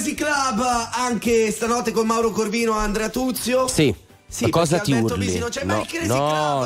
Music Club anche stanotte con Mauro Corvino e Andrea Tuzio. Sì. Sì, cosa ti urli? Busy non c'è mai il Crazy Club,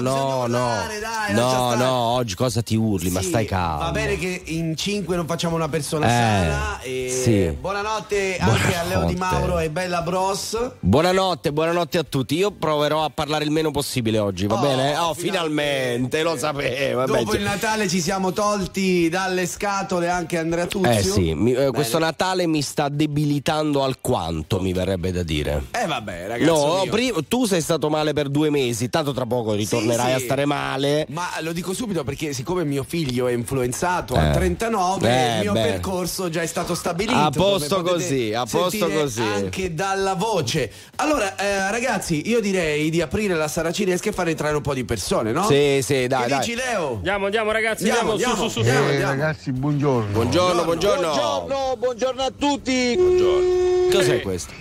no, oggi cosa ti urli? Sì, ma stai calmo. Va bene che in 5 non facciamo una persona sana. Sì. Buonanotte anche a Leo Di Mauro e Bella Bros. Buonanotte a tutti. Io proverò a parlare il meno possibile oggi, va bene? Finalmente, lo sapevo. Dopo il Natale ci siamo tolti dalle scatole anche Andrea Tuzio. Questo Natale mi sta debilitando alquanto, mi verrebbe da dire. Vabbè, ragazzi. Tu sei stato male per 2 mesi, tanto tra poco ritornerai a stare male. Ma lo dico subito perché siccome mio figlio è influenzato a 39, il mio percorso già è stato stabilito. A posto così, anche dalla voce. Allora, ragazzi, io direi di aprire la saracinesca e fare entrare un po' di persone, no? Sì, dai. Che dici, Leo? Andiamo ragazzi, andiamo. Su. Ragazzi, buongiorno. Buongiorno a tutti. Cos'è questo?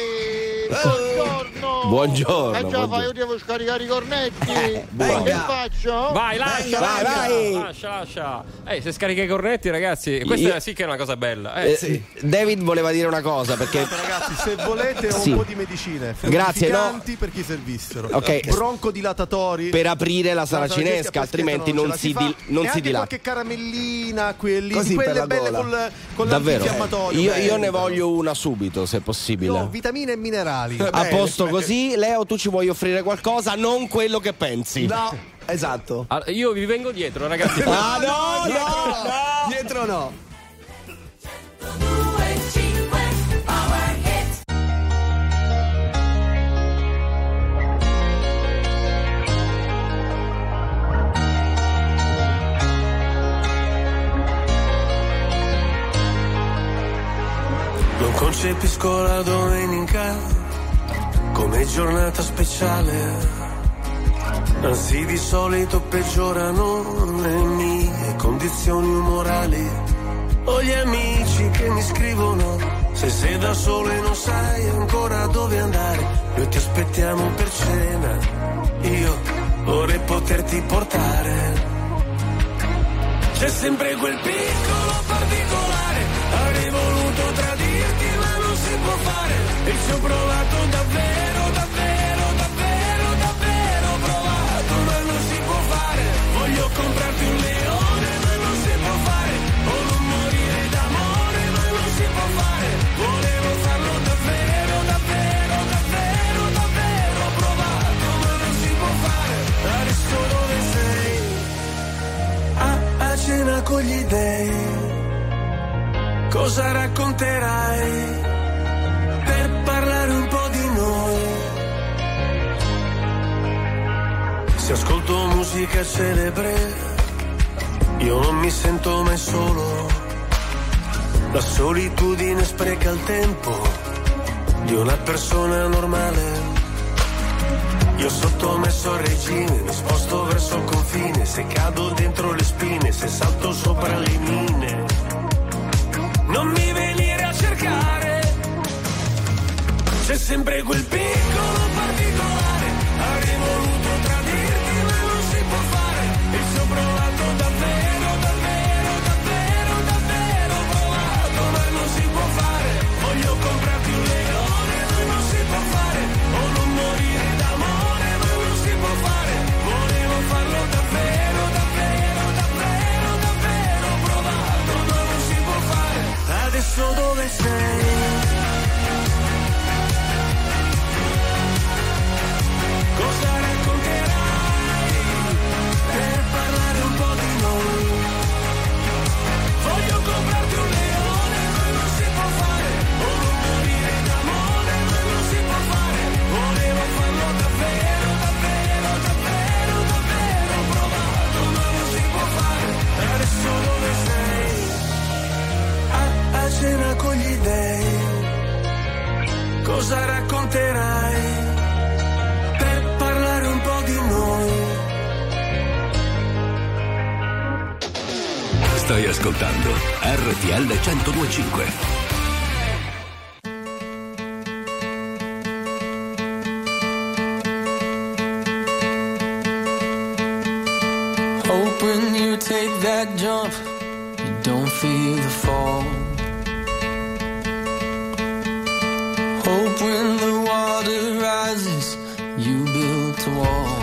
Buongiorno. Io devo scaricare i cornetti. Che faccio? Vai, lascia. Se scarica i cornetti, ragazzi, questa sì che è una cosa bella. David voleva dire una cosa perché ragazzi, se volete ho un po' di medicine. Grazie, per chi servissero. Ok. Broncodilatatori per aprire la saracinesca, altrimenti non si dilata. Qualche caramellina, quelle per belle gola. con l'antinfiammatorio. Io ne voglio una subito, se possibile. Io vitamine e minerali. A posto così. Leo, tu ci vuoi offrire qualcosa, non quello che pensi. No, esatto. Allora, io vi vengo dietro, ragazzi. No. Dietro no. Non concepisco la domenica come giornata speciale, anzi di solito peggiorano le mie condizioni umorali. Ho gli amici che mi scrivono: se sei da solo e non sai ancora dove andare, noi ti aspettiamo per cena, io vorrei poterti portare. C'è sempre quel piccolo particolare, avrei voluto tradirti ma non si può fare, e ci ho provato davvero provato, ma non si può fare. Voglio comprarti un leone ma non si può fare, o non morire d'amore ma non si può fare. Volevo farlo davvero provato, ma non si può fare. Adesso dove sei? A cena con gli dèi, cosa racconterai per parlare un po' di noi? Se ascolto musica celebre, io non mi sento mai solo. La solitudine spreca il tempo di una persona normale. Io sottomesso al regime, mi sposto verso il confine, se cado dentro le spine, se salto sopra le mine. Non mi venire a cercare, c'è sempre quel piccolo particolare, avrei voluto tradirti ma non si può fare, e ci ho provato davvero provato, ma non si può fare. Voglio comprarti un leone ma non si può fare, o non morire d'amore ma non si può fare. Volevo farlo davvero provato, ma non si può fare. Adesso dove sei? Cosa racconterai per parlare un po' di noi? Voglio comprarti un leone ma non si può fare, o non morire d'amore ma non si può fare. Volevo farlo davvero provato, ma non si può fare. Adesso dove sei? A cena con gli dèi, cosa racconterai per parlare un po' di noi? Stai ascoltando RTL 102.5. Hope when you take that jump, you don't feel the fall. you built a wall.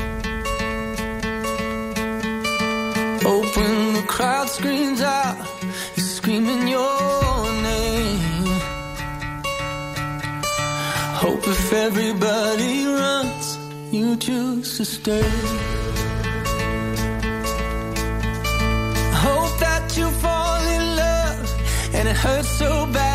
Hope when the crowd screams out, you're screaming your name. Hope if everybody runs, you choose to stay. Hope that you fall in love and it hurts so bad.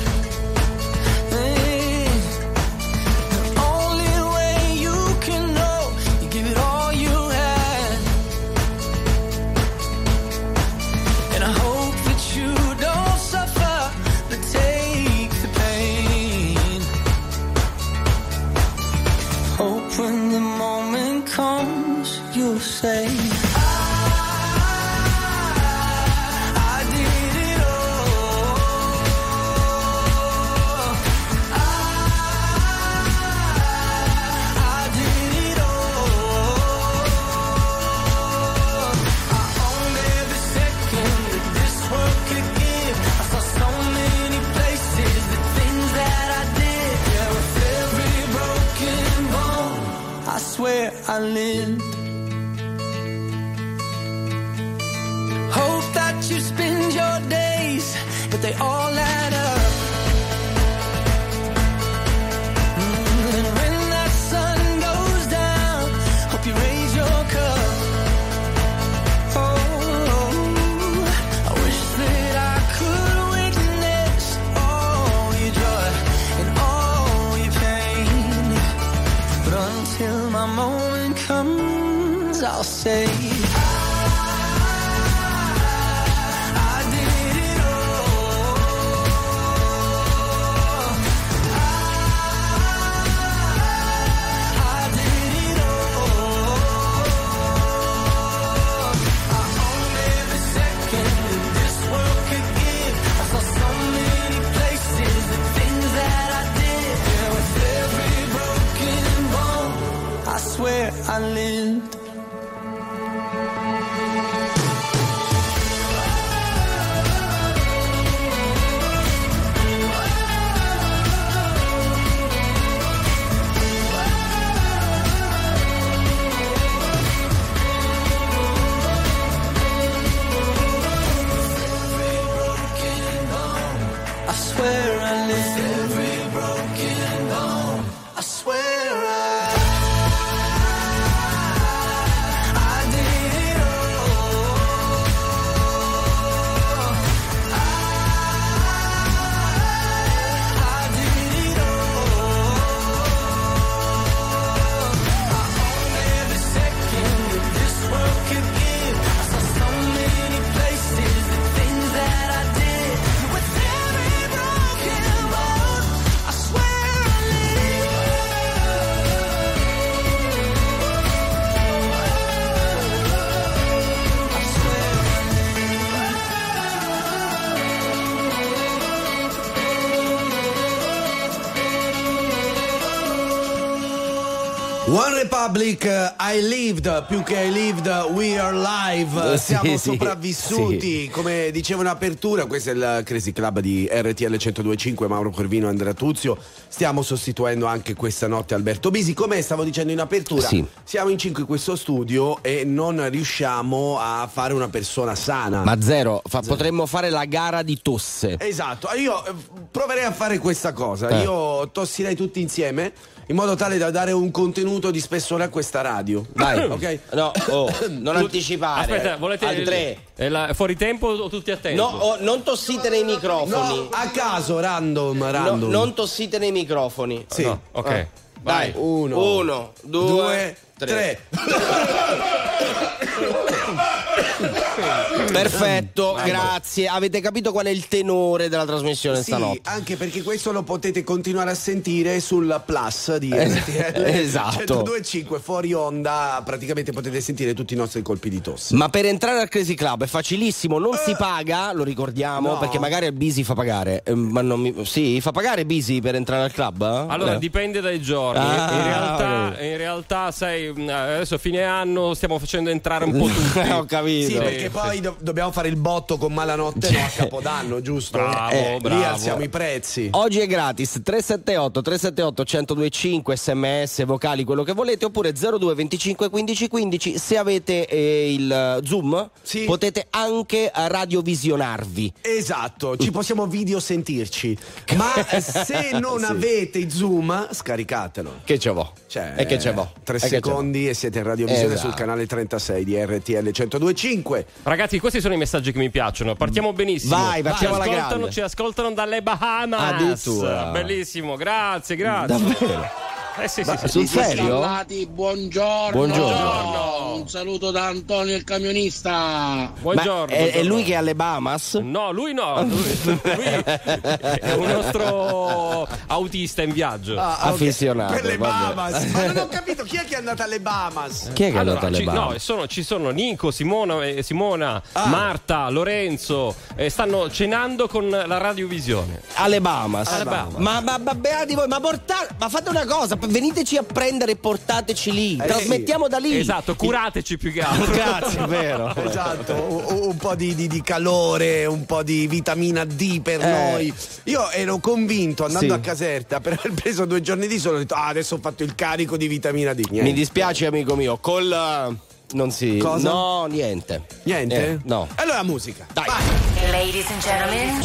When the moment comes, you'll say I did it all. I did it all. I owned every second that this world could give. I saw so many places, the things that I did. Yeah, with every broken bone, I swear I lived. Hope that you spend your days, but they all add up. And when that sun goes down, hope you raise your cup. Oh, I wish that I could witness all your joy and all your pain. But until my moment comes, I'll say I did it all. I did it all. I owned every second that this world could give. I saw so many places, the things that I did. Yeah, with every broken bone, I swear I lived. I swear I lived. Every broken bone, I swear I did it all. I did it all. I owned every second that this world could give. I saw so many places, the things that I did. With every broken bone, I swear I One Republic, I lived, più che I lived, we are live, siamo sopravvissuti, sì. Come dicevo in apertura, questo è il Crazy Club di RTL 102.5, Mauro Corvino e Andrea Tuzio, stiamo sostituendo anche questa notte Alberto Bisi, come stavo dicendo in apertura, sì. Siamo in 5 in questo studio e non riusciamo a fare una persona sana. Ma zero. Potremmo fare la gara di tosse. Esatto, io proverei a fare questa cosa, io tossirei tutti insieme, in modo tale da dare un contenuto di spessore a questa radio. Vai. Ok? No, non anticipare. Aspetta, volete al 3. Fuori tempo o tutti a tempo? No, non tossite nei microfoni. No, a caso, random. No, non tossite nei microfoni. Sì. No, ok. Vai. 1, 2, 3. Perfetto, grazie. Avete capito qual è il tenore della trasmissione stanotte? Sì, anche perché questo lo potete continuare a sentire sul Plus di RTL. Esatto. 102.5 fuori onda, praticamente potete sentire tutti i nostri colpi di tosse. Ma per entrare al Crazy Club è facilissimo, non si paga, lo ricordiamo, no. Perché magari il Bisi fa pagare. Ma sì, fa pagare Bisi per entrare al club? Allora dipende dai giorni. In realtà realtà, sai, adesso fine anno stiamo facendo entrare un po' tutti. Ho capito. Sì, perché poi dobbiamo fare il botto con Malanotte no, a Capodanno, giusto? Bravo. Lì alziamo i prezzi. Oggi è gratis 378 1025 sms, vocali, quello che volete, oppure 02 25 15 15. Se avete il Zoom potete anche radiovisionarvi. Esatto, ci possiamo video sentirci. Ma se non avete il Zoom, scaricatelo. Che ce vo'? E che ce vo'? 3 secondi e siete in radiovisione sul canale 36 di RTL 102.5. Ragazzi, questi sono i messaggi che mi piacciono. Partiamo benissimo. Vai, partiamo alla grande. Ci ascoltano dalle Bahamas. Addirittura. Bellissimo, grazie. Davvero? Sì. Sul serio? Buongiorno. Un saluto da Antonio il camionista. Buongiorno. È lui che è alle Bahamas? No, lui no. Lui è un nostro autista in viaggio. Affezionato. Per le Bahamas. Ma non ho capito chi è che è andata alle Bahamas. Chi è che è andato alle Bahamas? No, ci sono Nico, Simona, Marta, Lorenzo. Stanno cenando con la radiovisione. Alle Bahamas. Ma beati voi, ma fate una cosa, veniteci a prendere e portateci lì. Trasmettiamo da lì. Esatto, curateci più che altro. Grazie, è vero. Esatto, un po' di calore, un po' di vitamina D per noi. Io ero convinto andando a Caserta per aver preso 2 giorni di sole, ho detto adesso ho fatto il carico di vitamina D. Niente. Mi dispiace, amico mio, non si... Cosa? No, niente. Niente? No. Allora musica. Dai. Vai. Ladies and gentlemen,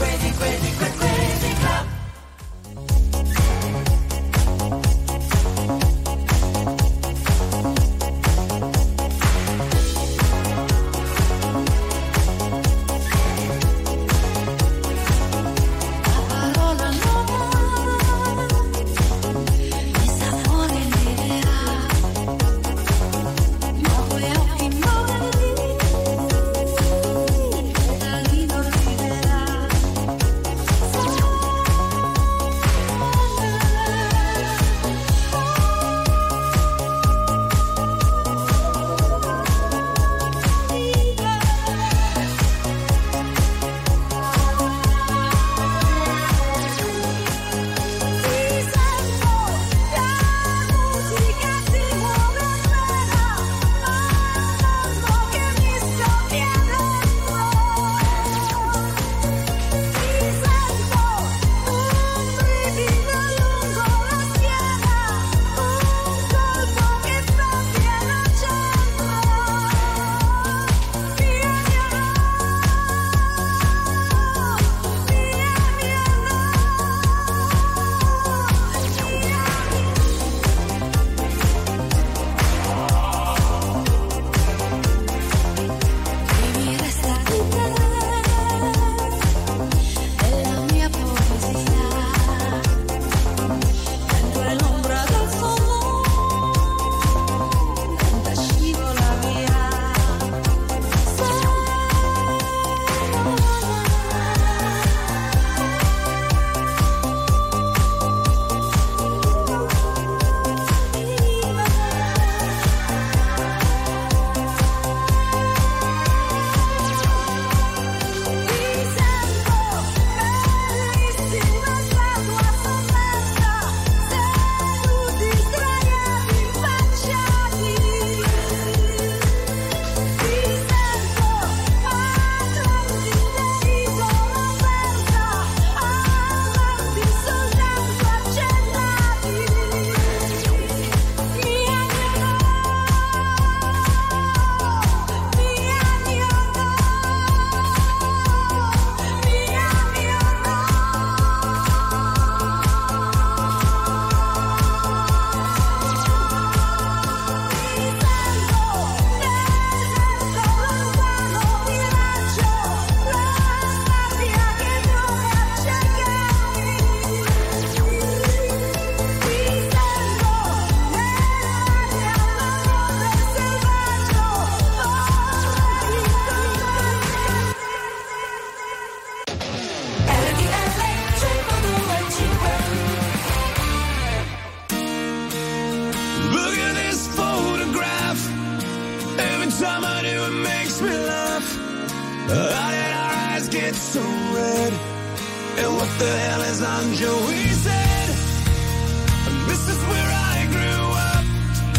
so red. And what the hell is on Joey said? This is where I grew up.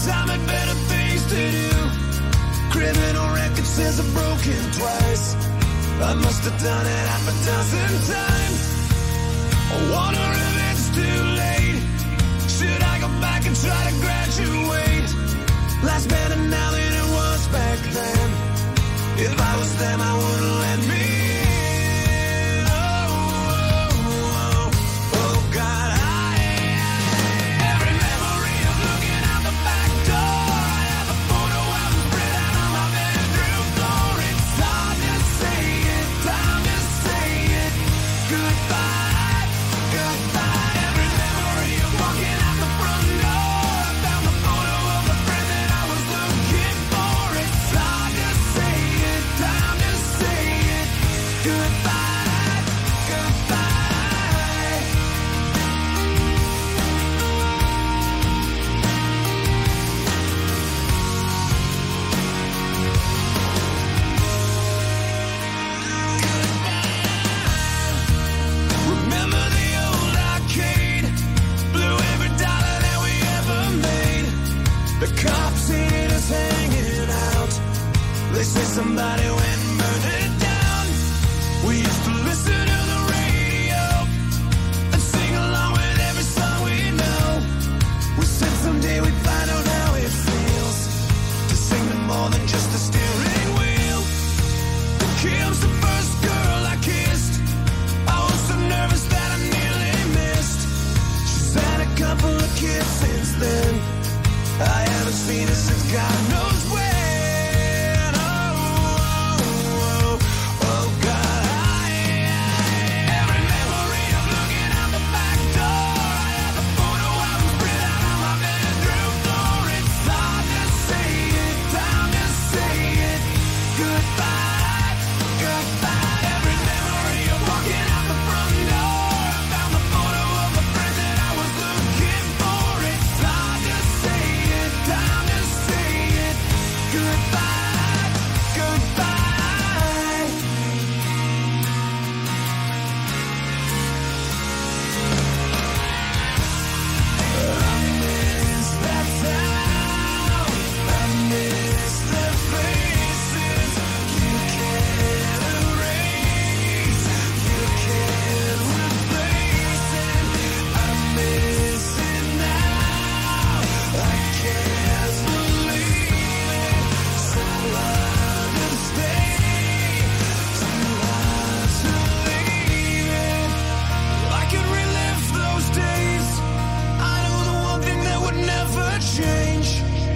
time had better things to do. Criminal record says I've broken twice. I must have done it half a dozen times. I wonder if it's too late. Should I go back and try to graduate? Life's better now than it was back then. If I was them, I wouldn't let me in. Oh God, every memory of looking out the back door. I have a photo album spread out on my bedroom floor. It's hard to say it, time to say it. Goodbye, goodbye. Every memory of walking out the front door. I found the photo of the friend that I was looking for. It's hard to say it, time to say it. Goodbye, goodbye. Remember the old arcade? Blew every dollar that we ever made. The cops seen us hanging out. They say somebody went and burned it down. We used to listen to the radio and sing along with every song we know. We said someday we'd find out how it feels to sing to more than just a steering wheel. Kim's the first girl I kissed. I was so nervous that I nearly missed. She's had a couple of kids since then. I haven't seen her since God knows when. Oh God, every memory of looking out the back door. I have a photo album spread out on my bedroom floor. It's hard to say it, time to say it. Goodbye, goodbye. Every memory of walking out the front door. I found the photo of the friend that I was looking for. It's hard to say it, time to say it. Goodbye, goodbye. I miss that town. I miss the faces you can't erase, you can't replace it. I miss it now. I can't believe it. So hard to stay, too hard to leave it. I could relive those days. I know the one thing that would never change.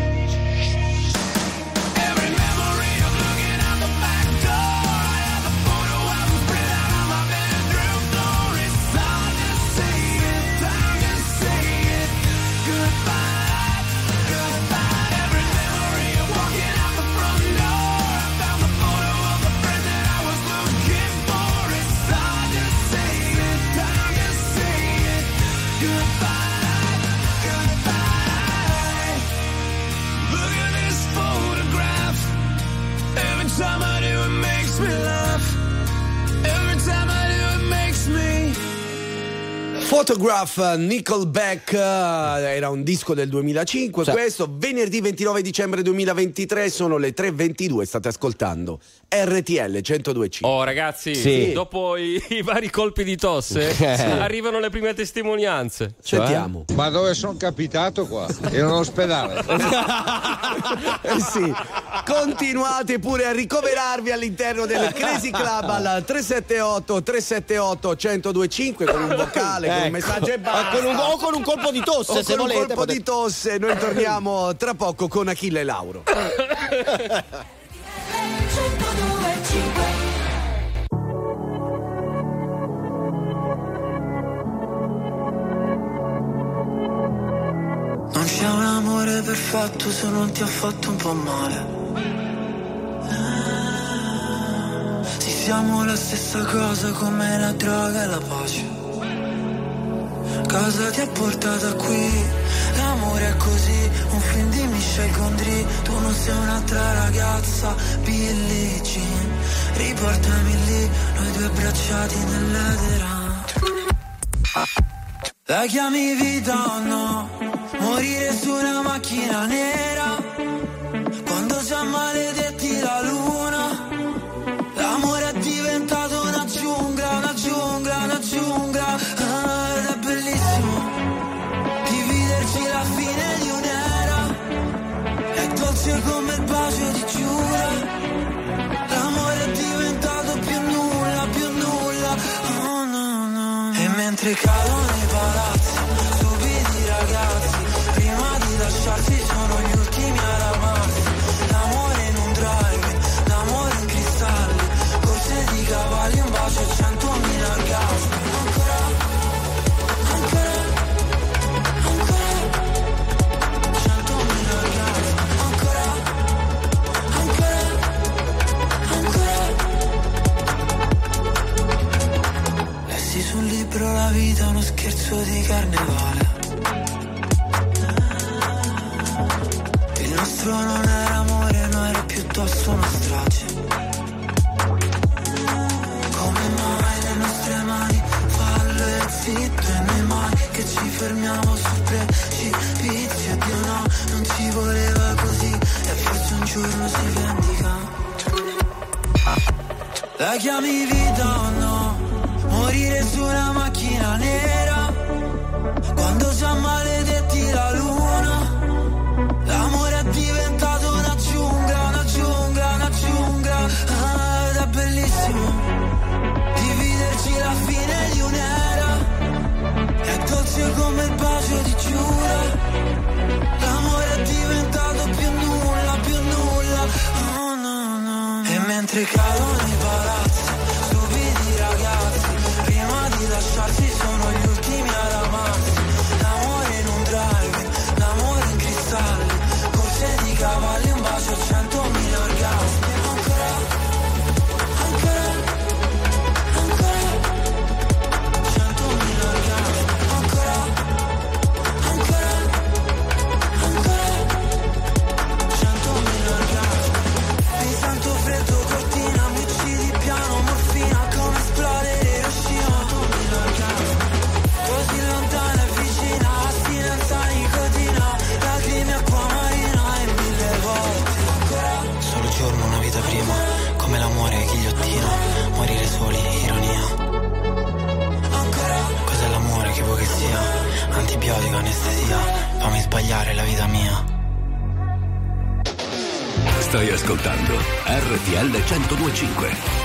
Every memory of looking out the back door. I have a photo album spread out on my bedroom floor. It's hard to say it, time to say it. Goodbye, goodbye. Every memory of walking out the front door. I found the photo of the friend that I was looking for. It's hard to say it, time to say it. Goodbye, goodbye. Look at this photograph. Every time I do it makes me laugh. Every time I do it makes me. Photograph, Nickelback, era un disco del 2005, Sì. questo venerdì 29 dicembre 2023, sono le 3:22, state ascoltando RTL 102.5. Oh ragazzi, Sì. dopo i vari colpi di tosse arrivano le prime testimonianze. Sentiamo. Ma dove sono capitato qua? In un ospedale. Sì, continuate pure a ricoverarvi all'interno del Crazy Club al 378 1025 con un vocale, con un messaggio e basta. O con un colpo di tosse, O se con volete. un colpo di tosse. Noi torniamo tra poco con Achille Lauro. Non c'è un amore perfetto se non ti ha fatto un po' male. Sì, siamo la stessa cosa come la droga e la pace. Cosa ti ha portato qui? L'amore è così, un film di Michel Gondry. Tu non sei un'altra ragazza, Billie Jean. Riportami lì, noi due abbracciati nell'edera. La chiami vita o no? morire su una macchina nera, quando già maledetti la luna. L'amore è diventato una giungla, una giungla, una giungla. Ed è bellissimo dividerci la fine di un'era, è dolce come il bacio di Giura. L'amore è diventato più nulla, più nulla. Oh no, no. E mentre cadono i palazzi, stupidi ragazzi, prima di lasciarsi sono gli ultimi a ramarsi. L'amore in un drive, l'amore in cristalli, corse di cavalli, un bacio, 100.000 orgasmi. Ancora, ancora, ancora, 100.000 orgasmi. Ancora, ancora, ancora. Lessi sul libro La vita è uno scherzo di carnevale. Il nostro non era amore, no, era piuttosto una strage. Come mai le nostre mani fallo e zitto, e noi mai che ci fermiamo sul precipizio. Dio no, non ci voleva così, e forse un giorno si vendica. La chiami vita o no? Morire su una macchina nera, quando già maledetti la luna. L'amore è diventato una giungla, una giungla, una giungla. Ed è bellissimo dividerci la fine di un'era, è dolce come il bacio di Giura. L'amore è diventato più nulla, più nulla. Oh no, no. E mentre cadono i palazzi, stupidi ragazzi, prima di lasciarsi sono gli ultimi a ramarsi. L'amore in un drive, l'amore in cristalli, corse di cavalli, un bacio, 100.000 orgasmi. Ancora, ancora, ancora, 100.000 orgasmi. Ancora, ancora, ancora, 100.000 orgasmi. Mi sento freddo, cortina, mi uccidi piano, morfina, come esplode Hiroshima. 100.000 orgasmi. Così lontana e vicina, astinenza, nicotina, lacrime, acqua marina e 1000 volte. Ancora, solo giorno, una vita prima, come l'amore, ghigliottina, morire soli, ironia. Ancora, cos'è l'amore, che vuoi che sia? Antibiotico, anestesia, fammi sbagliare la vita mia. Stai ascoltando RTL 102.5.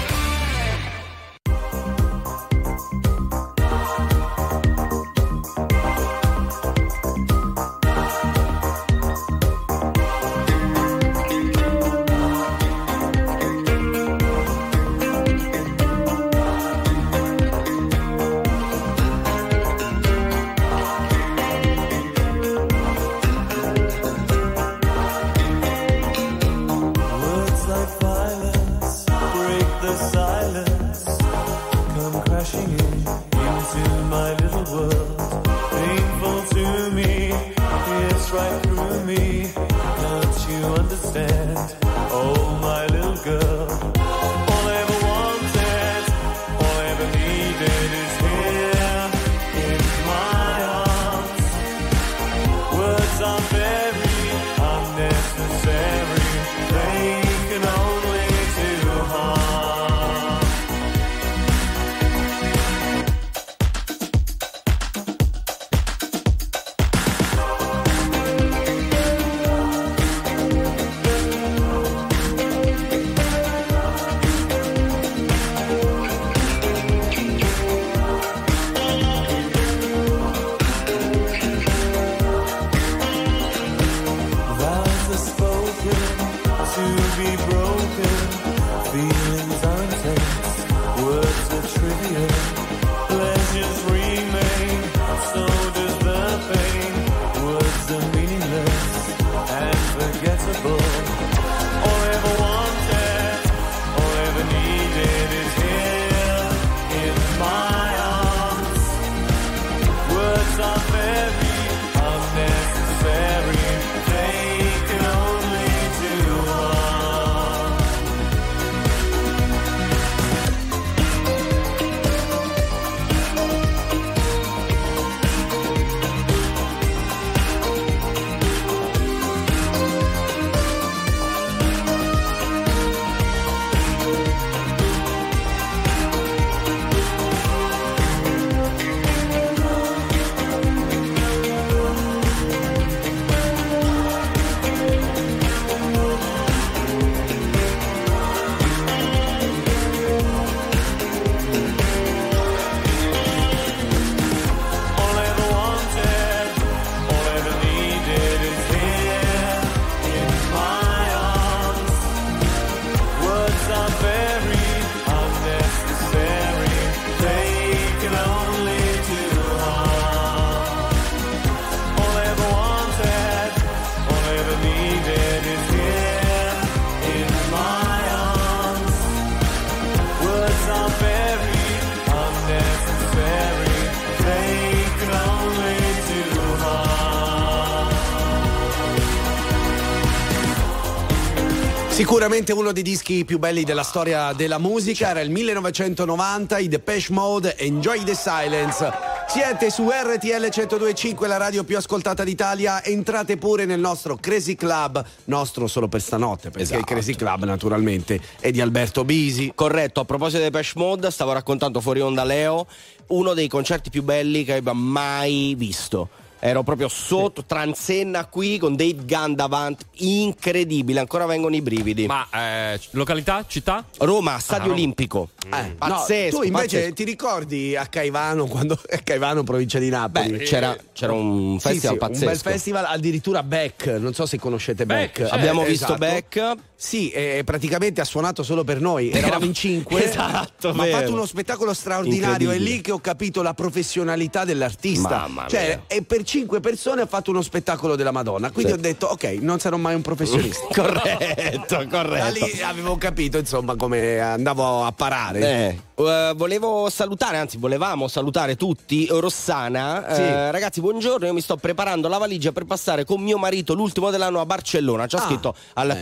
Sicuramente uno dei dischi più belli della storia della musica era il 1990, i Depeche Mode, Enjoy the Silence. Siete su RTL 102.5, la radio più ascoltata d'Italia. Entrate pure nel nostro Crazy Club, nostro solo per stanotte, perché il Crazy Club naturalmente è di Alberto Bisi. Corretto, a proposito dei Depeche Mode, stavo raccontando fuori onda Leo, uno dei concerti più belli che abbia mai visto. Ero proprio sotto, transenna qui con Dave Gunn davanti, incredibile, ancora vengono i brividi. Ma località, città? Roma, Stadio Olimpico. Pazzesco. No, tu invece pazzesco. ti ricordi a Caivano, quando a Caivano, provincia di Napoli? Beh, c'era un festival pazzesco. Un bel festival, addirittura Beck, non so se conoscete Beck. Abbiamo visto Beck. Sì, praticamente ha suonato solo per noi, eravamo in 5. Esatto, ma ha fatto uno spettacolo straordinario, è lì che ho capito la professionalità dell'artista. Mamma cioè, mia. e per 5 persone ha fatto uno spettacolo della Madonna, quindi ho detto ok, non sarò mai un professionista. corretto. Da lì avevo capito insomma come andavo a parare. Volevamo salutare tutti. Rossana, ragazzi, buongiorno. Io mi sto preparando la valigia per passare con mio marito l'ultimo dell'anno a Barcellona. Ci ha scritto al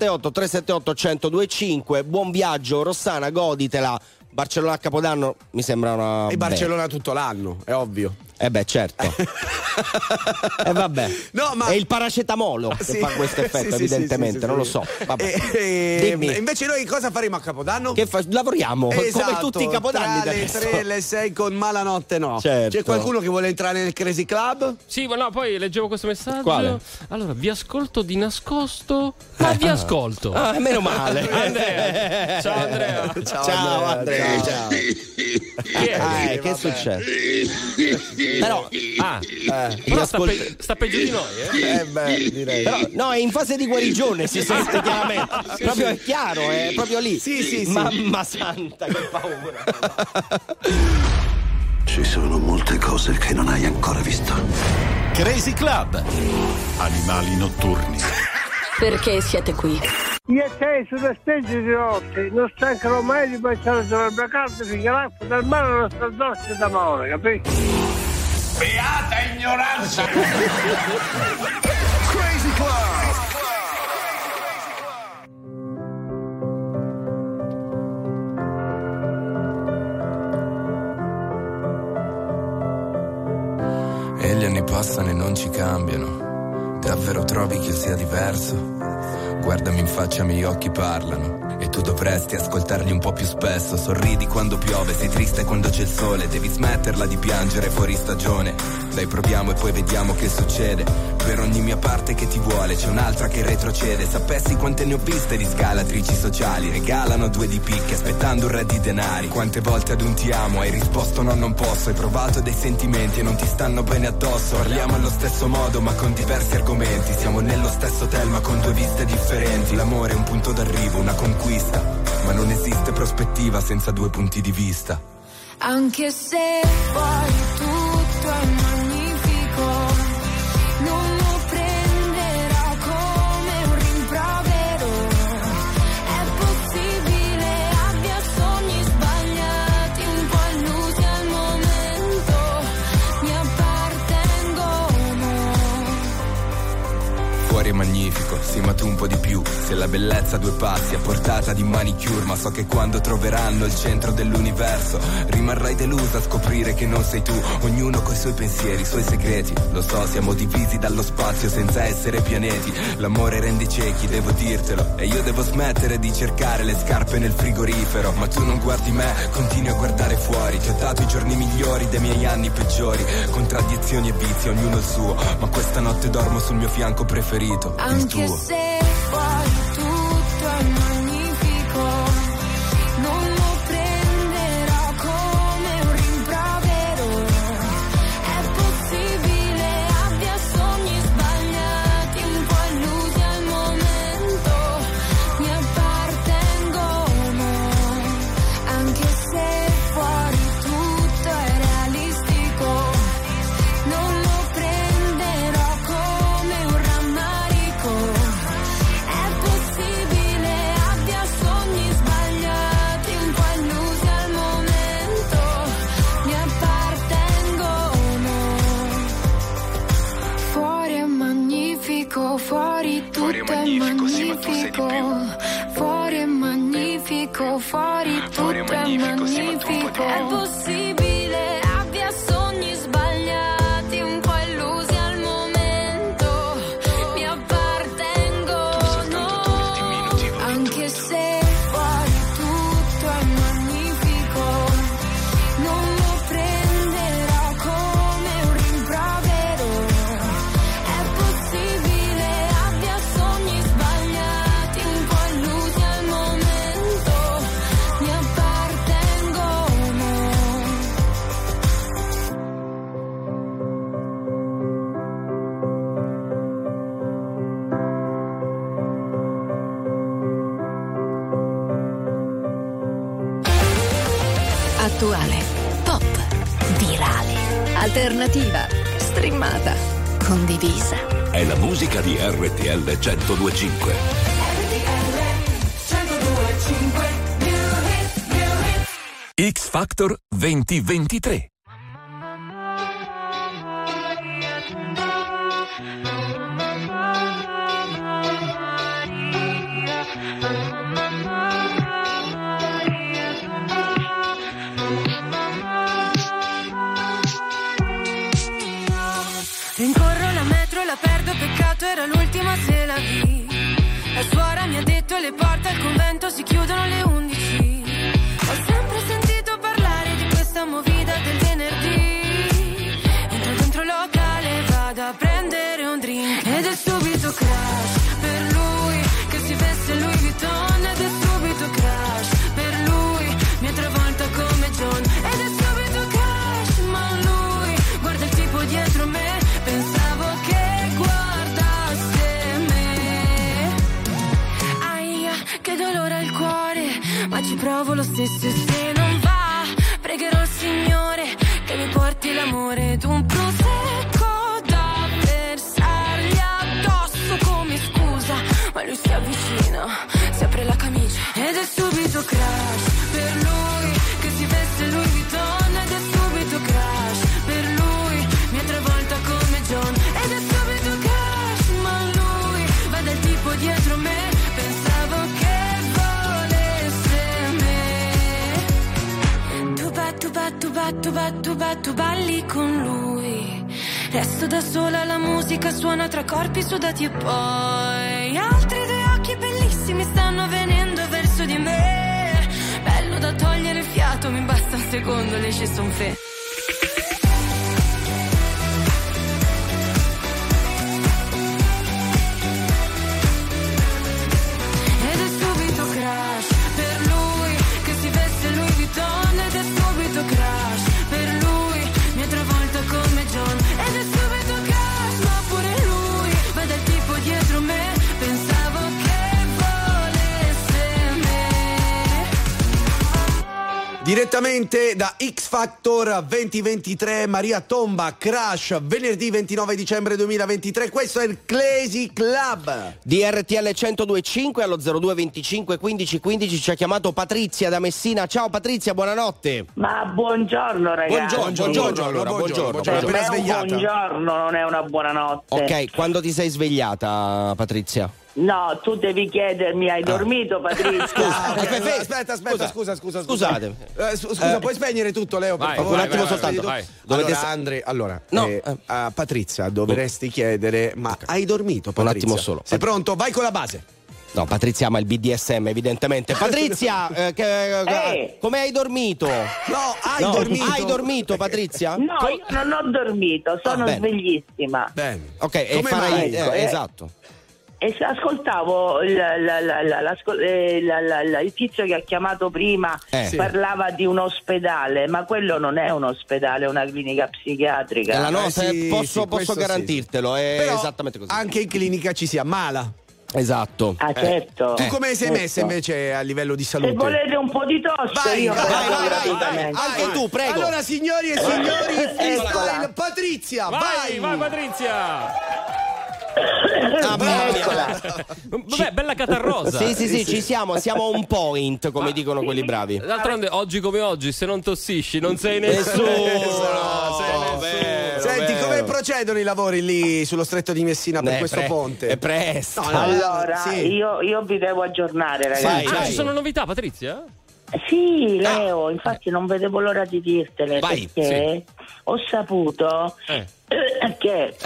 378 1025. Buon viaggio, Rossana, goditela. Barcellona a Capodanno mi sembra una. E Barcellona tutto l'anno, è ovvio. Certo. Vabbè. No, ma è il paracetamolo che fa questo effetto, evidentemente, sì. non lo so. Vabbè. Invece noi cosa faremo a Capodanno? Lavoriamo, esatto, come tutti i capodanni. Tra le 3 e le 6 con Malanotte no. Certo. C'è qualcuno che vuole entrare nel Crazy Club? Sì, ma no, poi leggevo questo messaggio. Quale? Allora, vi ascolto di nascosto, ma vi ascolto. Meno male. Andrea. Ciao Andrea. Ciao Andrea. Ciao. Che succede? Però però sta peggio di noi, direi. Però no, è in fase di guarigione, si sente chiaramente. Proprio è chiaro, è proprio lì. Sì. Mamma santa, che paura. Ci sono molte cose che non hai ancora visto. Crazy Club. Animali notturni. Perché siete qui? Io e te sulle spiagge di notte non stancano mai di baciare sulle bracate finché l'acqua del mare non sta addosso d'amore, capito? Beata ignoranza! Crazy Club. E gli anni passano e non ci cambiano. Davvero trovi che io sia diverso? Guardami in faccia, i miei occhi parlano. E tu dovresti ascoltarli un po' più spesso. Sorridi quando piove, sei triste quando c'è il sole. Devi smetterla di piangere fuori stagione. Dai, proviamo e poi vediamo che succede. Per ogni mia parte che ti vuole c'è un'altra che retrocede. Sapessi quante ne ho viste di scalatrici sociali. Regalano 2 di picche aspettando un re di denari. Quante volte ad un ti amo hai risposto no, non posso. Hai provato dei sentimenti e non ti stanno bene addosso. Parliamo allo stesso modo ma con diversi argomenti. Siamo nello stesso hotel ma con 2 viste differenti. L'amore è un punto d'arrivo, una conquista, ma non esiste prospettiva senza 2 punti di vista. Anche se poi tutto è magnifico, non lo prenderò come un rimprovero. È possibile abbia sogni sbagliati, un po' illusi al momento, mi appartengono. Fuori è magnifico, sì ma tu un po' di più. Se la bellezza a 2 passi a portata di manicure. Ma so che quando troveranno il centro dell'universo rimarrai delusa a scoprire che non sei tu. Ognuno coi suoi pensieri, i suoi segreti. Lo so, siamo divisi dallo spazio senza essere pianeti. L'amore rende ciechi, devo dirtelo. E io devo smettere di cercare le scarpe nel frigorifero. Ma tu non guardi me, continui a guardare fuori. Ti ho dato i giorni migliori dei miei anni peggiori. Contraddizioni e vizi, ognuno il suo. Ma questa notte dormo sul mio fianco preferito, il tuo. Anche se poi tutto è magnifico, non lo prenderò come un rimprovero. È possibile abbia sogni sbagliati, un po' illusi al momento, mi appartengono. Anche se fuori tutto è realistico, non lo prenderò come un rammarico. È possibile tutto è magnifico, fuori è magnifico, fuori tutto è magnifico. È possibile abbia sogni sbagliati, un po' illusi al momento, mi appartengono, anche se fuori tutto è magnifico, non lo prenderò come un rimprovero. È possibile abbia sogni sbagliati, un po' illusi al momento, mi appartengono. Attuale, pop, virale, alternativa, streamata, condivisa. È la musica di RTL 102.5. X Factor 2023. Rincorro la metro e la perdo, peccato era l'ultima se la vi. La suora mi ha detto le porte al convento si chiudono alle 11. Ho sempre sentito parlare di questa movida del venerdì. Entro dentro il locale, vado a prendere un drink ed è subito crash per lui che si veste Louis Vuitton. Ed è subito crash per lui, mi ha travolta come John. Ed è subito crash, ma lui guarda il tipo dietro me. Pensavo che guardasse me. Aia, che dolore al cuore, ma ci provo lo stesso e se non va pregherò il Signore che mi porti l'amore ed un prosecco da versargli addosso come scusa. Ma lui si avvicina, si apre la camicia ed è subito crash per lui che si veste Louis Vuitton. Ed è subito crash per lui, mi ha travolta come John. Ed è subito crash, ma lui va dal tipo dietro me. Pensavo che volesse me. Tu balli con lui. Resto da sola, la musica suona tra corpi sudati e poi altri due occhi bellissimi stanno venendo verso di me. Bello da togliere il fiato, mi basta un secondo, le ci son fe. Ed è subito crash per lui che si veste Louis Vuitton. Ed è subito crash per lui, mi ha travolta come John. Ed è subito crash, ma pure lui va dal tipo dietro me. Pensavo che volesse me. Direttamente da X Factor 2023, Maria Tomba, Crash, venerdì 29 dicembre 2023. Questo è il Crazy Club di RTL 102.5. Allo 02 25 15 15 ci ha chiamato Patrizia da Messina. Ciao Patrizia, buonanotte. Ma buongiorno ragazzi. Buongiorno. Per me è un buongiorno, non è una buonanotte. Ok, quando ti sei svegliata, Patrizia? No, tu devi chiedermi, hai dormito Patrizia? Aspetta, scusa. Scusate. Scusa, puoi spegnere tutto, Leo, per favore? Un attimo soltanto. Patrizia, dovresti chiedere, ma hai dormito, Patrizia? Un attimo solo. Sei pronto? Vai con la base. No, Patrizia ama il BDSM, evidentemente. Patrizia, come hai dormito? Dormito. Hai dormito, Patrizia? No, io non ho dormito, sono sveglissima. Bene. Ok, e farai esatto. E se ascoltavo il tizio che ha chiamato prima, parlava di un ospedale, ma quello non è un ospedale, è una clinica psichiatrica. Posso garantirtelo, è però esattamente così. Anche in clinica ci si ammala. Esatto. Ah, certo. Tu come sei messa invece a livello di salute? Se volete un po' di tosse, io vai. Anche tu, prego. Allora, signori e signori, freestyle Patrizia. Vai Patrizia. Vabbè, bella catarrosa. Sì, ci siamo on point, come dicono quelli bravi. D'altronde, oggi come oggi, se non tossisci, non sei nessuno. Senti, come procedono i lavori lì sullo Stretto di Messina per questo ponte? È presto. No, allora, io vi devo aggiornare, ragazzi. Ci sono novità, Patrizia? Sì, Leo, infatti non vedevo l'ora di dirtele, perché ho saputo che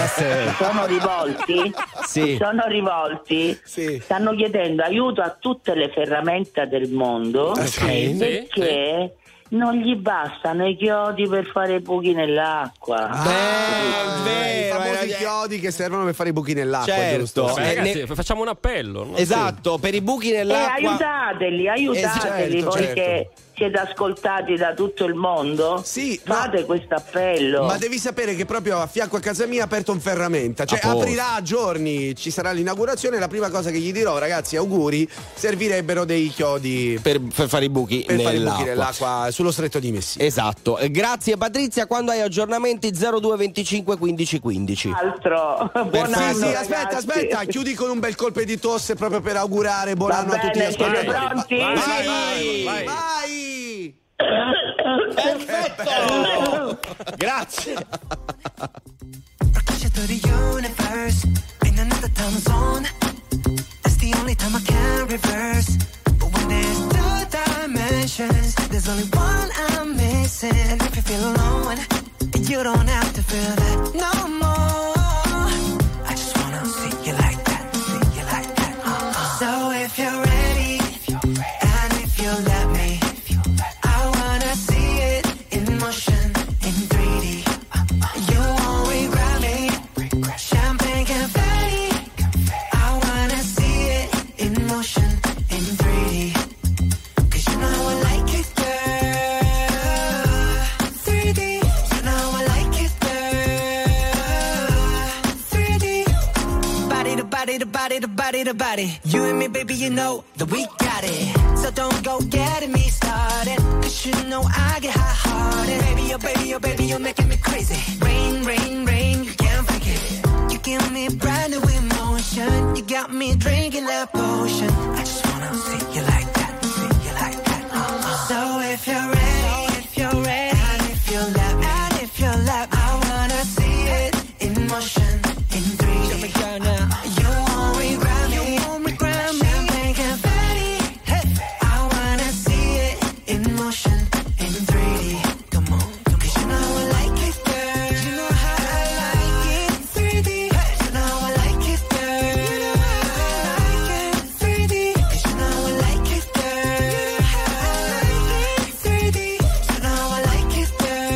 sono rivolti, stanno chiedendo aiuto a tutte le ferramenta del mondo, perché non gli bastano i chiodi per fare i buchi nell'acqua. I famosi chiodi che servono per fare i buchi nell'acqua. Certo. Ragazzi, facciamo un appello. No? Esatto, per i buchi nell'acqua. Aiutateli, voi che siete ascoltati da tutto il mondo, fate questo appello. Ma devi sapere che proprio a fianco a casa mia ha aperto un ferramenta, cioè aprirà a giorni, ci sarà l'inaugurazione. La prima cosa che gli dirò, ragazzi, auguri, servirebbero dei chiodi per fare i buchi nell'acqua sullo Stretto di Messina. Esatto. Grazie Patrizia, quando hai aggiornamenti 02 25 15 15. Altro. Buon anno, aspetta, chiudi con un bel colpo di tosse proprio per augurare buon anno a tutti gli ascoltatori. Siete pronti? Vai. Perfetto. Grazie. To the universe in another time zone. That's the only time I can reverse. But when there's two dimensions, there's only one I'm missing. And if you feel alone, you don't have to feel that no more. I just wanna see you like that, So if you're ready, and if you let me, I wanna see it in motion, in 3D. You won't regret me. Champagne confetti. I wanna see it in motion, in 3D. 'Cause you know I like it, girl. 3D. You know I like it, girl. 3D. Body to body to body to body to body. You and me, baby, you know that we got it. So don't go getting me started. 'Cause you know I get hot-hearted. Baby, oh baby, oh baby, you're making me crazy. Rain, rain, rain, you can't fake it. You give me brand new emotion. You got me drinking that potion. I just wanna see you like that, So if you're ready, and if you let me, I wanna see it in motion, in 3D. Show me girl now. You won't regret me. Champagne confetti. Hey. I wanna see it in motion, in 3D. Come on. 'Cause you know I like it, girl. You know how I like it, 3D. You know I like it, girl. You know how I like it, 3D. 'Cause you know I like it, girl. You know how I like it, 3D. You know I like it,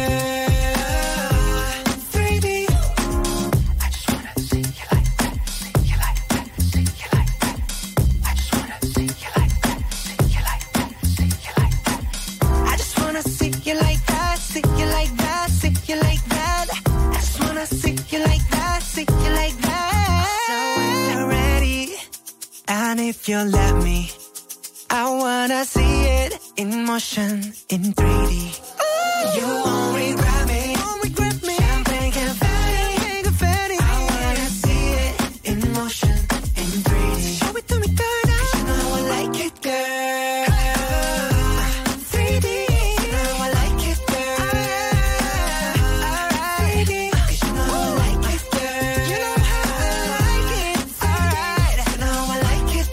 girl. 3D. I just wanna see you like that, see you like that, see you like that. I just wanna see you like that, see you like that, see you like that. I just wanna see you like that, see you like that, see you like that. I just wanna see you like that, see you like that. So if you're ready, and if you let me, I wanna see it in motion, in 3D. You won't regret me. Champagne confetti. I wanna see it in motion, in 3D. Show it to me, girl. 'Cause you know I like it, girl. 3D. You know I like it, girl. 3D. 'Cause you know I like it, girl. You know how I like it. Alright. You know I like it,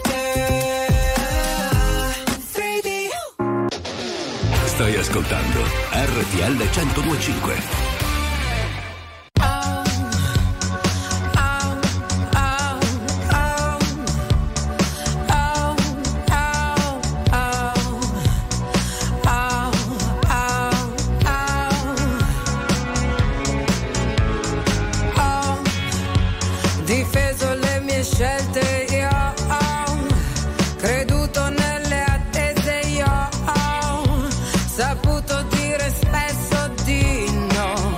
girl. 3D. Stai ascoltando RTL 102.5. Difeso le mie scelte, io ho creduto nelle attese, io ho saputo dire spesso di no.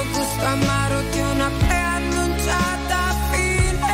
gusto amaro di una preannunciata fine.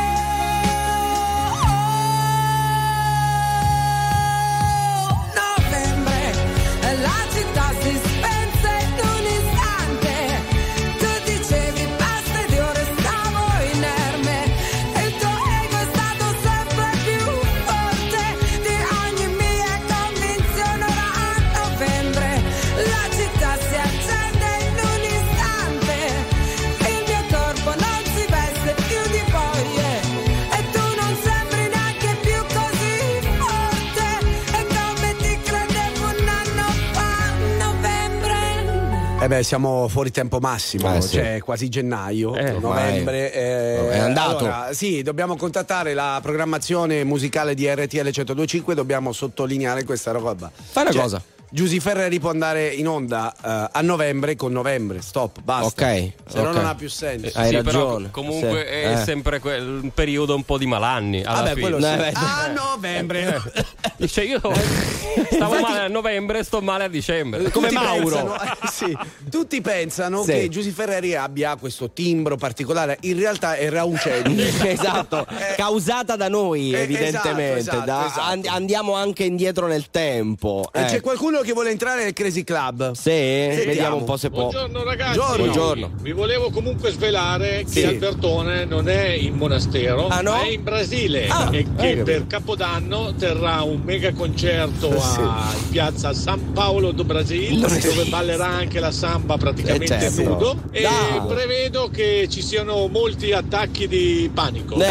Novembre, la città si spense in un istante. Tu dicevi basta ed io restavo inerme. Il tuo ego è stato sempre più forte di ogni mia convinzione. Ora a novembre la città si accende in un istante. Il mio corpo non si veste più di foglie e tu non sembri neanche più così forte. E come ti credevo un anno fa, novembre. Siamo fuori tempo massimo, sì. cioè quasi gennaio, novembre. È andato. Allora, sì, dobbiamo contattare la programmazione musicale di RTL 102.5, dobbiamo sottolineare questa roba. Fai una cosa. Giusy Ferreri può andare in onda a novembre con novembre, stop, basta. Ok. Se no non ha più senso. Hai sì, ragione. Però comunque Sì. è sempre un periodo un po' di malanni. Alla fine. Quello sì. A novembre. Cioè io stavo male a novembre, sto male a dicembre. Come Tutti Mauro. Tutti pensano Sì. che Giusy Ferreri abbia questo timbro particolare, in realtà è Raucelli. Esatto, causata da noi evidentemente. esatto. Andiamo anche indietro nel tempo. C'è qualcuno che vuole entrare nel Crazy Club? Sì, vediamo un po' se può. Buongiorno ragazzi. Buongiorno. Vi volevo comunque svelare Sì. che Albertone non è in monastero, Ah, no? ma è in Brasile e che per Capodanno terrà un mega concerto in piazza San Paolo do Brasil, dove ballerà anche la samba praticamente certo. nudo e Dai. prevedo che ci siano molti attacchi di panico. Non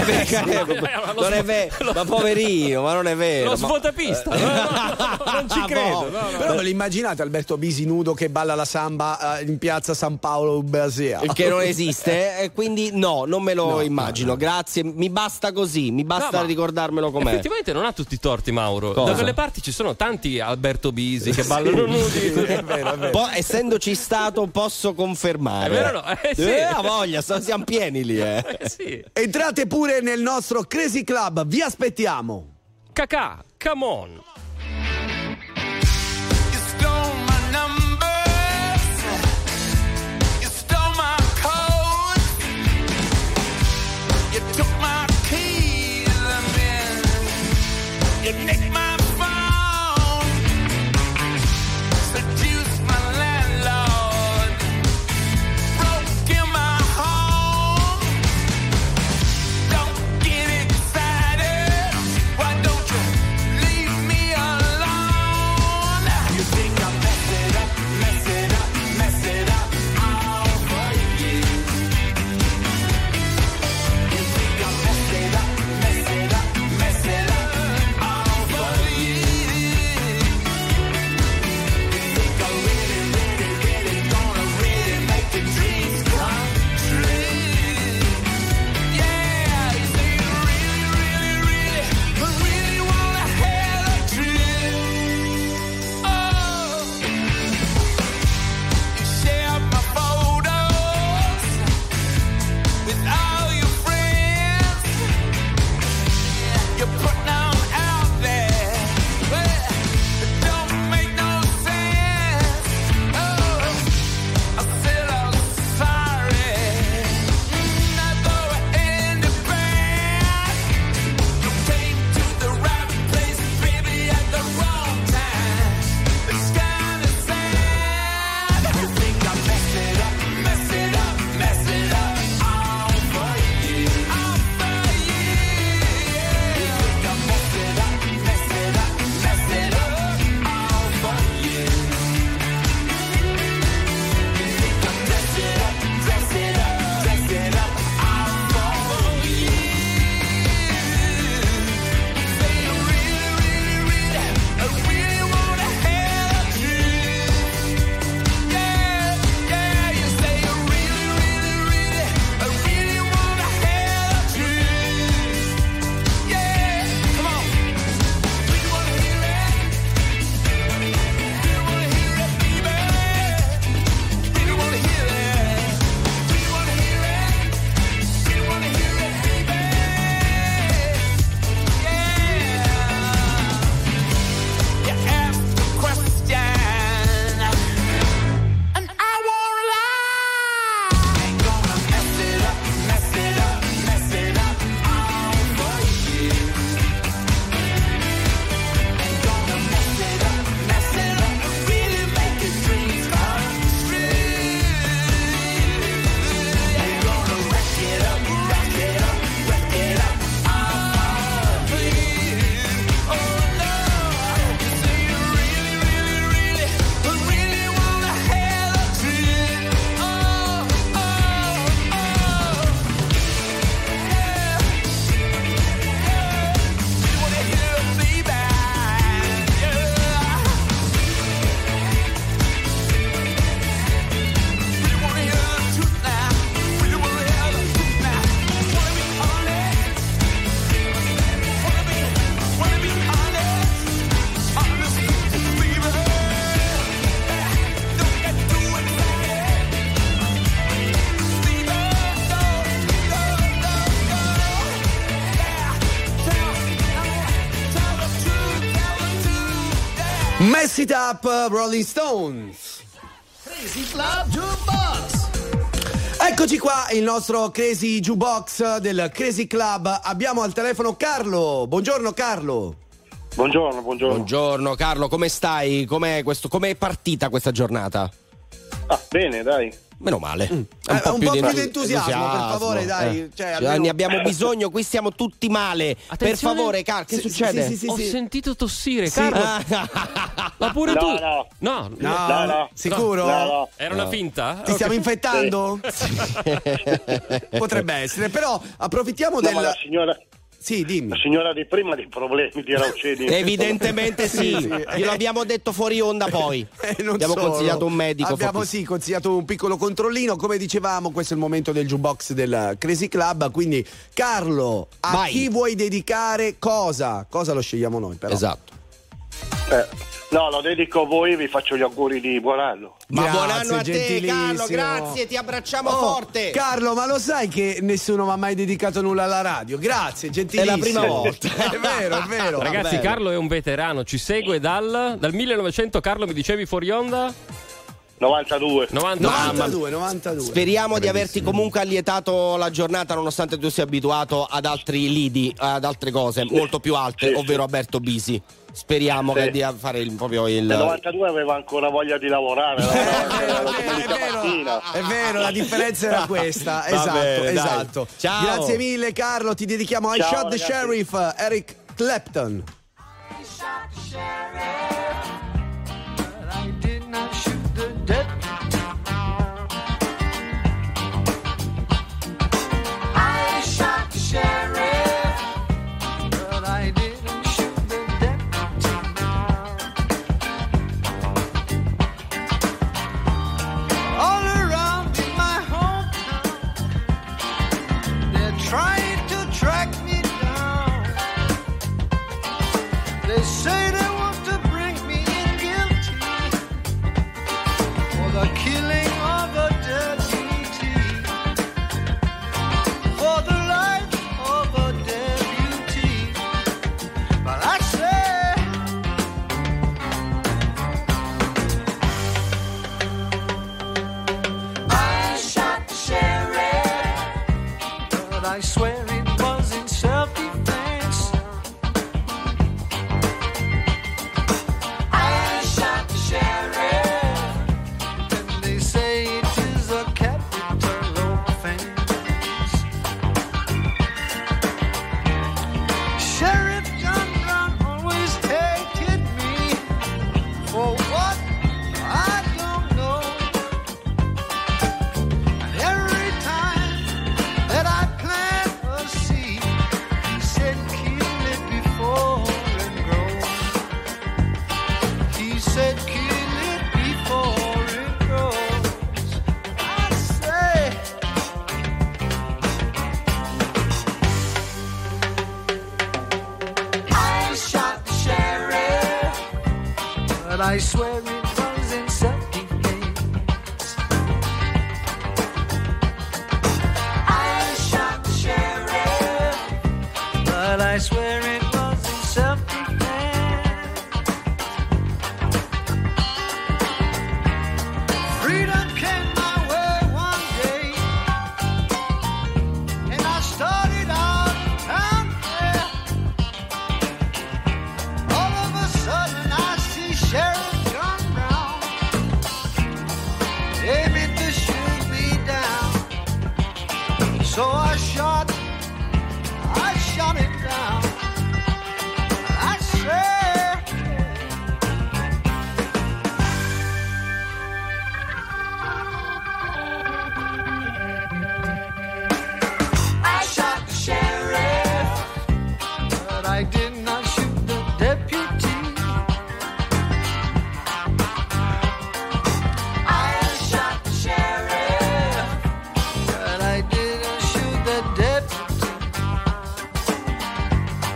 è vero, ma poverino, ma non è vero. Lo svuotapista, non ci credo. No. Però ve lo immaginate Alberto Bisi nudo che balla la samba in piazza San Paolo Brasil? Che non esiste, e quindi no, non me lo immagino. Grazie, mi basta così, mi basta ricordarmelo com'è. Effettivamente non ha tutti i torti, Mauro. Cosa? Da quelle parti ci sono tanti Alberto Bisi che ballano nudi. È vero. Essendoci stato, posso confermare. È vero, no? Sì. Ha voglia, siamo pieni lì. Sì. Entrate pure nel nostro Crazy Club, vi aspettiamo. Cacà, come on. You nicked my phone, seduced my landlord, broke in my home. Don't get excited, why don't you leave me alone? Mess It Up, Rolling Stones. Crazy Club Jukebox. Eccoci qua, il nostro Crazy Jukebox del Crazy Club. Abbiamo al telefono Carlo. Buongiorno Carlo. Buongiorno. Buongiorno Carlo, come stai? Com'è partita questa giornata? Bene, dai. Meno male. Un po' più di entusiasmo, per favore, dai. Ne abbiamo bisogno, qui stiamo tutti male. Attenzione. Per favore, Carlo, che succede? Ho sentito tossire, Carlo. Ma pure tu? No. Sicuro? No. Era una finta? Ti stiamo infettando? Potrebbe essere, però approfittiamo ma la signora... Sì, dimmi. La signora di prima ha dei problemi di Raucedi. Evidentemente sì. Glielo abbiamo detto fuori onda poi. Abbiamo consigliato un medico. Abbiamo consigliato un piccolo controllino. Come dicevamo, questo è il momento del jukebox del Crazy Club. Quindi, Carlo, chi vuoi dedicare cosa? Cosa lo scegliamo noi, però. Esatto. No, lo dedico a voi e vi faccio gli auguri di buon anno. Ma buon anno a te, Carlo, grazie, ti abbracciamo forte. Carlo, ma lo sai che nessuno mi ha mai dedicato nulla alla radio? Grazie, gentilissimo. È la prima volta. È vero. Ragazzi, Carlo è un veterano, ci segue dal 1900, Carlo, mi dicevi fuori onda? 92. Speriamo di averti comunque allietato la giornata, nonostante tu sia abituato ad altri lidi, ad altre cose molto più alte, ovvero Alberto Bisi. Speriamo che dia fare proprio il. Nel 92 aveva ancora voglia di lavorare. È vero, la differenza era questa. Esatto. Ciao. Grazie mille, Carlo. Ti dedichiamo I Shot the Sheriff, Eric Clapton. I shot the sheriff, but I did not shoot the deputy. I shot the sheriff, but I didn't shoot the deputy. All around in my hometown, they're trying to track me down. They say they want to bring me in guilty for the killing of a deputy, for the life of a deputy. But I say, I shot the sheriff, but I swear it was in self-defense. I shot the sheriff, and they say it is a capital offense. Sheriff John Brown always hated me for what I don't know. And every time that I plant a seed, he said kill it before it grows. He said kill it before it grows. I say, I shot the sheriff, but I swear it was in self-defense. I shot the sheriff, but I swear it was in self-defense. Freedom came my way one day, and I started out down there. All of a sudden I see Sheriff John Brown aiming to shoot me down. So I shot him down. I said, I shot the sheriff, but I did not shoot the deputy. I shot the sheriff, but I didn't shoot the deputy.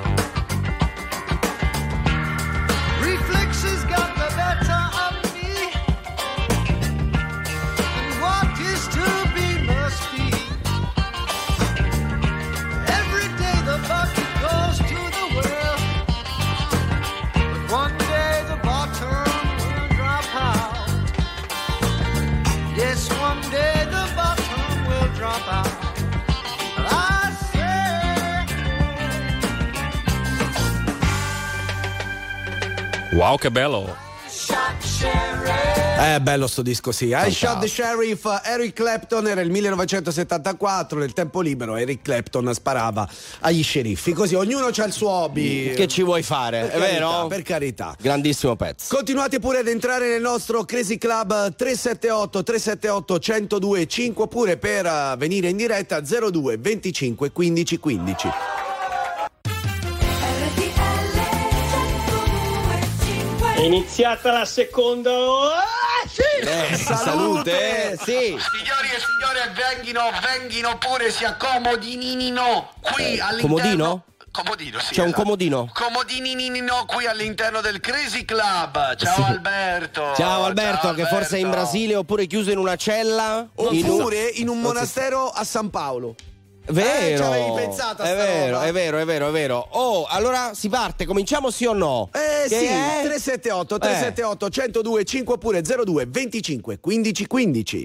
Wow, che bello. È bello sto disco, sì. I Shot the Sheriff, Eric Clapton, era il 1974, nel tempo libero Eric Clapton sparava agli sceriffi, così ognuno c'ha il suo hobby. Che ci vuoi fare, per è carità, vero? Per carità. Grandissimo pezzo. Continuate pure ad entrare nel nostro Crazy Club 378 1025 oppure per venire in diretta 02 25 15 15. È iniziata la seconda. Salute, sì. Signori e signore, venghino pure, si accomodinino qui all'interno. Comodino? Comodino, sì. C'è un comodino. Comodinino qui all'interno del Crazy Club. Ciao Alberto. Ciao Alberto, che forse è in Brasile oppure chiuso in una cella. Oppure in un monastero a San Paolo. Vero, ci avevi pensato a sta roba. è vero. Oh, allora si parte, cominciamo sì o no? Sì, 378 1025 oppure 02 25 15 15.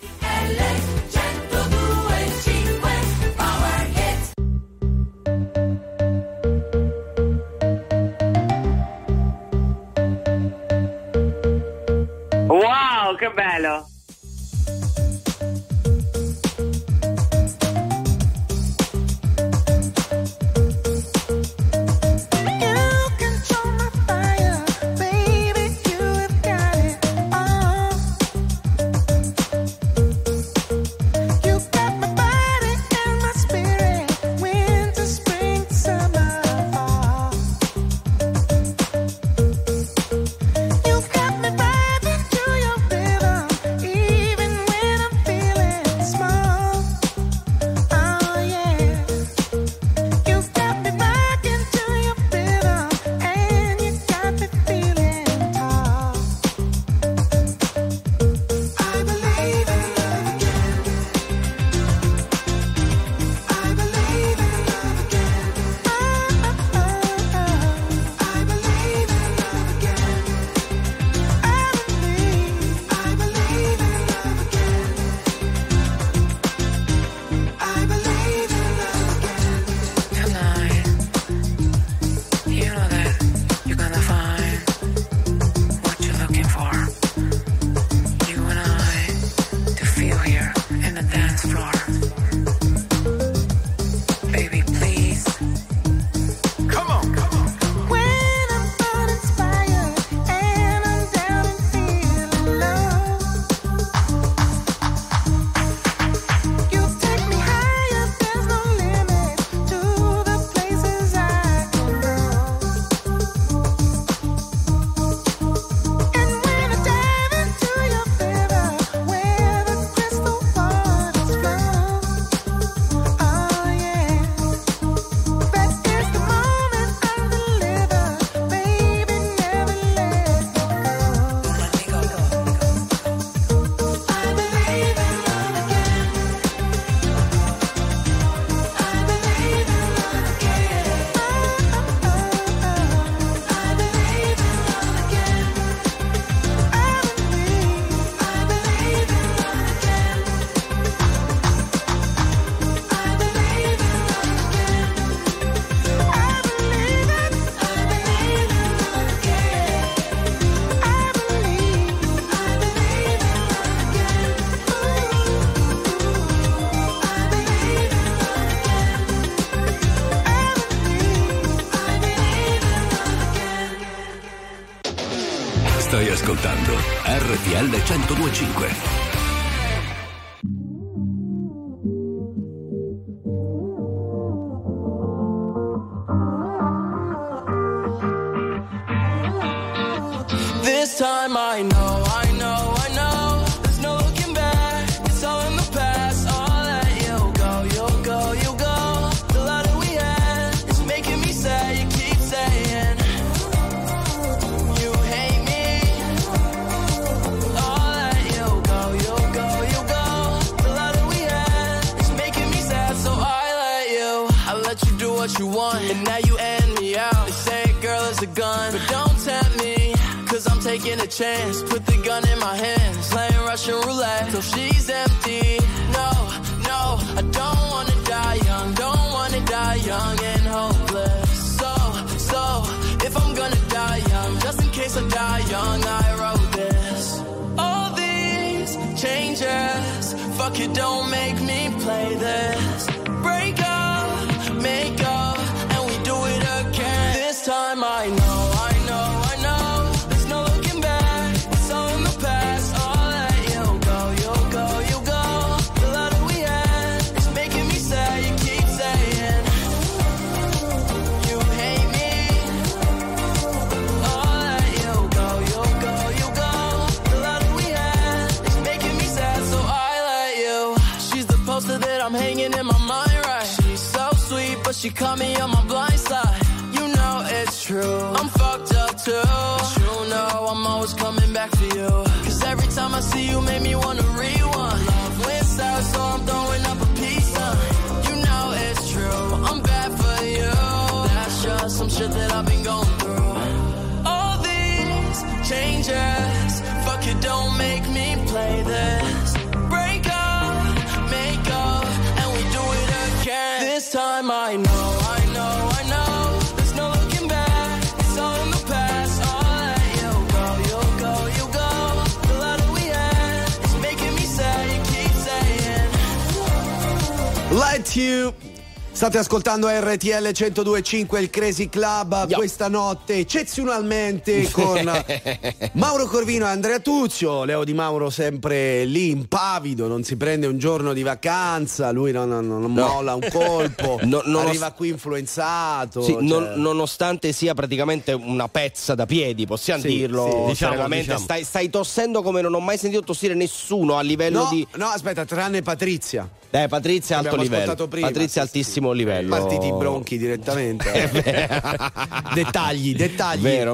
Wow, che bello! Stai ascoltando RTL 1025. This time I know. There's no looking back. It's all in the past. I'll let you go. The love that we had is making me sad. You keep saying you hate me. I'll let you go. The love that we had is making me sad. So I let you do what you want, and now you end me out. They say, girl, it's a gun, but don't tempt me. 'Cause I'm taking a chance, put the gun in my hands, playing Russian roulette till she's empty. No, I don't wanna die young and hopeless. So, if I'm gonna die young, just in case or die young, I wrote this. All these changes, fuck it, don't make me play this. Break up, make up, and we do it again. This time I know, there's no looking back, it's all in the past. I'll let you go, you go, you go. The love that we had is making me sad, you keep saying you hate me. I'll let you go, you go, you go. The love that we had is making me sad, so I let you. She's the poster that I'm hanging in my mind, right? She's so sweet, but she caught me on my blind side. You know it's true, I'm fucked up too. But you know I'm always coming back for you. Cause every time I see you make me wanna rewind. Love went south, so I'm throwing up a peace sign. You know it's true, I'm bad for you. That's just some shit that I've been going through. All these changes, fuck it, don't make me play this. Break up, make up, and we do it again. This time I know, there's no looking back, it's all in the past. I'll let you go, you go, you go. The love that we had is making me sad, you keep saying Let You. State ascoltando RTL 102.5, il Crazy Club, questa notte eccezionalmente con Mauro Corvino e Andrea Tuzio. Leo Di Mauro sempre lì impavido, non si prende un giorno di vacanza, lui non molla un colpo, arriva qui influenzato. Sì, nonostante sia praticamente una pezza da piedi, possiamo dirlo, sì, diciamo. Stai tossendo come non ho mai sentito tossire nessuno a livello di... No, aspetta, tranne Patrizia. Patrizia alto livello. Prima, Patrizia altissimo livello. Partiti i bronchi direttamente. Dettagli. Vero.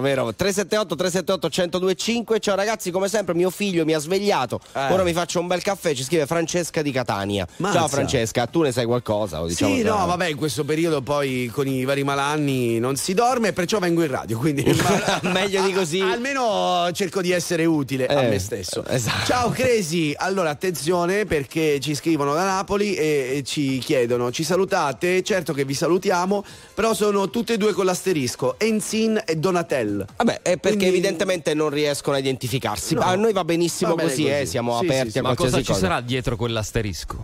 378 1025. Ciao ragazzi, come sempre mio figlio mi ha svegliato. Ora mi faccio un bel caffè, ci scrive Francesca di Catania. Mazza. Ciao Francesca, tu ne sai qualcosa? Diciamo sì, no, vabbè, in questo periodo poi con i vari malanni non si dorme, perciò vengo in radio, quindi meglio di così. Almeno cerco di essere utile a me stesso. Esatto. Ciao Crazy, allora attenzione perché ci scrivono da Napoli e ci chiedono, ci salutate? Certo che vi salutiamo, però sono tutte e due con l'asterisco, Enzin e Donatel. Vabbè, è perché evidentemente non riescono a identificarsi. A noi va benissimo così, siamo aperti a qualsiasi cosa. Ma cosa ci sarà dietro quell'asterisco?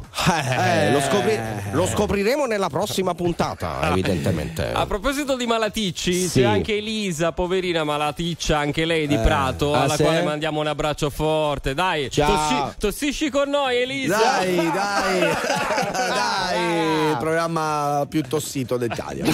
Lo scopriremo nella prossima puntata, evidentemente. A proposito di malaticci, c'è anche Elisa, poverina malaticcia, anche lei di Prato, alla quale mandiamo un abbraccio forte. Dai, tossisci con noi, Elisa. Dai, il programma più tossito d'Italia.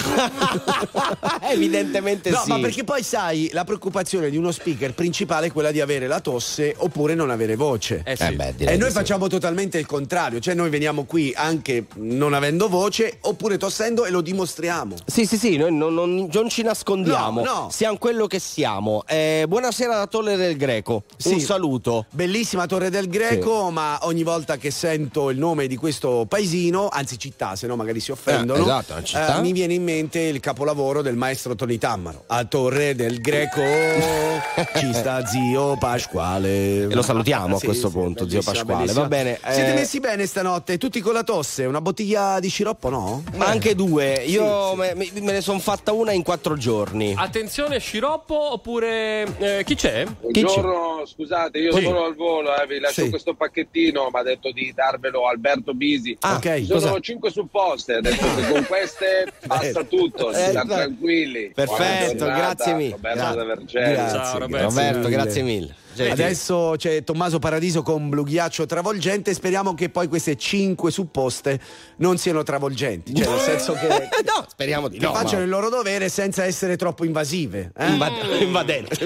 Evidentemente no, ma perché poi sai, la preoccupazione di uno speaker principale è quella di avere la tosse oppure non avere voce. E noi facciamo totalmente il contrario, cioè noi veniamo qui anche non avendo voce oppure tossendo e lo dimostriamo. Sì, noi non ci nascondiamo. No. Siamo quello che siamo. Buonasera da Torre del Greco. Un saluto. Bellissima Torre del Greco, ma ogni volta che sento il nome di questo paesino, anzi città, se no magari si offendono, esatto, città. Mi viene in mente il capolavoro del maestro Tony Tammaro. A Torre del Greco ci sta zio Pasquale. E lo salutiamo a questo punto, zio Pasquale. Bellissima. Va bene. Siete messi bene stanotte? Tutti con la tosse? Una bottiglia di sciroppo, no? Ma anche due. Io me ne sono fatta una in 4 giorni. Attenzione, sciroppo oppure chi c'è? Buongiorno, scusate, io sono al volo, vi lascio questo pacchettino, mi ha detto di darvelo Alberto Bisi. Sono 5 supposte, ha detto che con queste basta tutto, si sta tranquilli. Perfetto, grazie mille. Roberto da Vercelli. Ciao Roberto, grazie mille. Adesso c'è Tommaso Paradiso con Blu Ghiaccio travolgente. Speriamo che poi queste 5 supposte non siano travolgenti, cioè nel senso che no, speriamo di no, facciano il loro dovere senza essere troppo invasive, invadenti.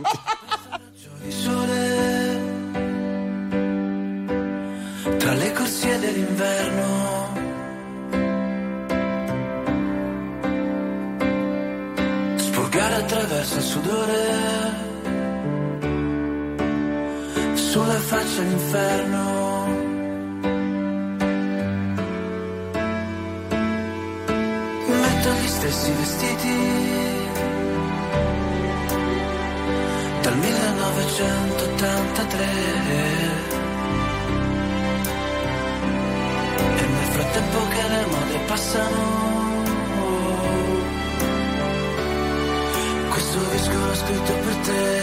Tra le corsie dell'inverno, spurgare attraverso il sudore, sulla faccia l'inferno, metto gli stessi vestiti dal 1983 e nel frattempo che le mode passano questo disco disco scritto per te.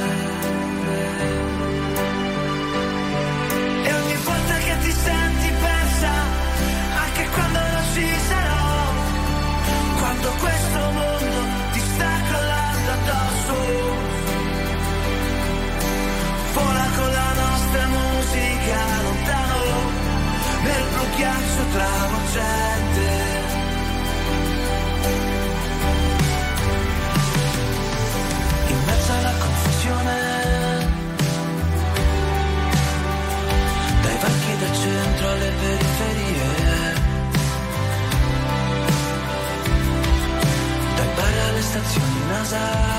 E ogni volta che ti senti persa, anche quando non ci sarò, quando questo mondo ti sta crollando addosso, vola con la nostra musica lontano nel blu ghiaccio travolgente. In mezzo alla confusione, dai banchi del centro alle periferie, dai bar alle stazioni NASA,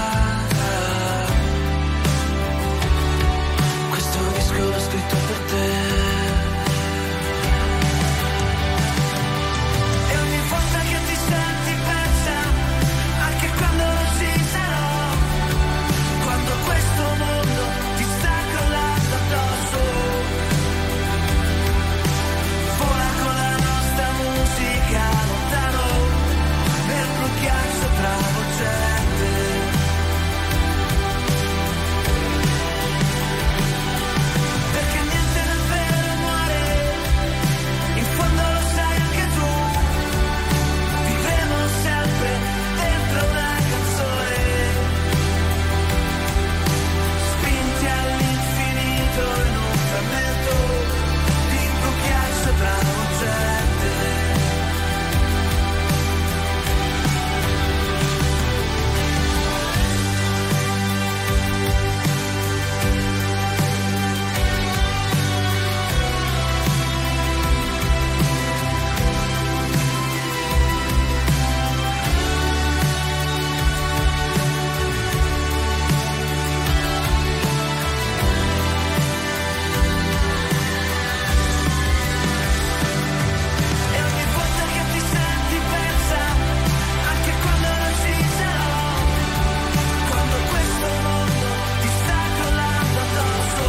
questo disco l'ho scritto per te. E ogni volta che ti senti persa, anche quando non ci sarò, quando questo mondo ti sta crollando addosso, vola con la nostra musica lontano nel blu ghiaccio travolgente. Perché niente davvero muore, in fondo lo sai anche tu, vivremo sempre dentro una canzone, spinti all'infinito in un frammento di blu ghiaccio travolgente. E ogni volta che ti senti persa, anche quando non ci sarò, quando questo mondo ti sta crollando addosso,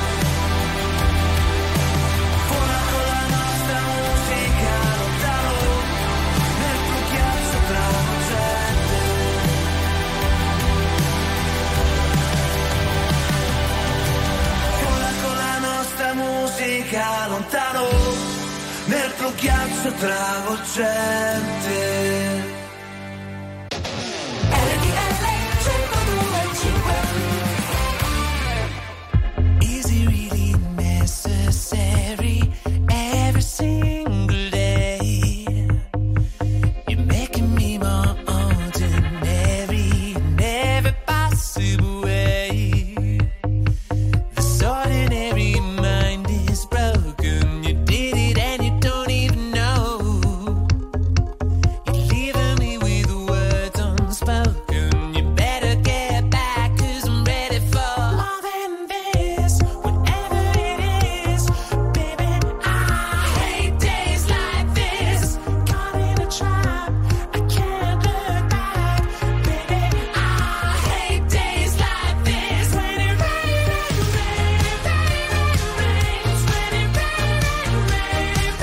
vola con la nostra musica lontano nel blu ghiaccio travolgente. Vola con la nostra musica lontano nel blu ghiaccio travolgente. Is it really necessary every single day? You're making me more ordinary in every possible way. This ordinary mind is broken. You did it and you don't even know. You're leaving me with words unspoken. You better get back 'cause I'm ready for more than this. Whatever it is, baby, I hate days like this. Caught in a trap, I can't look back. Baby, I hate days like this. When it rains, when it rains,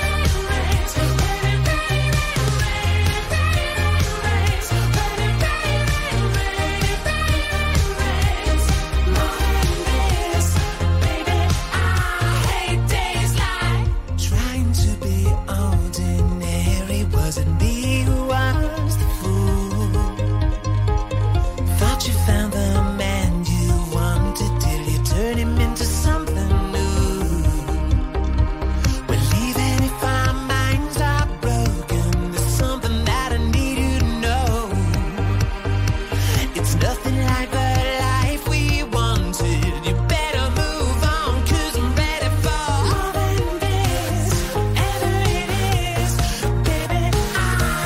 trying to be ordinary, wasn't me who was the fool. Thought you found the man you wanted till you turned him into something new. Well, even if our minds are broken, there's something that I need you to know. It's nothing like the life we wanted. You better move on 'cause I'm ready for more than this. Whatever it is, baby, I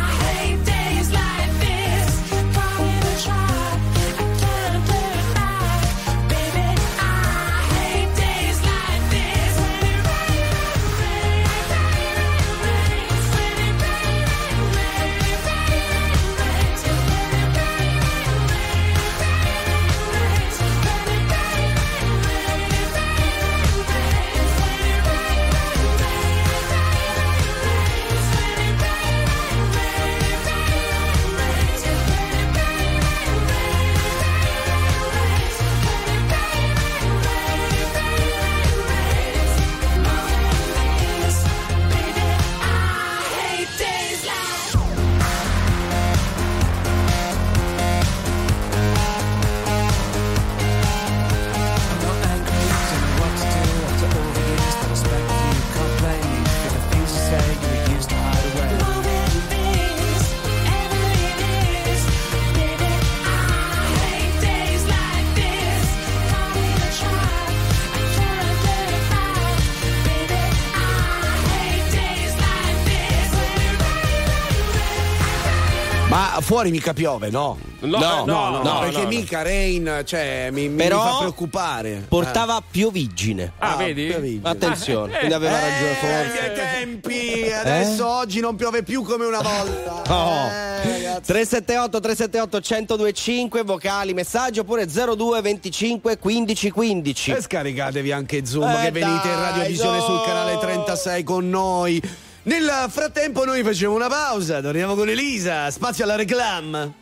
Ma fuori mica piove, no? No, perché mica rain, cioè mi fa preoccupare. Portava pioviggine. Vedi? Attenzione, quindi aveva ragione forse. Ai tempi, adesso oggi non piove più come una volta. 378 1025 vocali, messaggi oppure 02 25 15 15. E scaricatevi anche Zoom che venite in radiovisione sul canale 36 con noi. Nel frattempo noi facciamo una pausa, torniamo con Elisa, spazio alla reclam.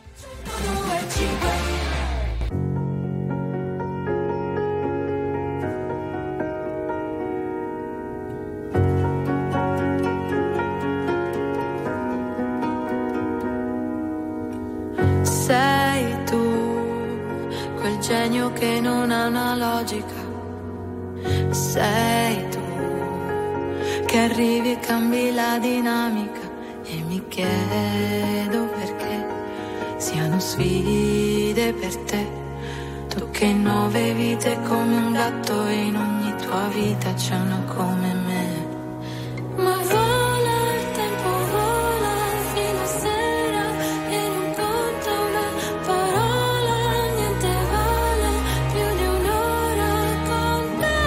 Sei tu, quel genio che non ha una logica. Sei tu, che arrivi e cambi la dinamica. E mi chiedo perché siano sfide per te. Tu che in 9 vite come un gatto e in ogni tua vita c'è una come me. Ma vola il tempo, vola fino a sera e non conta una parola, niente vale più di un'ora con te.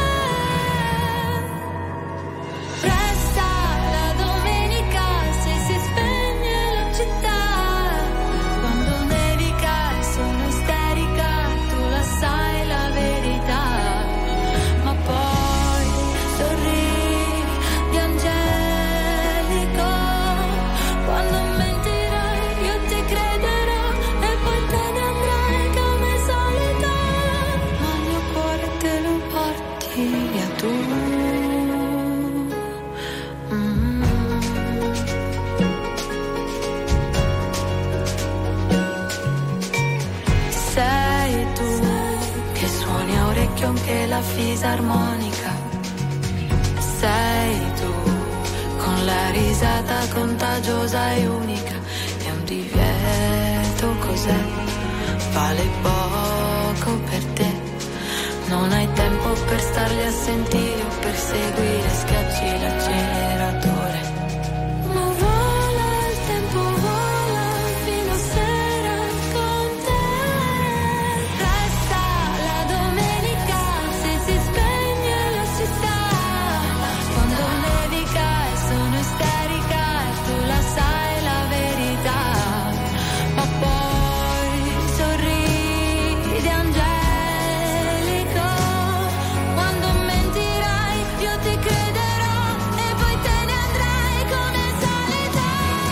Resta la domenica se si spegne la città, quando nevica e sono isterica, tu la sai la verità, ma poi sorridi di angelico, quando mentirai io ti crederò e poi te ne andrai come solita, ma il mio cuore te lo porti via tu. Sei tu che suoni a orecchio anche la fisarmonica. Sei tu con la risata contagiosa e unica. È un divieto, cos'è? Vale poco per te. Non hai tempo per starli a sentire o per seguire, schiacci l'acceleratore. Ma vola il tempo, vola fino a sera con te. Resta la domenica se si spegne la città, quando nevica e sono isterica e tu la sai la verità, ma poi sorridi angelico, quando mentirai io ti crederò e poi te ne andrai come solita.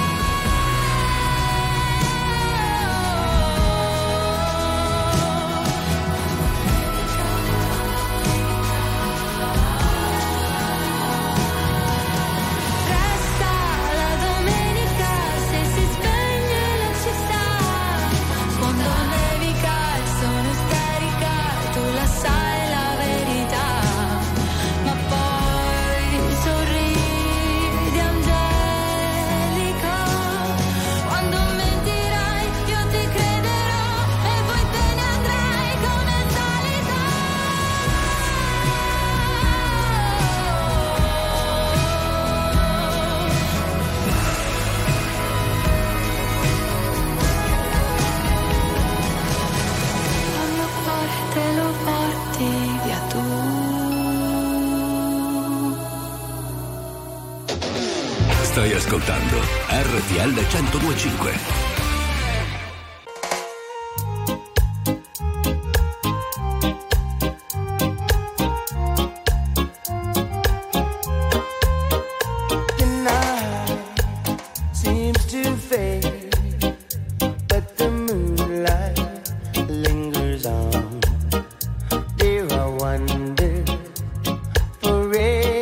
Resta la domenica se si spegne la città, quando nevica e sono isterica e tu la sai la verità, ma poi sorridi angelico, quando mentirai io ti crederò e poi te ne andrai come solita. Il mio cuore te lo porti via tu. Stai ascoltando RTL 1025. The night seems to fade, but the moonlight lingers on. Dear, I wonder for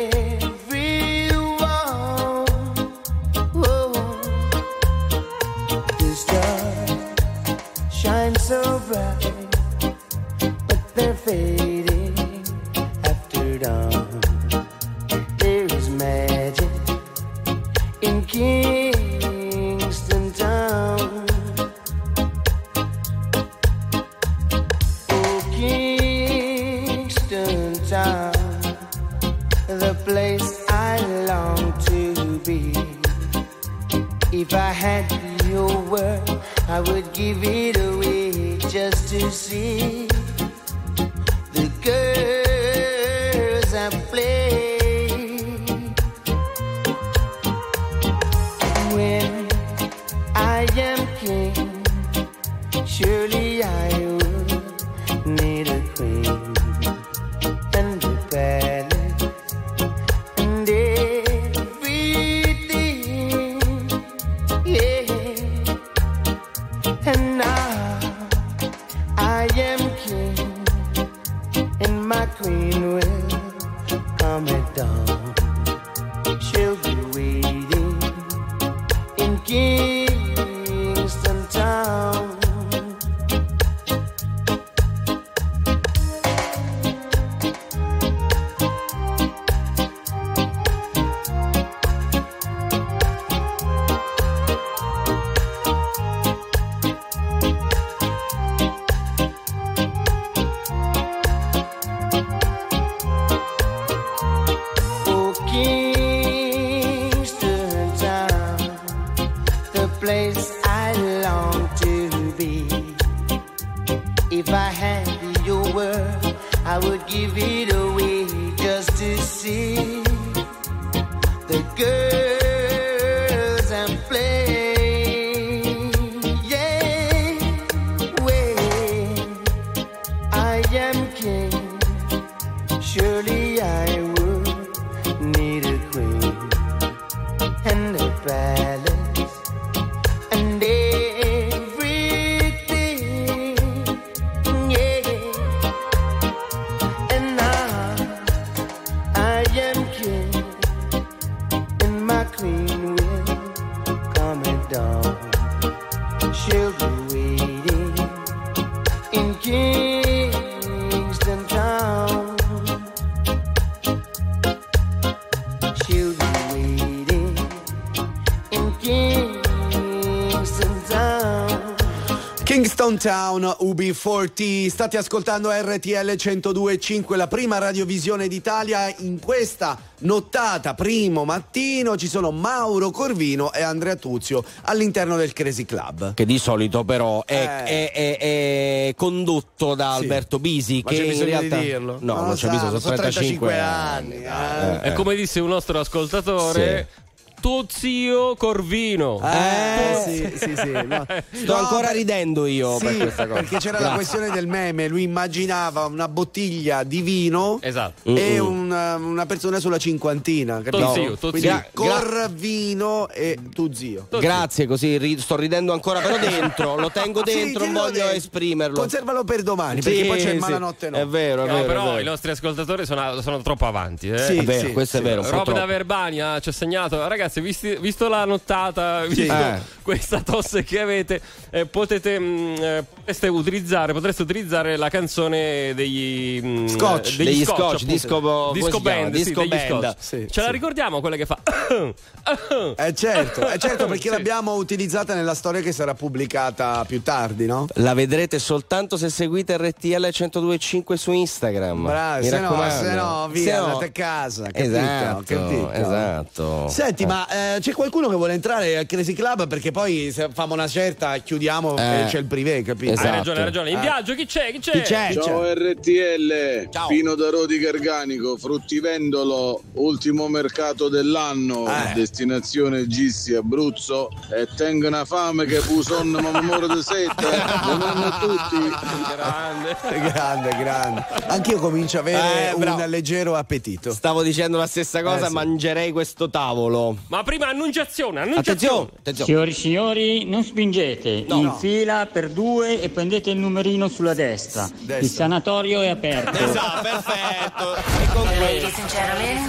everyone. Whoa. The stars shine so bright, but they're fading after dawn. There is magic in Kingston Town. Oh, Kingston Town, the place I long to be. If I had your world, I would give it away just to see the girls I play. When I am king, surely I would need a queen and a palace and everything, yeah. And now I am king, and my queen will come at dawn. She'll be waiting in Kingston Town. Oh, Kingston Town, the place I long to be. If I had your word, I would give it away just to see the girls I'm playing. Yeah, when I am king, surely I would need a queen and a palace and everything, yeah. And now I am king, and my queen will come at dawn. She'll be waiting in Kingston Town. She'll be waiting in Kingston Town. Kingston Town, UB40, state ascoltando RTL 102.5, la prima radiovisione d'Italia. In questa nottata, primo mattino, ci sono Mauro Corvino e Andrea Tuzio all'interno del Crazy Club. Che di solito però è condotto da Alberto Bisi. Ma che c'è bisogno in realtà di dirlo? No, non c'è bisogno, sono 35 anni. E come disse un nostro ascoltatore, tuo zio Corvino. Sì. No. Sto ancora ridendo io per questa cosa. Perché c'era la questione del meme, lui immaginava una bottiglia di vino, esatto, e una persona sulla cinquantina, capito? Tuo Quindi zio. Corvino e tu zio. Grazie, così sto ridendo ancora, però dentro, lo tengo dentro, non voglio esprimerlo. Conservalo per domani, perché poi c'è il malanotte. È vero, però i nostri ascoltatori sono troppo avanti. Sì, è vero, questo è vero. Rob da Verbania ci ha segnato, ragazzi, visto la nottata, visto questa tosse che avete, potreste utilizzare la canzone degli Scotch, disco band. Ce la ricordiamo quella che fa? Certo, perché l'abbiamo utilizzata nella storia che sarà pubblicata più tardi, no? La vedrete soltanto se seguite RTL 102.5 su Instagram. Bravo, se no, via, andate a casa. Capito? Esatto. Senti, ma c'è qualcuno che vuole entrare al Crazy Club? Perché poi se famo una certa chiudiamo e c'è il privé, capito? Esatto. Hai ragione. In viaggio chi c'è? Ciao RTL. Ciao. Pino da Rodi Garganico, fruttivendolo, ultimo mercato dell'anno, destinazione Gissi, Abruzzo, e tengo una fame che fu sonno ma muore di sette. Buonanno a tutti. Grande. Anch'io comincio a avere un leggero appetito. Stavo dicendo la stessa cosa, mangerei questo tavolo. Ma prima annunciazione. Attenzione. Signori, non spingete. In fila per due e prendete il numerino sulla destra. Il sanatorio è aperto. Esatto, perfetto. E con Ladies and gentlemen,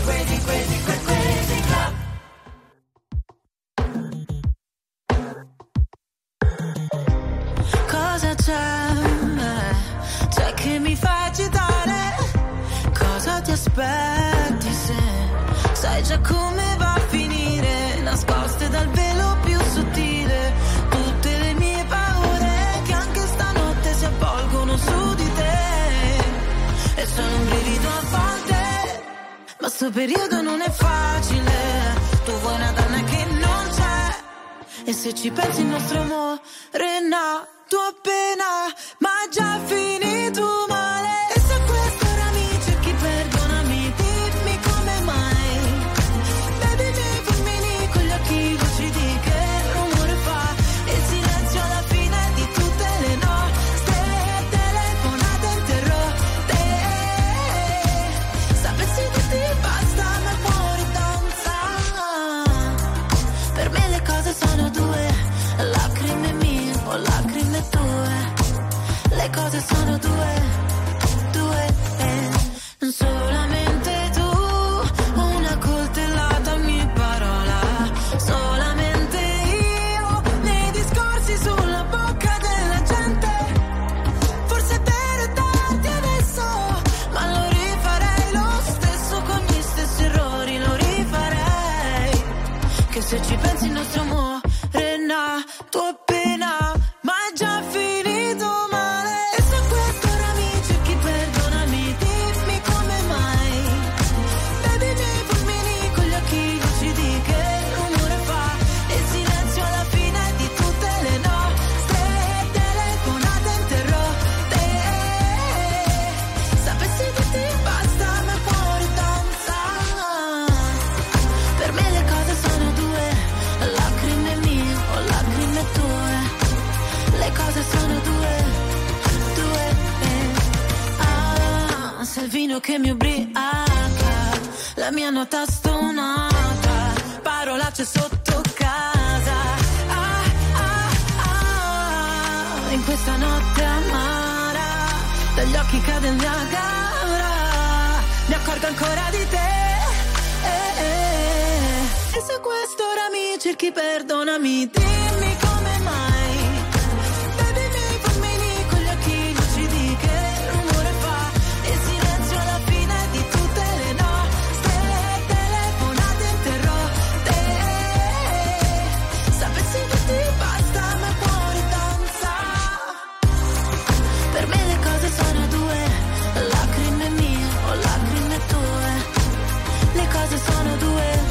Cosa c'è che mi fa agitare? Cosa ti aspetti se sai già come va a finire? Nascoste dal velo più sottile tutte le mie paure che anche stanotte si avvolgono su di te. E sono un brivido a volte, ma sto periodo non è facile. Tu vuoi una donna che non c'è E se ci pensi il nostro amore è nato appena, ma già finito male. E se questo ora mi cerchi, perdonami, dimmi come mai. Baby, mi fulmini con gli occhi lucidi, che rumore fa il silenzio alla fine di tutte le nostre telefonate interrotte. Sapessi che ti basta, ma fuori danza. Per me le cose sono due, lacrime mie o lacrime tue. Le cose sono due, solamente tu, una coltellata ogni parola, solamente io, nei discorsi sulla bocca della gente. Forse per darti adesso, ma lo rifarei lo stesso con gli stessi errori, lo rifarei. Che se ci pensi il nostro amore è nato appena, ma è già finito male. E se questo ora mi cerchi, perdonami, dimmi come mai. Baby, mi fulmini con gli occhi lucidi, che rumore fa il silenzio alla fine di tutte le nostre telefonate interrotte. Sapessi che ti basta, ma fuori danza. Per me le cose sono due, lacrime mie o lacrime tue. Le cose sono due. Ah, se il vino che mi ubriaca, la mia nota stonata, parolacce sotto casa. In questa notte amara, dagli occhi cade il Niagara, mi accorgo ancora di te. E se questo ora mi cerchi, perdonami, dimmi come mai. Baby, mi fulmini con gli occhi lucidi, che rumore fa il silenzio alla fine di tutte le nostre telefonate interrotte. Sapessi che ti basta, ma fuori danza. Per me le cose sono due, lacrime mie o lacrime tue. Le cose sono due.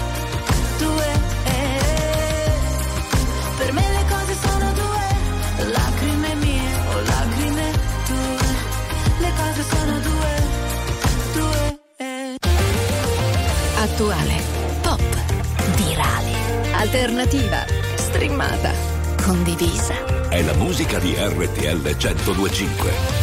Per me le cose sono due, lacrime mie o lacrime tue. Le cose sono due. Attuale, pop, virale, alternativa, streamata, condivisa. È la musica di RTL 102.5.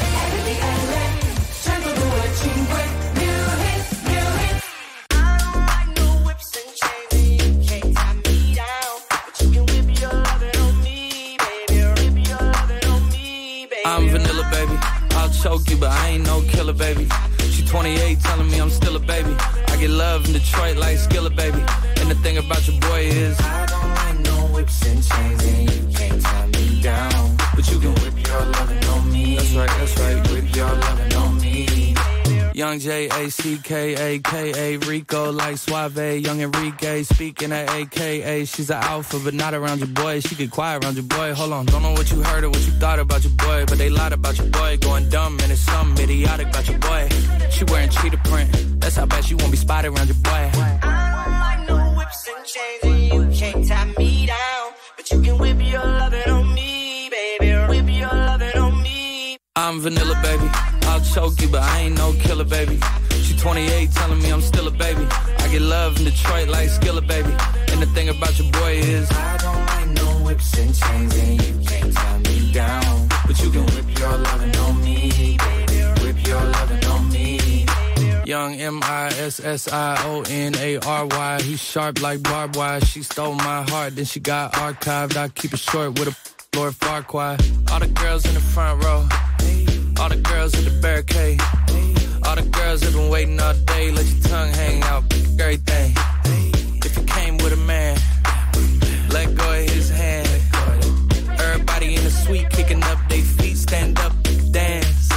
I'm vanilla, baby. I'll choke you, but I ain't no killer, baby. She 28, telling me I'm still a baby. I get love in Detroit like Skilla, baby. And the thing about your boy is I don't like no whips and chains, and you can't tie me down. But you can whip your lovin' on me. That's right, whip your lovin' on me. Young J-A-C-K-A-K-A, Rico like Suave, young Enrique, speaking at AKA. She's an alpha, but not around your boy. She get quiet around your boy. Hold on, don't know what you heard or what you thought about your boy, but they lied about your boy. Going dumb and it's something idiotic about your boy. She wearing cheetah print, that's how bad she won't be spotted around your boy. I don't like no whips and chains, and you can't tie me down. But you can whip your lovin' on me, baby. Whip your lovin' on me. I'm vanilla, baby. I'll choke you, but I ain't no killer, baby. She 28, telling me I'm still a baby. I get love in Detroit like Skilla, baby. And the thing about your boy is I don't like no whips and chains, and you can't tie me down. But you can whip your lovin' on me, baby. Whip your lovin' on me. Young M-I-S-S-I-O-N-A-R-Y. He's sharp like barbed wire. She stole my heart, then she got archived. I keep it short with a Lord Farquaad. All the girls in the front row, all the girls at the barricade, all the girls have been waiting all day. Let your tongue hang out, everything. If you came with a man, let go of his hand. Everybody in the suite kicking up their feet, stand up, dance.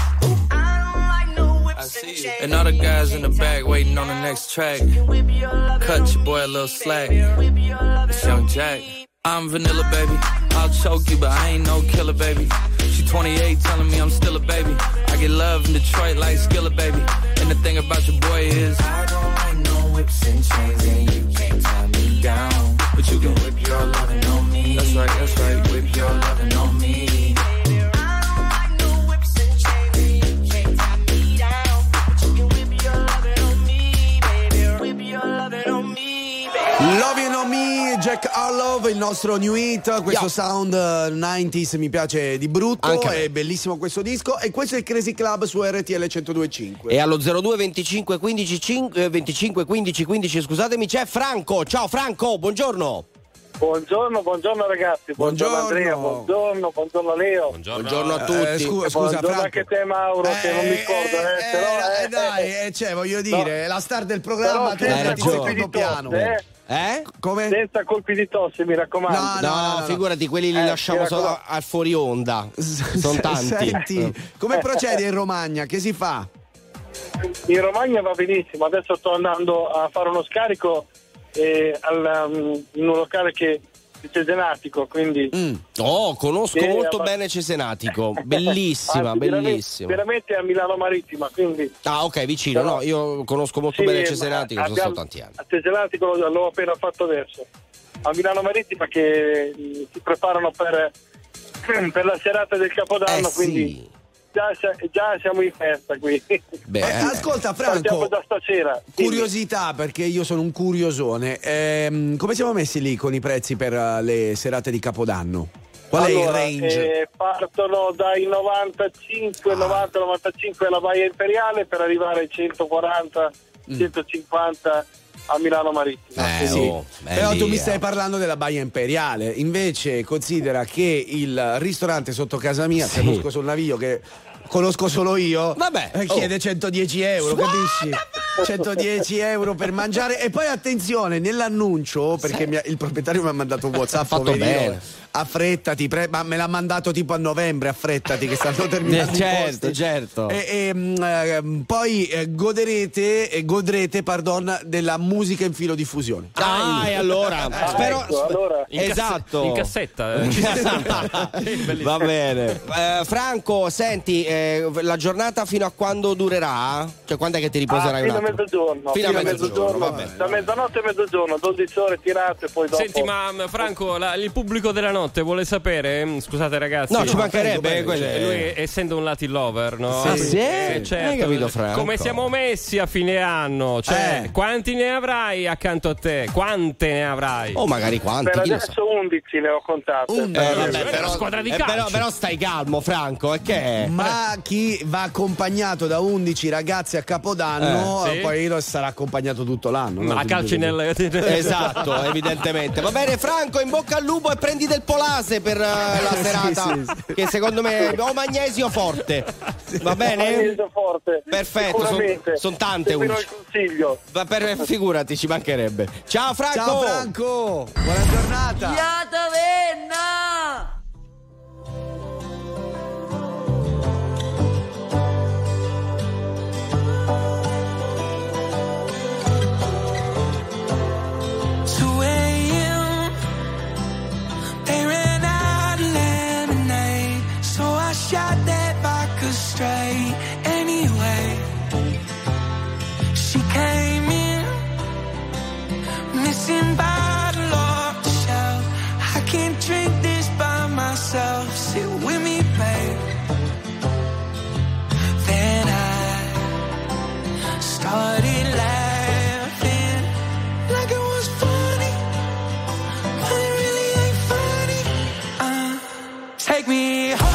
I see you. And all the guys in the back waiting on the next track. Cut your boy a little slack. It's Young Jack. I'm vanilla, baby. I'll choke you, but I ain't no killer, baby. She 28, telling me I'm still a baby. I get love in Detroit like Skilla, baby. And the thing about your boy is I don't like no whips and chains, and you can't tie me down. But you can whip your lovin' on me. That's right, Our Love, il nostro new hit, questo sound 90s mi piace di brutto, è bellissimo questo disco, e questo è il Crazy Club su RTL 102.5. E allo 02 25 15 15 scusatemi, c'è Franco. Ciao Franco, buongiorno. Buongiorno ragazzi, buongiorno Andrea, buongiorno Leo. Buongiorno a tutti. Scusa buongiorno Franco. Anche te Mauro, che non mi ricordo, però dai, cioè voglio dire, la star del programma tu hai ragione. Secondo piano. Come? Senza colpi di tosse, mi raccomando. No, figurati, quelli li lasciamo solo al fuori onda. Sono tanti. Senti, come procedi in Romagna? Che si fa? In Romagna va benissimo, adesso sto andando a fare uno scarico in un locale che di Cesenatico, quindi conosco molto bene Cesenatico, bellissima, bellissima, veramente a Milano Marittima, quindi ok, vicino. No, io conosco molto bene Cesenatico, sono stato tanti anni. A Cesenatico l'ho appena fatto adesso, a Milano Marittima, che si preparano per la serata del Capodanno, quindi già siamo in festa qui. Ascolta Franco, da stasera. Curiosità, perché io sono un curiosone, come siamo messi lì con i prezzi per le serate di Capodanno? Qual è il range? Partono dai 95 alla Baia Imperiale per arrivare ai 140 150 a Milano Marittima. Però tu mi stai parlando della Baia Imperiale, invece considera che il ristorante sotto casa mia, conosco sul Naviglio, che conosco solo io, chiede 110 euro, capisci? 110 euro per mangiare. E poi attenzione, nell'annuncio, perché il proprietario mi ha mandato un WhatsApp, fatto bene. Affrettati, ma me l'ha mandato tipo a novembre, affrettati che stanno terminando i certo. Poi godrete della musica in filodiffusione. E allora spero, esatto, in cassetta. Va bene. Franco, senti, la giornata fino a quando durerà? Cioè quando è che ti riposerai un attimo? Fino a mezzogiorno. Da mezzanotte a mezzogiorno, 12 ore tirate, poi dopo. Senti, ma Franco, il pubblico della notte vuole sapere? Scusate ragazzi. No, ci mancherebbe. Lui essendo un Latin lover, no? Certo. Hai capito, Franco? Come siamo messi a fine anno? Cioè, quanti ne avrai accanto a te? Quante ne avrai? Magari quanti? Per adesso 11 ne ho contate. Però squadra di calcio. Però stai calmo, Franco, e che è? Ma chi va accompagnato da 11 ragazzi a Capodanno poi sarà accompagnato tutto l'anno. Ma calci nel esatto, evidentemente. Va bene Franco, in bocca al lupo e prendi del Polase per la serata, che secondo me magnesio forte. Va bene? Magnesio forte. Perfetto, sono tante. Il consiglio. Figurati, ci mancherebbe. Ciao Franco. Ciao Franco, buona giornata. Shot that vodka straight anyway. She came in missing bottle off the shelf. I can't drink this by myself. Sit with me, babe. Then I started laughing like it was funny, but it really ain't funny. Take me home.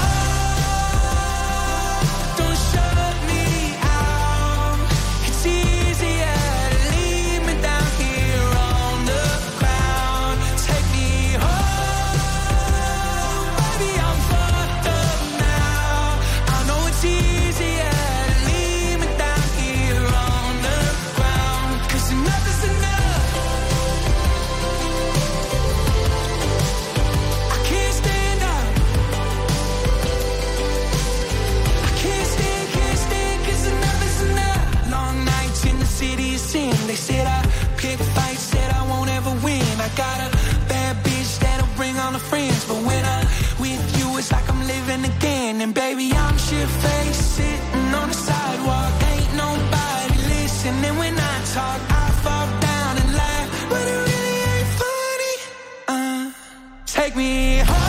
They said I pick fights, said I won't ever win. I got a bad bitch that'll bring all the friends, but when I'm with you, it's like I'm living again. And baby, I'm shit-faced, sitting on the sidewalk. Ain't nobody listening when I talk. I fall down and laugh, but it really ain't funny. Take me home.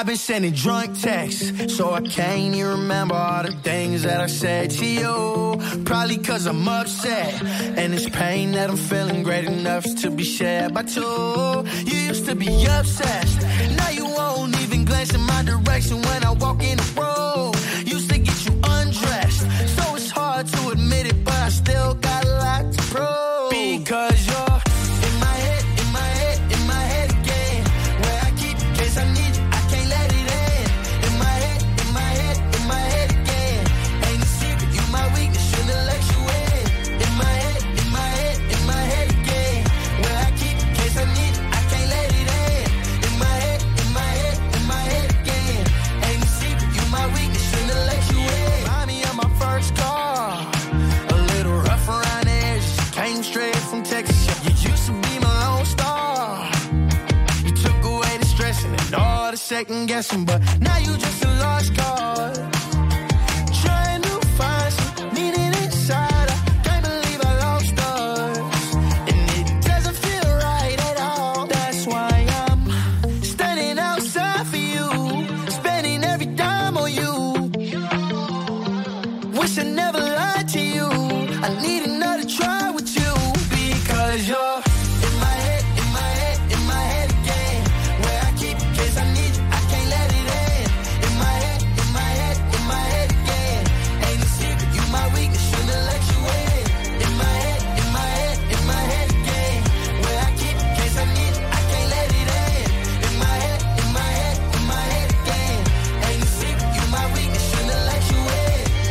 I've been sending drunk texts, so I can't even remember all the things that I said to you. Probably cause I'm upset, and it's pain that I'm feeling great enough to be shared by two. You used to be obsessed, now you won't even glance in my direction when I walk in the room. Used to get you undressed, so it's hard to admit it, but I still got a lot to prove. Because you're in my head, in my head, in my head again. Where I keep in case I need you, I can't let it in. In my head, in my head, in my head again. Ain't a secret, you my weakness, shouldn't let you in. In my head, in my head, in my head again. Where I keep in case I need you, I can't let it in. In my head, in my head, in my head again. Ain't a secret, you my weakness, shouldn't let you in. Remind me of my first car, a little rough around the edges. Came straight from Texas. You used to be my lone star. You took away the stressing and all the second guessing, but now you just a lost cause. Trying to find some meaning inside. I can't believe I lost us, and it doesn't feel right at all. That's why I'm standing outside for you, spending every dime on you. Wish I never lied to you. I need another try with you. Because you're in my head, in my head, in my head again. Where I keep in case I need you, I can't let it in. In my head, in my head, in my head again. Ain't a secret, you my weakness, shouldn't let you in. In my head, in my head, in my head again. Where I keep in case I need you, I can't let it in. In my head, in my head, in my head again. Ain't a secret, you my weakness, shouldn't let you in.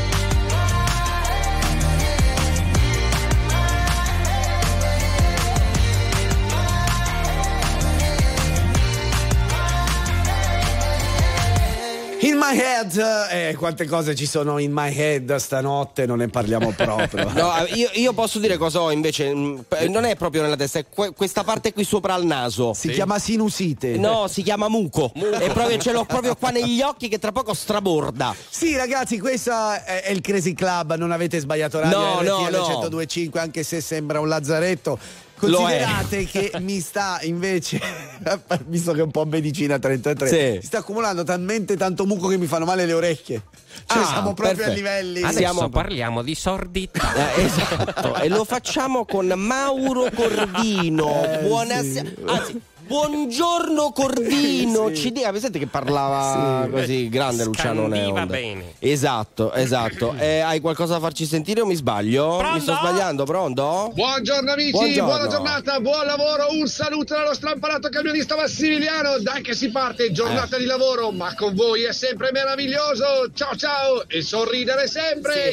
In my head, quante cose ci sono in my head stanotte, non ne parliamo proprio. No, io posso dire cosa ho invece, non è proprio nella testa, è questa parte qui sopra al naso. Si chiama sinusite. No, si chiama muco. E proprio ce l'ho proprio qua negli occhi che tra poco straborda. Sì, ragazzi, questo è il Crazy Club, non avete sbagliato radio, RTL 102.5, anche se sembra un lazzaretto. Considerate che mi sta invece, visto che è un po' medicina 33, sì, si sta accumulando talmente tanto muco che mi fanno male le orecchie. Cioè siamo proprio perfetto. A livelli. Adesso parliamo di sordità. Esatto. E lo facciamo con Mauro Cordino. Buonasera. Sì. Anzi, buongiorno Cordino. Sì. Ci dica, presente che parlava così grande Luciano Neon. Bene. Esatto. Hai qualcosa da farci sentire o mi sbaglio? Pronto? Mi sto sbagliando, pronto? Buongiorno amici, Buongiorno. Buona giornata, buon lavoro, un saluto dallo strampalato camionista Massimiliano. Dai che si parte, giornata di lavoro, ma con voi è sempre meraviglioso. Ciao ciao e sorridere sempre.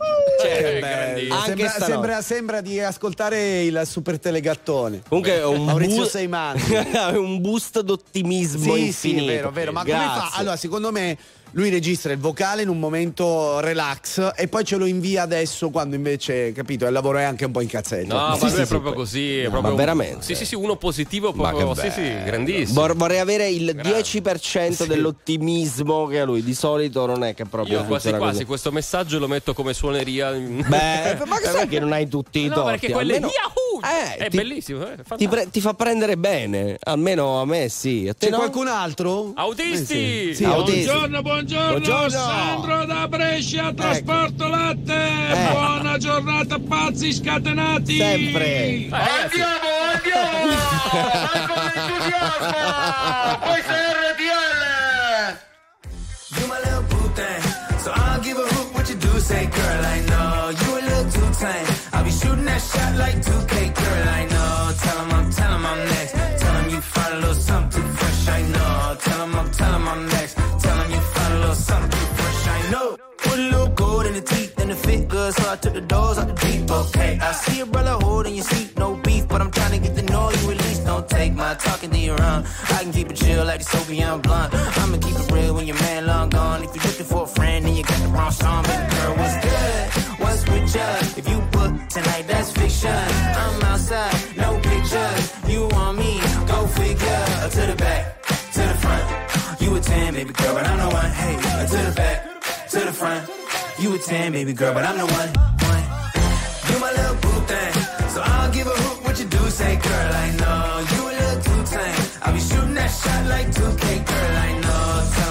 Sì. Sembra di ascoltare il super telegattone. Comunque è un Maurizio Seimani. un boost d'ottimismo infinito. Sì, vero. Ma come fa? Allora, secondo me lui registra il vocale in un momento relax e poi ce lo invia adesso quando invece, capito, il lavoro è anche un po' in cazzetto. No, ma lui è proprio così, è proprio ma veramente. Sì, uno positivo proprio, sì, grandissimo. Vorrei avere il 10% dell'ottimismo che ha lui, di solito non è che proprio io quasi questo messaggio lo metto come suoneria. Beh, ma sai che non hai tutti i torti? Perché quelle Yahoo! È bellissimo, ti fa prendere bene, almeno a me sì. A te c'è qualcun altro? Autisti! Sì, Buongiorno, Sandro da Brescia, trasporto latte. Buona giornata, pazzi scatenati. Sempre. Andiamo! Vai con entusiasmo! Questa è RTL! You my little boo thing, so I'll give a hoot what you do. Say, girl, I know you a little too tame. I'll be shooting that shot like 2K, girl, I know. Tell 'em I'm next. Tell 'em you find a little something too fresh, I know. Tell 'em I'm next. Tell 'em you find a little something too fresh, I know. Put a little gold in the teeth and it fit good, so I took the doors out the deep, okay. I see a brother holding your seat, no beef, but I'm trying to get to know you at least. Don't take my talking to your own. I can keep it chill like the Soviet blunt. I'ma keep it real when your man long gone. If you're looking for a friend, then you got the wrong song. Baby girl, what's good? What's with ya? If you book tonight, that's fiction. I'm outside, no pictures. You want me? Go figure. To the back, to the front. You a 10, baby girl, but I'm the one. Hey, to the back, to the front. You a 10, baby girl, but I'm the one. You my little boo thing, so I'll give a hoot what you do. Say, girl, I know you a little too tame. I'll be shooting that shot like 2K, girl, I know.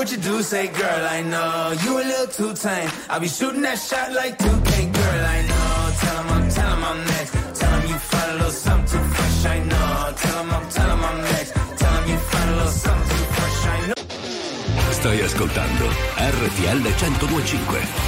what you do, say, girl, I know you a little too tame. I'll be shooting that shot like 2K, girl, I know. Tell him I'm next. Tell him you find a little something too fresh, I know. Tell him I'm next. Tell him you find a little something too fresh, I know. Stai ascoltando RTL 102.5.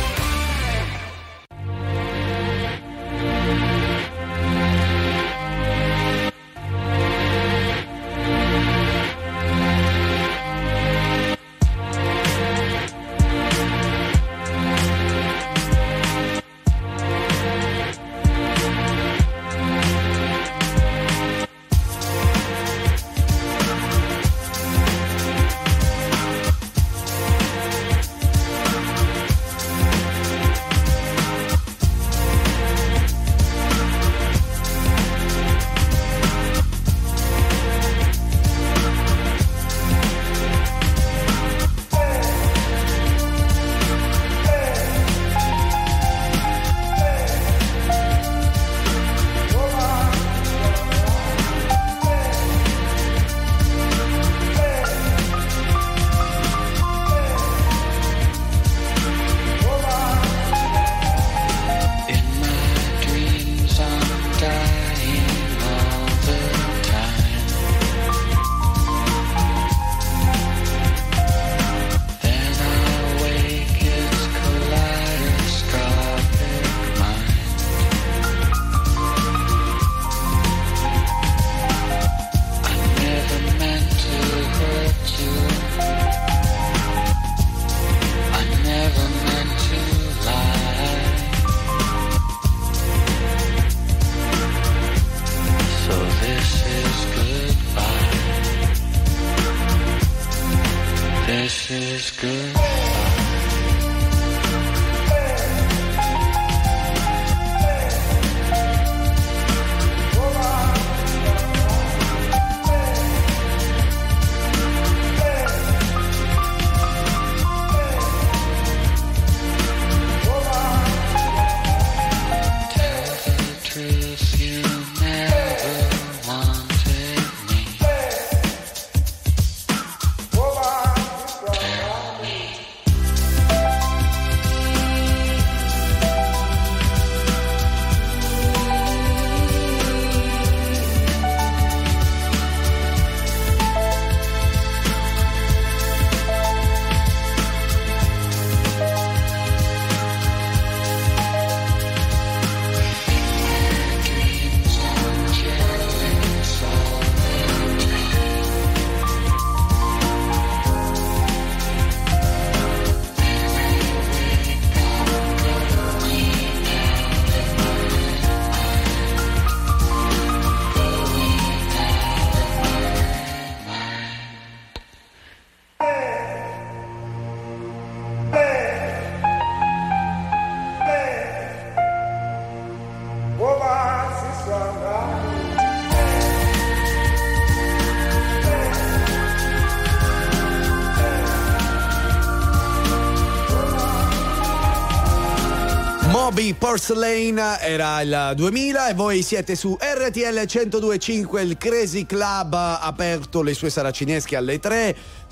Moby Porcelain era il 2000 e voi siete su RTL 102.5. Il Crazy Club ha aperto le sue saracinesche alle 3.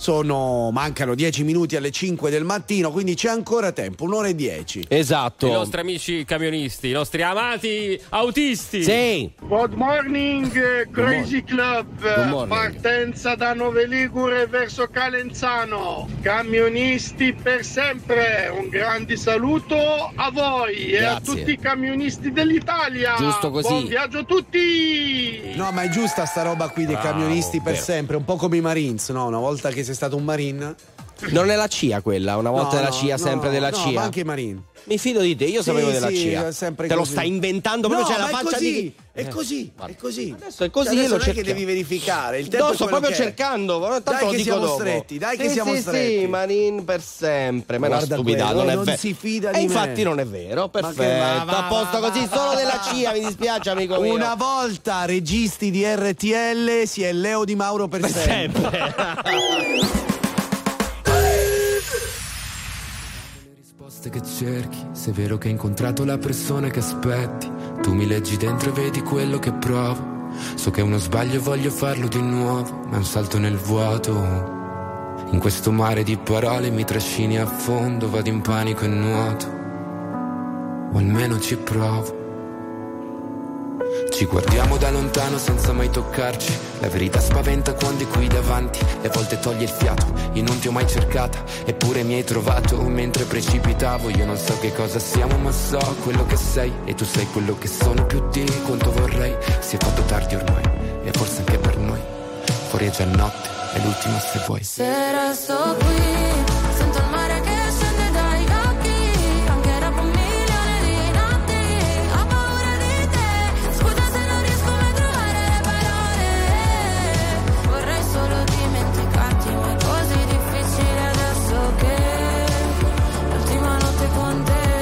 Mancano 10 minuti alle 5 del mattino, quindi c'è ancora tempo, 1:10. Esatto. I nostri amici camionisti, i nostri amati autisti. Sì. Good morning, Crazy Club. Good morning. Partenza da Nove Ligure verso Calenzano. Camionisti per sempre. Un grande saluto a voi. Grazie. E a tutti i camionisti dell'Italia. Giusto così. Buon viaggio a tutti. No, ma è giusta sta roba qui dei camionisti per sempre, un po' come i Marines, no? Una volta che sei stato un Marine. Non è la CIA quella, una volta della CIA, sempre della CIA. Ma anche i Marine. Mi fido di te, io sapevo della CIA. Sempre te così. Lo stai inventando, proprio c'è la faccia di. È così. Adesso è così, adesso lo non è che devi verificare. Il tempo no, sto proprio cercando. Tanto dai lo che dico siamo dopo. stretti, dai che siamo stretti. Sì, Marine per sempre. Ma è una stupidità, quello, non è non vero. si fida di e me. infatti non è vero. Perfetto. Va, a posto così, solo della CIA, mi dispiace, amico mio. Una volta registi di RTL si è Leo Di Mauro per sempre. Che cerchi, se è vero che hai incontrato la persona che aspetti, tu mi leggi dentro e vedi quello che provo. So che è uno sbaglio e voglio farlo di nuovo, ma è un salto nel vuoto. In questo mare di parole mi trascini a fondo, vado in panico e nuoto, o almeno ci provo. Ci guardiamo da lontano senza mai toccarci. La verità spaventa quando è qui davanti e a volte toglie il fiato. Io non ti ho mai cercata, eppure mi hai trovato mentre precipitavo. Io non so che cosa siamo, ma so quello che sei, e tu sei quello che sono più di quanto vorrei. Si è fatto tardi ormai, e forse anche per noi. Fuori è già notte, è l'ultima se vuoi. Se resto qui, sento il mare che scende dai occhi, anche dopo un milione di notti. Ho paura di te, scusa se non riesco mai a trovare le parole. Vorrei solo dimenticarti, ma è così difficile adesso che l'ultima notte con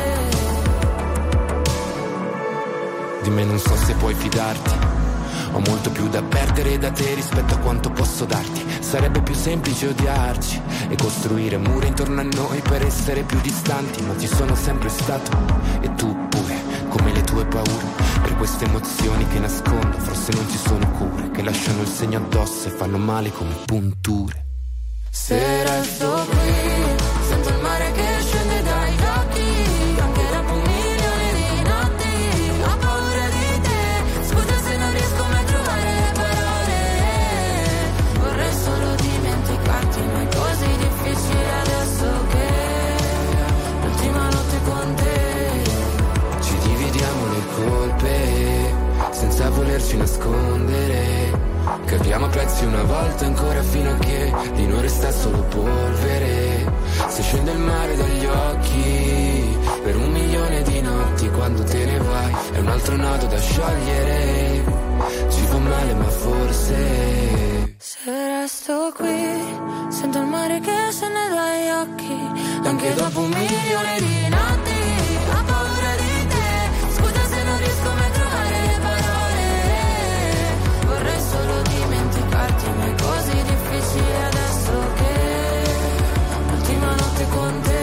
te. Di me non so se puoi fidarti. Ho molto più da perdere da te rispetto a quanto posso darti. Sarebbe più semplice odiarci e costruire mura intorno a noi per essere più distanti, ma ci sono sempre stato, e tu pure, come le tue paure. Per queste emozioni che nascondo, forse non ci sono cure, che lasciano il segno addosso e fanno male come punture. Se resto qui, sento il mare che scende dai occhi, anche dopo un milione di notti. Ho paura di te, scusa se non riesco mai a trovare le parole. Vorrei solo dimenticarti, ma è così difficile adesso che l'ultima notte con te. Ci dividiamo le colpe senza volerci nascondere. Capiamo a pezzi una volta ancora fino a che di noi resta solo polvere. Se scende il mare dagli occhi per un milione di notti, quando te ne vai è un altro nodo da sciogliere. Ci fa male ma forse se resto qui, sento il mare che scende dagli occhi, anche dopo un milione di notti. Ho paura di te, scusa se non riesco mai a trovare le parole. Vorrei solo dimenticarti, ma è così difficile adesso che l'ultima notte con te.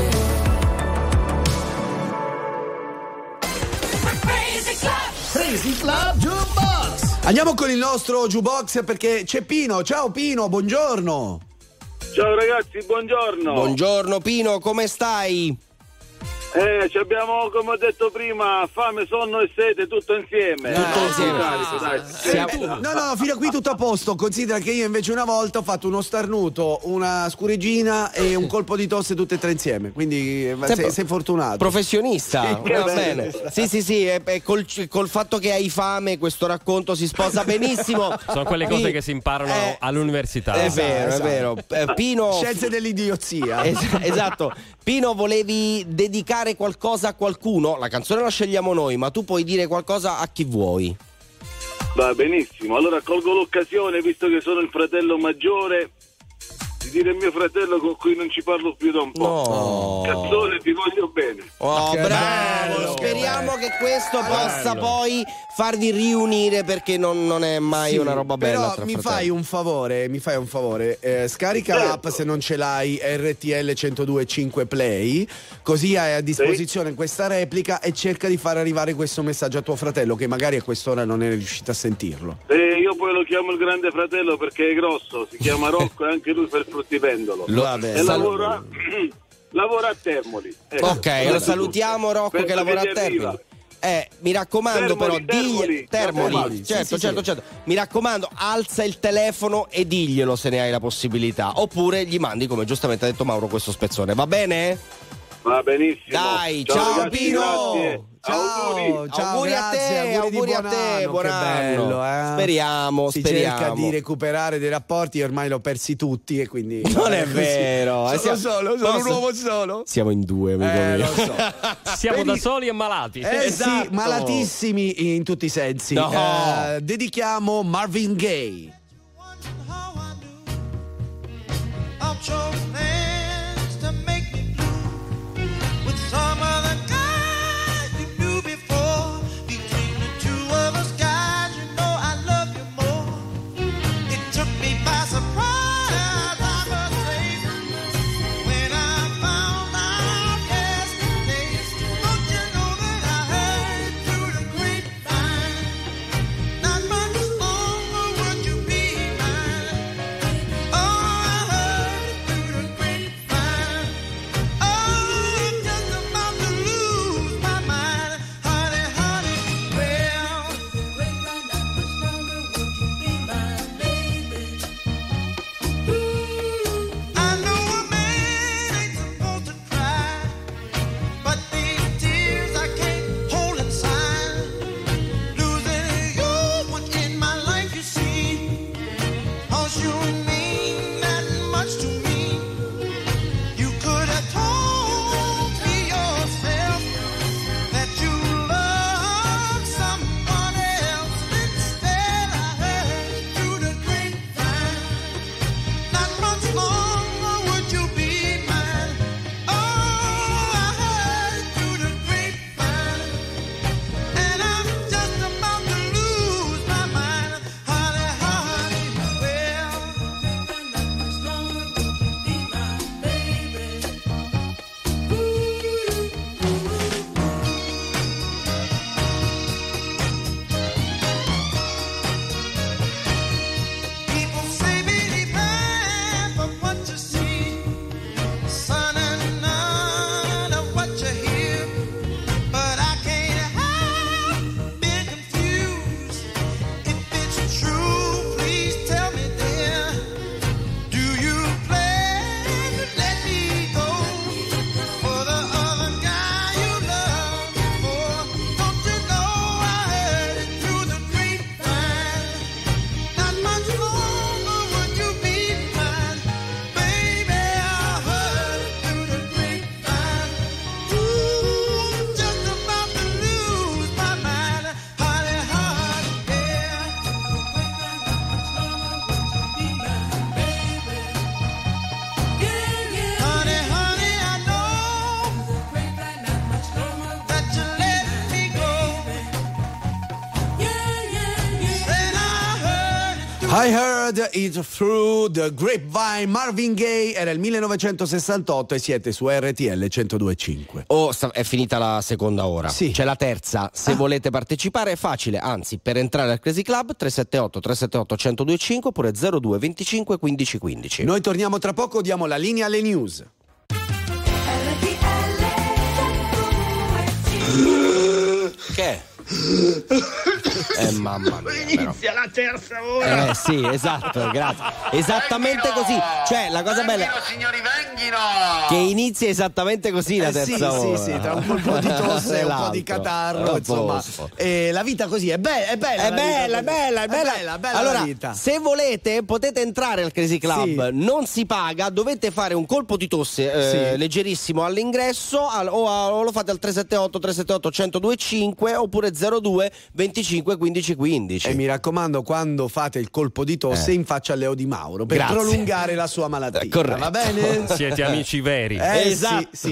Crazy Club Jukebox. Andiamo con il nostro jukebox perché c'è Pino. Ciao Pino, buongiorno. Ciao ragazzi, buongiorno. Buongiorno Pino, come stai? Ci abbiamo, come ho detto prima, fame, sonno e sete tutto insieme. No, fino a qui tutto a posto. Considera che io invece una volta ho fatto uno starnuto, una scureggina e un colpo di tosse tutte e tre insieme. Quindi sei fortunato. Professionista, Sì, va bene. Sì, col fatto che hai fame questo racconto si sposa benissimo. Sono quelle cose che si imparano all'università. È vero. Pino, scienze dell'idiozia. Esatto. Pino, volevi dedicare qualcosa a qualcuno? La canzone la scegliamo noi, ma tu puoi dire qualcosa a chi vuoi. Va benissimo, allora colgo l'occasione, visto che sono il fratello maggiore, di dire al mio fratello con cui non ci parlo più da un po'. Cazzone, ti voglio bene. Bravo, bello. Speriamo che questo possa poi farvi riunire, perché non è mai una roba bella. Però mi fai un favore, scarica l'app se non ce l'hai, RTL 102.5 Play, così hai a disposizione questa replica e cerca di far arrivare questo messaggio a tuo fratello che magari a quest'ora non è riuscito a sentirlo. Io poi lo chiamo il grande fratello perché è grosso, si chiama Rocco e anche lui per fruttivendolo. E lavora a Termoli. Ok, lo salutiamo Rocco che lavora a Termoli. Mi raccomando, Termoli. Certo. Mi raccomando, alza il telefono e diglielo se ne hai la possibilità. Oppure gli mandi, come giustamente ha detto Mauro, questo spezzone. Va bene? Va benissimo. Dai, ciao ragazzi, Pino. Grazie. Ciao, auguri grazie, a te, buon anno. Speriamo. Si cerca di recuperare dei rapporti, ormai l'ho persi tutti e quindi non è vero. Sono un uomo solo. Siamo in due, amico mio. Lo so. Siamo da soli e malati. Sì, malatissimi in tutti i sensi. Dedichiamo Marvin Gaye. I heard it through the grapevine. Marvin Gaye, era il 1968 e siete su RTL 102.5. È finita la seconda ora. Sì. C'è la terza. Se volete partecipare è facile, anzi, per entrare al Crazy Club 378 1025 oppure 02 25 15 15. Noi torniamo tra poco, diamo la linea alle news. Che? Mamma mia, inizia la terza ora. Sì, esatto, grazie. Esattamente così. Cioè, la cosa bella, signori, venghino, che inizia esattamente così la terza ora. Sì, tra un po' di tosse e un po' di catarro, insomma. La vita così è bella. È bella allora, la vita. se volete potete entrare al Crazy Club, non si paga, dovete fare un colpo di tosse leggerissimo all'ingresso o lo fate al 378 1025 oppure 02 25 15 15. E mi raccomando, quando fate il colpo di tosse in faccia a Leo Di Mauro per prolungare la sua malattia. Corretto. Va bene? Siete amici veri. Esatto. Sì.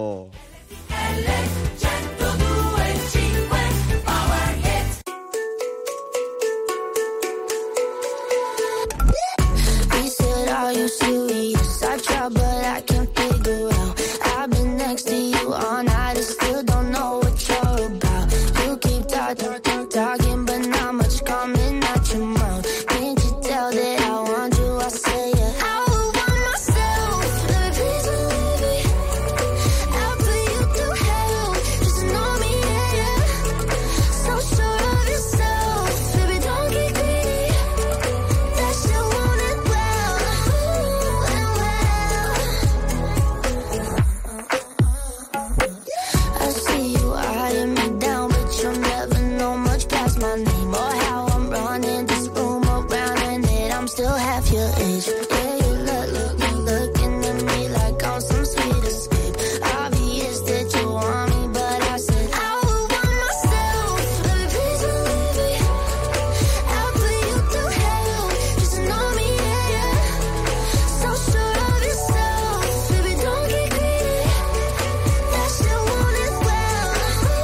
Talking, but not much coming out your mouth. Can't you tell that I want you? I say it. I would want myself. Let me please believe me. I'll put you through hell. Just know me, yeah. So sure of yourself. Baby, don't get greedy. That you want it well. I see you eyeing me down, but you'll never know much past my name or how I'm running this room around and that I'm still half your age. Yeah, you looking at me like I'm some sweet escape. Obvious that you want me, but I said I would want myself. Baby, please believe me. I'll put you through hell. Just know me, yeah. So sure of yourself. Baby, don't get greedy. That you want it well.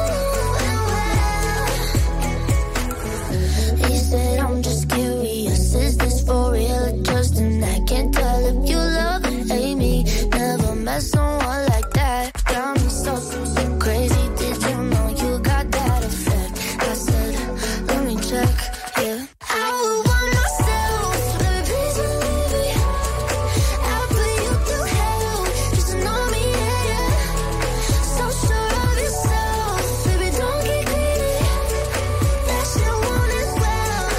He said, I'm just curious, is this for real or just an act? Can't tell if you love or hate me. Never met someone like that. Got me so crazy, did you know you got that effect? I said, let me check, yeah. I would want myself, baby, please believe me. I'll put you through hell, just know me, yeah. So sure of yourself, baby, don't get greedy. That you want it well.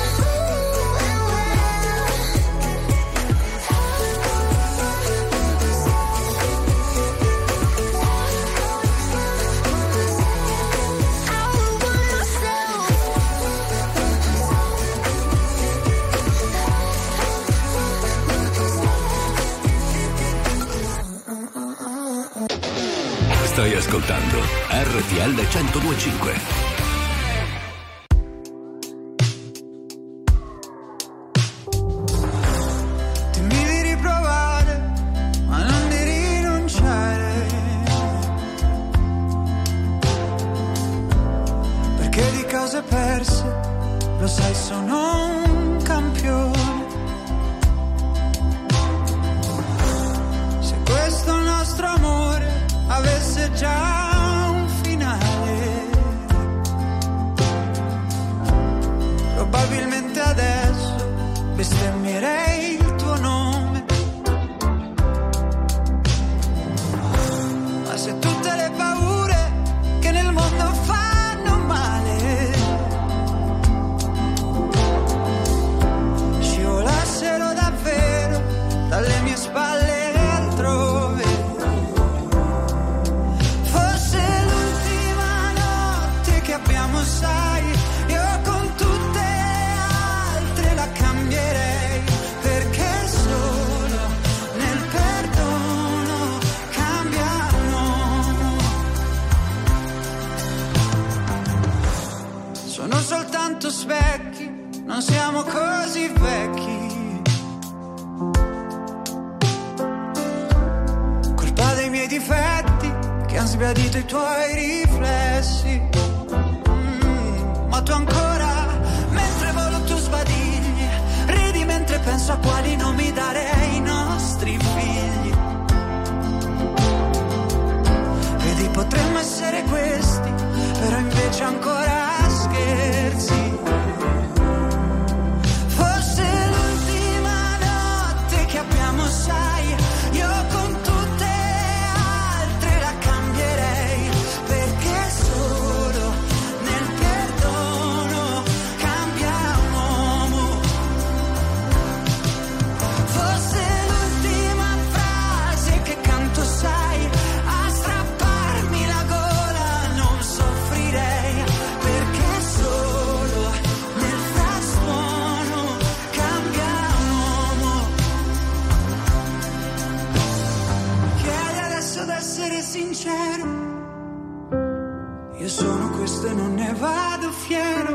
I would want Stai ascoltando RTL 102.5. Dimmi di riprovare, ma non di rinunciare. Perché di cose perse, lo sai, sono un campione. Se questo nostro amore avesse già un finale, probabilmente adesso bestemmierei il tuo nome. Ma se tutte le paure che nel mondo fanno male scivolassero davvero dalle mie spalle altrove, forse l'ultima notte che abbiamo, sai, io con tutte altre la cambierei, perché solo nel perdono cambiamo. Sono soltanto specchi, non siamo così vecchi. Colpa dei miei difetti che han sbiadito i tuoi riflessi. Ma tu ancora, mentre volo tu sbadigli, ridi mentre Io sono questo e non ne vado fiero.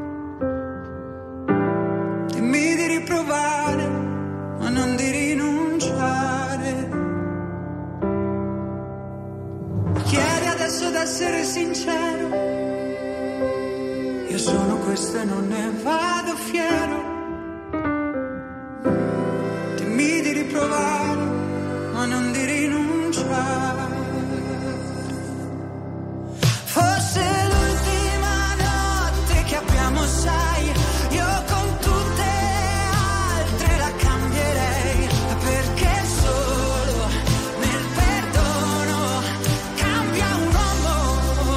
Dimmi di riprovare, ma non di rinunciare. Chiedi adesso d'essere sincero. Io sono questo e non ne vado fiero. Dimmi di riprovare, ma non di rinunciare. Forse l'ultima notte che abbiamo, sai, io con tutte altre la cambierei, perché solo nel perdono cambia un uomo.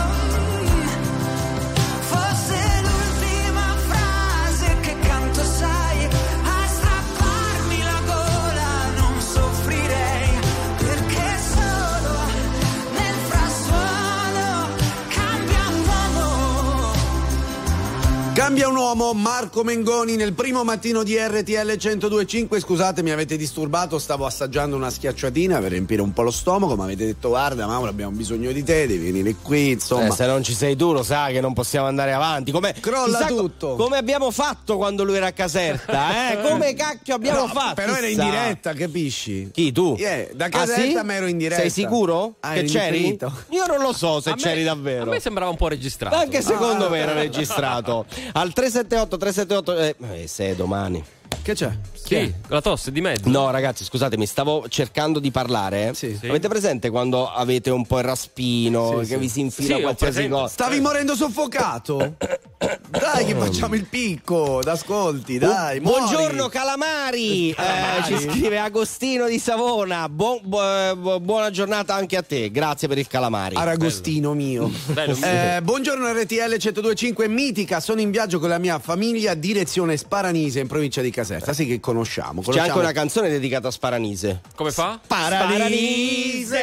Forse l'ultima frase che canto, sai, a strapparmi la gola non soffrirei, perché solo nel frastuono cambia un uomo. Cambia un uomo, Marco Mengoni nel primo mattino di RTL 102.5. Scusatemi, avete disturbato, stavo assaggiando una schiacciatina per riempire un po' lo stomaco, ma avete detto guarda Mauro, abbiamo bisogno di te, devi venire qui, insomma. Se non ci sei tu lo sai che non possiamo andare avanti. Crolla tutto. Come abbiamo fatto quando lui era a Caserta, eh? Come cacchio abbiamo fatto? Però era in diretta, capisci? Chi, tu? Da Caserta ma ero in diretta. Sei sicuro? Che c'eri? Infinito. Io non lo so se c'eri davvero. A me sembrava un po' registrato. Anche secondo me era registrato. Al 378 sei domani. Che c'è? Sì, la tosse di mezzo. No, ragazzi, scusatemi, stavo cercando di parlare. Sì. Avete presente quando avete un po' il raspino, che vi si infila qualsiasi cosa? Stavi morendo soffocato? Dai, che facciamo il picco d'ascolti, dai. Buongiorno Calamari. Ci scrive Agostino di Savona. Buona giornata anche a te. Grazie per il Calamari. Aragostino mio. Buongiorno RTL 102.5 mitica. Sono in viaggio con la mia famiglia direzione Sparanise in provincia di Caserta. Sì che conosciamo. C'è anche una canzone dedicata a Sparanise. Come fa? Sparanise.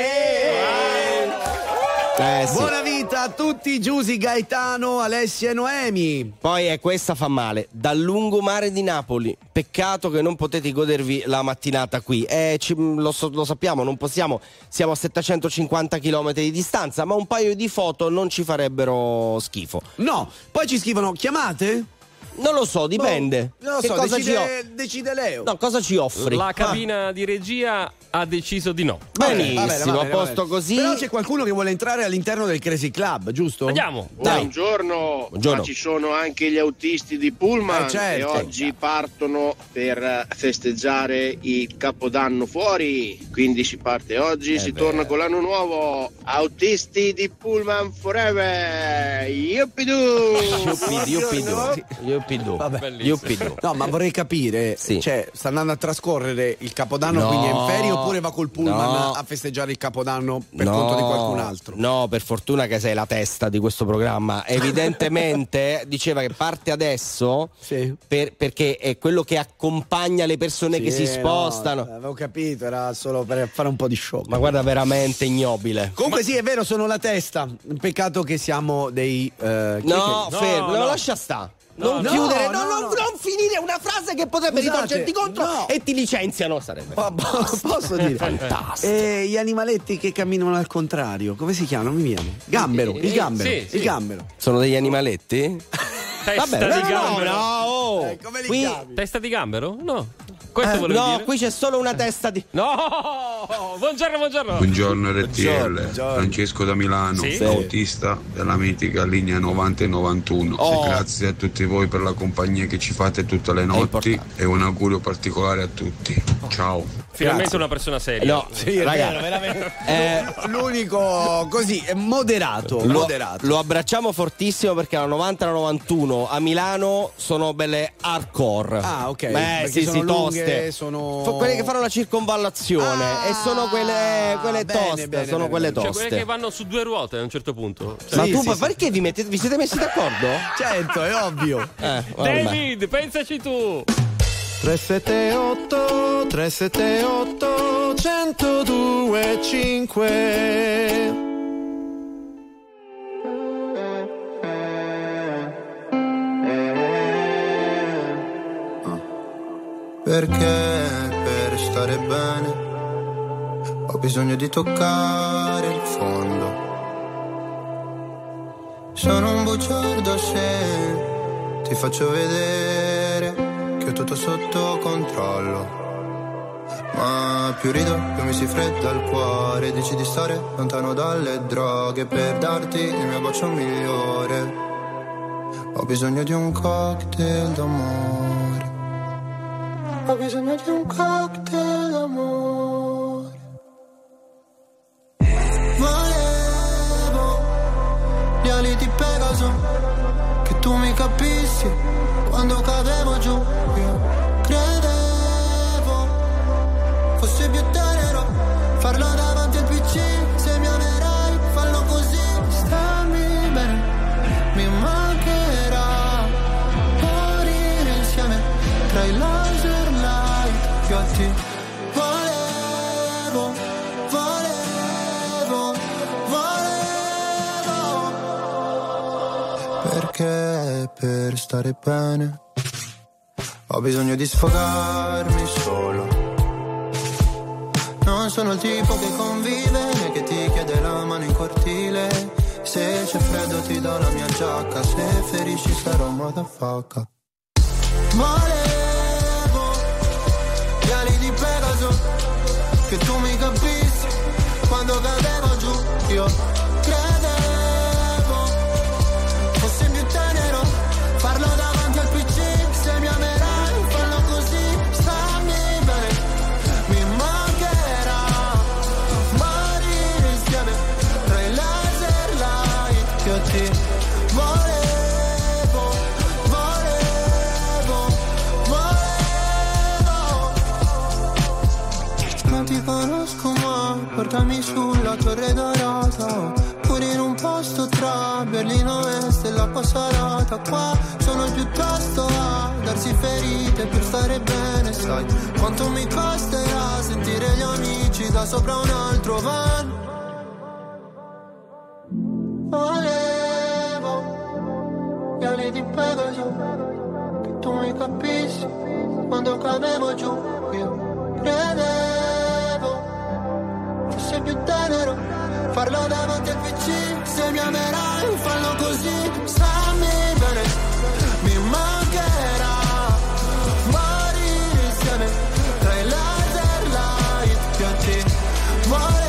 Sì. Buona vita a tutti, Giusy, Gaetano, Alessia e Noemi. Poi questa fa male. Dal lungomare di Napoli. Peccato che non potete godervi la mattinata qui. Lo sappiamo, non possiamo. Siamo a 750 km di distanza, ma un paio di foto non ci farebbero schifo. No, poi ci scrivono chiamate? Non lo so, dipende. Non lo so, cosa decide Leo. No, cosa ci offri? La cabina di regia ha deciso di no. Benissimo, a posto così. Però c'è qualcuno che vuole entrare all'interno del Crazy Club, giusto? Andiamo. Buongiorno. Ma ci sono anche gli autisti di Pullman che oggi partono per festeggiare il Capodanno fuori. Quindi si parte oggi, si torna con l'anno nuovo. Autisti di Pullman forever. Yuppidu. No, ma vorrei capire, cioè, sta andando a trascorrere il Capodanno quindi è in ferie oppure va col pullman a festeggiare il Capodanno per conto di qualcun altro? No, per fortuna che sei la testa di questo programma. Evidentemente diceva che parte adesso perché è quello che accompagna le persone che si spostano. No, avevo capito, era solo per fare un po' di show. Ma guarda, veramente ignobile. Comunque sì, è vero, sono la testa. Peccato che siamo dei fermo, no, lascia sta. Non chiudere, non finire una frase che potrebbe ritorcerti contro e ti licenziano. Sarebbe posso dire fantastico. Gli animaletti che camminano al contrario, come si chiamano? Mi viene Gambero, il gambero. Sono degli animaletti? Testa di gambero. Come li chiami? Testa di gambero? No. Questo volevo dire. No, qui c'è solo una testa di. No! Buongiorno. Buongiorno RTL. Francesco da Milano, autista della mitica linea 90 e 91. Grazie a tutti voi per la compagnia che ci fate tutte le notti e un augurio particolare a tutti. Ciao. Finalmente una persona seria. No, ragazzi, veramente. L'unico così è moderato. Lo abbracciamo fortissimo perché la 90 e la 91 a Milano sono belle hardcore. Ah, ok. Sì, toste. Sono quelle che fanno la circonvallazione e sono quelle toste. Bene, sono quelle toste. Cioè quelle che vanno su due ruote a un certo punto. Ma perché vi siete messi d'accordo? Certo, è ovvio. David, pensaci tu. 378 1025. Perché per stare bene ho bisogno di toccare il fondo. Sono un bugiardo se ti faccio vedere che ho tutto sotto controllo. Ma più rido, più mi si fredda il cuore. Dici di stare lontano dalle droghe per darti il mio bacio migliore. Ho bisogno di un cocktail d'amore. Ho bisogno di un cocktail d'amore. Volevo gli ali di Pegaso, che tu mi capissi quando cadevo giù. Io credevo fosse più tenero farlo davanti al PC. Se mi amerai, fallo così. Stammi bene, mi mancherà morire insieme tra i laser light più alti. Perché per stare bene ho bisogno di sfogarmi solo. Non sono il tipo che convive né che ti chiede la mano in cortile. Se c'è freddo ti do la mia giacca, se ferisci sarò motherfucker. Volevo gli ali di Pegaso, che tu mi capissi quando cadevo giù. Io credevo fosse più tenero farlo davanti al PC. Se mi amerai, fallo così. Stammi bene, mi mancherà morire insieme tra i laser light che ti volevo. Non ti conosco ma portami sulla Torre Dorata, pure in un posto tra Berlino Est e la Passerata. Qua sono piuttosto a darsi ferite per stare bene. Sai quanto mi costerà sentire gli amici da sopra un altro van. Volevo gli ali di Pegaso, che tu mi capissi quando cadevo giù. Io credevo fosse più tenero farlo davanti al PC. Se mi amerai, fallo così. Stammi bene, mi mancherà morire insieme tra i laser light che ti volevo.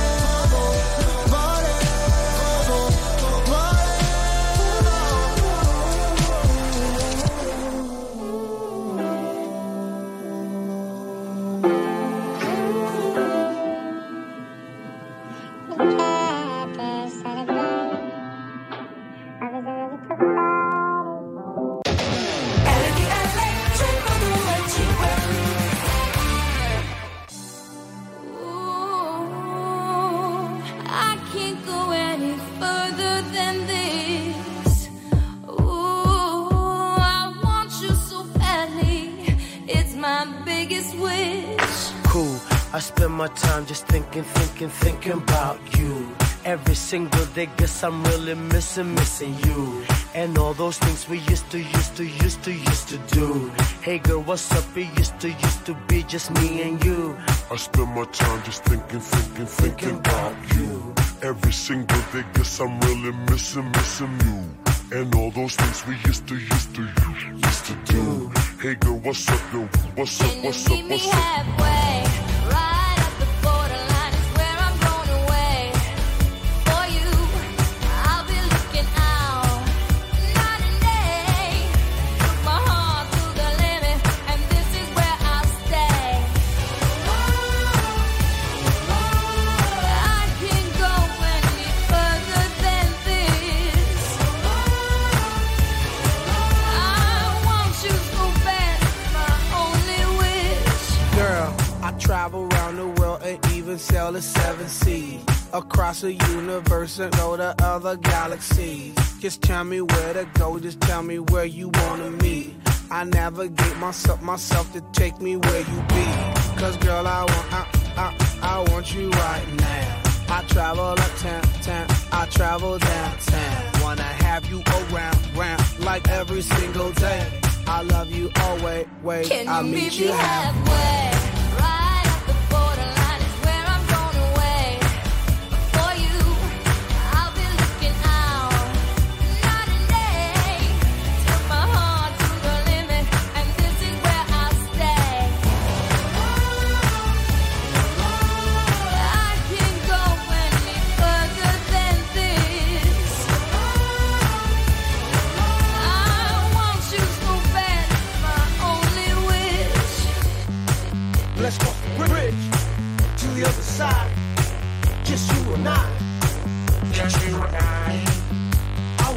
I spend my time just thinking about you. Every single day, guess I'm really missing you. And all those things we used to do. Hey girl, what's up? It used to be just me and you. I spend my time just thinking about you. Every single day, guess I'm really missing you. And all those things we used to do. Hey girl, what's up, yo? What's up, what's up, what's up? Halfway, right at the borderline is where I'm going away. For you, I'll be looking out night and day. Took my heart to the limit, and this is where I'll stay. I can't go any further than this. I want you so bad, it's my only wish. Girl, I travel around the world and even sail the 7 seas. Across the universe and go to other galaxies. Just tell me where to go, just tell me where you wanna meet. I navigate myself to take me where you be. Cause girl, I want you right now. I travel uptown, I travel downtown. Wanna have you around, like every single day. I love you always, Can I'll you meet meet you me halfway. halfway? Right at the borderline is where I'm going away. For you, I'll be looking out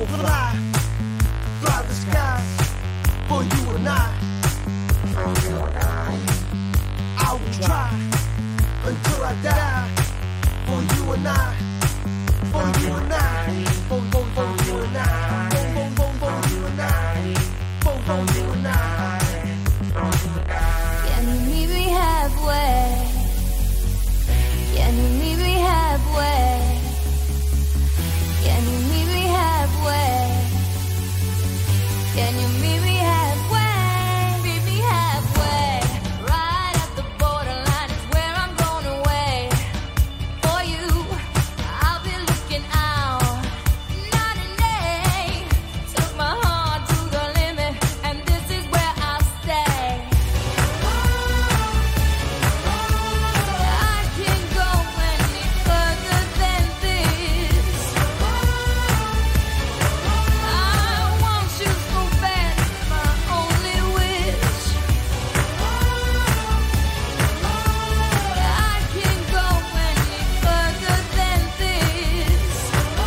will fly the skies for you and I. I will try until I die for you and I. For you and I. For you and I. For you and I. For you and I. Can you meet me halfway? Can you meet me halfway? Can you meet me halfway? Can you meet me halfway? Meet me halfway. Right at the borderline is where I'm going away. For you, I'll be looking out night and day. Took my heart to the limit, and this is where I'll stay. I can't go any further than this. I want you so bad, it's my only wish. I can't go any further than this.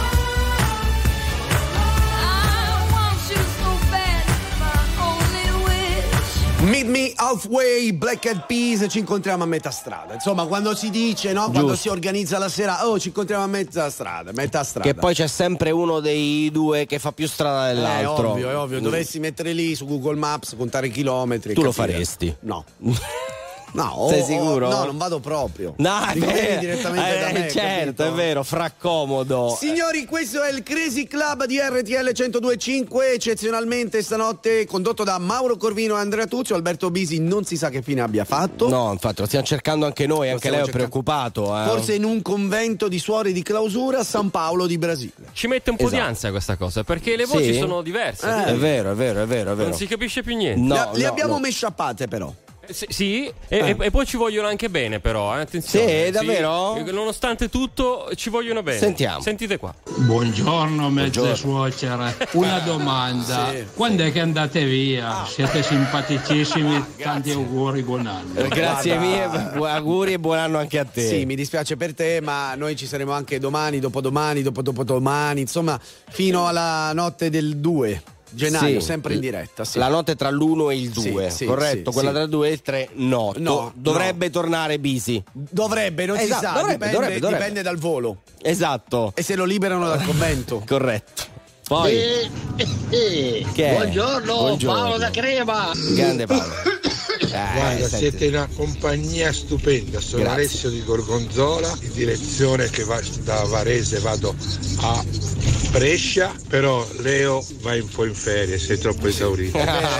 I want you so bad, it's my only wish. Meet me halfway, Black Eyed Peas, ci incontriamo a metà strada. Insomma, quando si dice, no? Quando si organizza la sera, ci incontriamo a metà strada. Che poi c'è sempre uno dei due che fa più strada dell'altro. È ovvio. Dovessi mettere lì su Google Maps, contare chilometri. Tu lo faresti? No. No, sei sicuro? No, non vado proprio. No, vieni direttamente da me. Certo, capito? è vero, fraccomodo. Signori, questo è il Crazy Club di RTL 102.5, eccezionalmente stanotte condotto da Mauro Corvino e Andrea Tuzio. Alberto Bisi non si sa che fine abbia fatto. No, infatti lo stiamo cercando anche noi, anche lei è preoccupato. Forse in un convento di suore di clausura a San Paolo di Brasile. Ci mette un po' di ansia questa cosa, perché le voci sono diverse. È vero. Non si capisce più niente. No, le abbiamo meshappate però. Sì, e poi ci vogliono anche bene, però, attenzione. Sì, davvero? Sì, nonostante tutto, ci vogliono bene. Sentiamo. Sentite qua. Buongiorno, mezze suocere. Una domanda: quando è che andate via? Siete simpaticissimi, tanti auguri, buon anno. Grazie mille, auguri e buon anno anche a te. Sì, mi dispiace per te, ma noi ci saremo anche domani, dopodomani, dopodomani, insomma, fino alla notte del 2 gennaio, sempre in diretta. Sì. La notte tra l'1 e il 2, corretto? Quella tra il 2 e il 3, no. Dovrebbe tornare Bisi. Dovrebbe, non si sa, dipende dal volo. Esatto. E se lo liberano dal convento. Corretto. Poi Buongiorno, Paolo da Crema. Grande Paolo. Guarda, siete una compagnia stupenda. Sono Alessio di Gorgonzola, in direzione che va da Varese, vado a Brescia, però Leo vai un po' in ferie, sei troppo esaurito.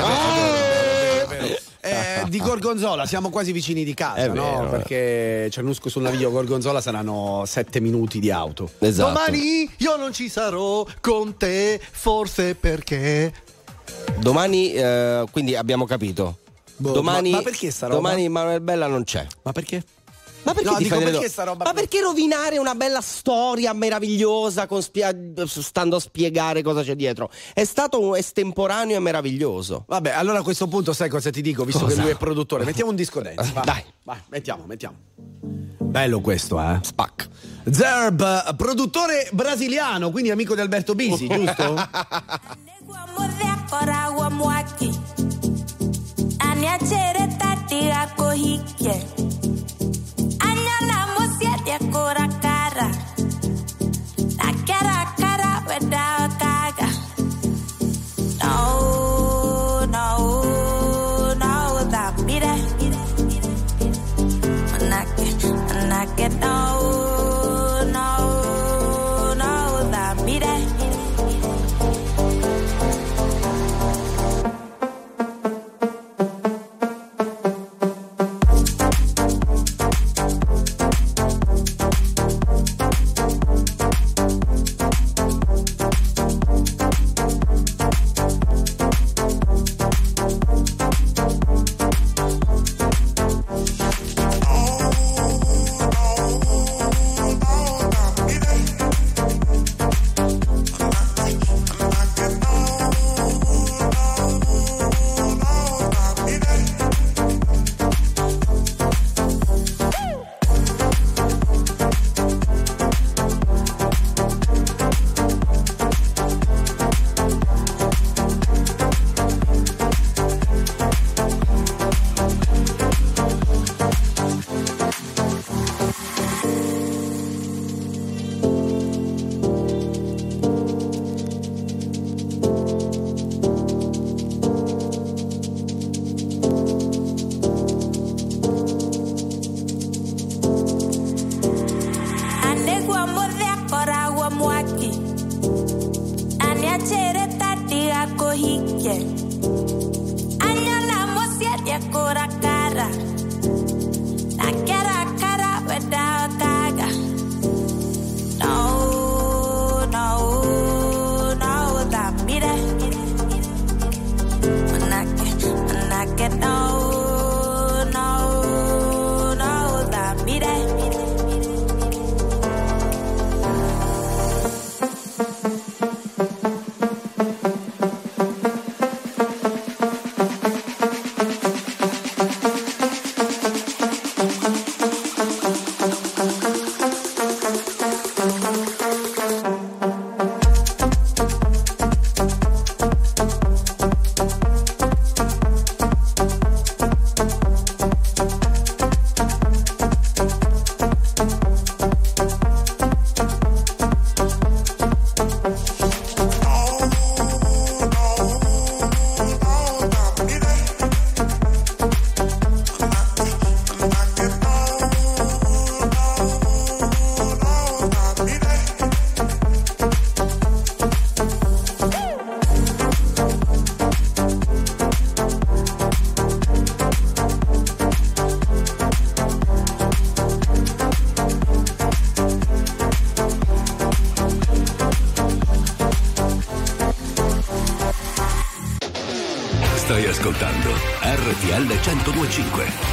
Di Gorgonzola siamo quasi vicini di casa, no? Perché Cernusco sul Naviglio Gorgonzola saranno 7 minuti di auto. Esatto. Domani io non ci sarò con te, forse perché domani, quindi abbiamo capito. Domani, ma perché sta roba? Domani Manuel Bella non c'è. Ma perché? Ma perché no, ti fai perché sta roba? Ma perché rovinare una bella storia meravigliosa stando a spiegare cosa c'è dietro? È stato un estemporaneo e meraviglioso. Vabbè, allora a questo punto sai cosa ti dico, visto che lui è produttore. Mettiamo un disco dance. Dai, mettiamo. Bello questo, Spac. Zerb, produttore brasiliano, quindi amico di Alberto Bisi, giusto? Cara cara, la cara without gaga. No, without me there. And I get no, without me there. yeah. Anyalamo siete ancora cara. La cara cara without gaga. No, no, no, da mire. Manake, no, no, no, da mire. Stai ascoltando RTL 102.5.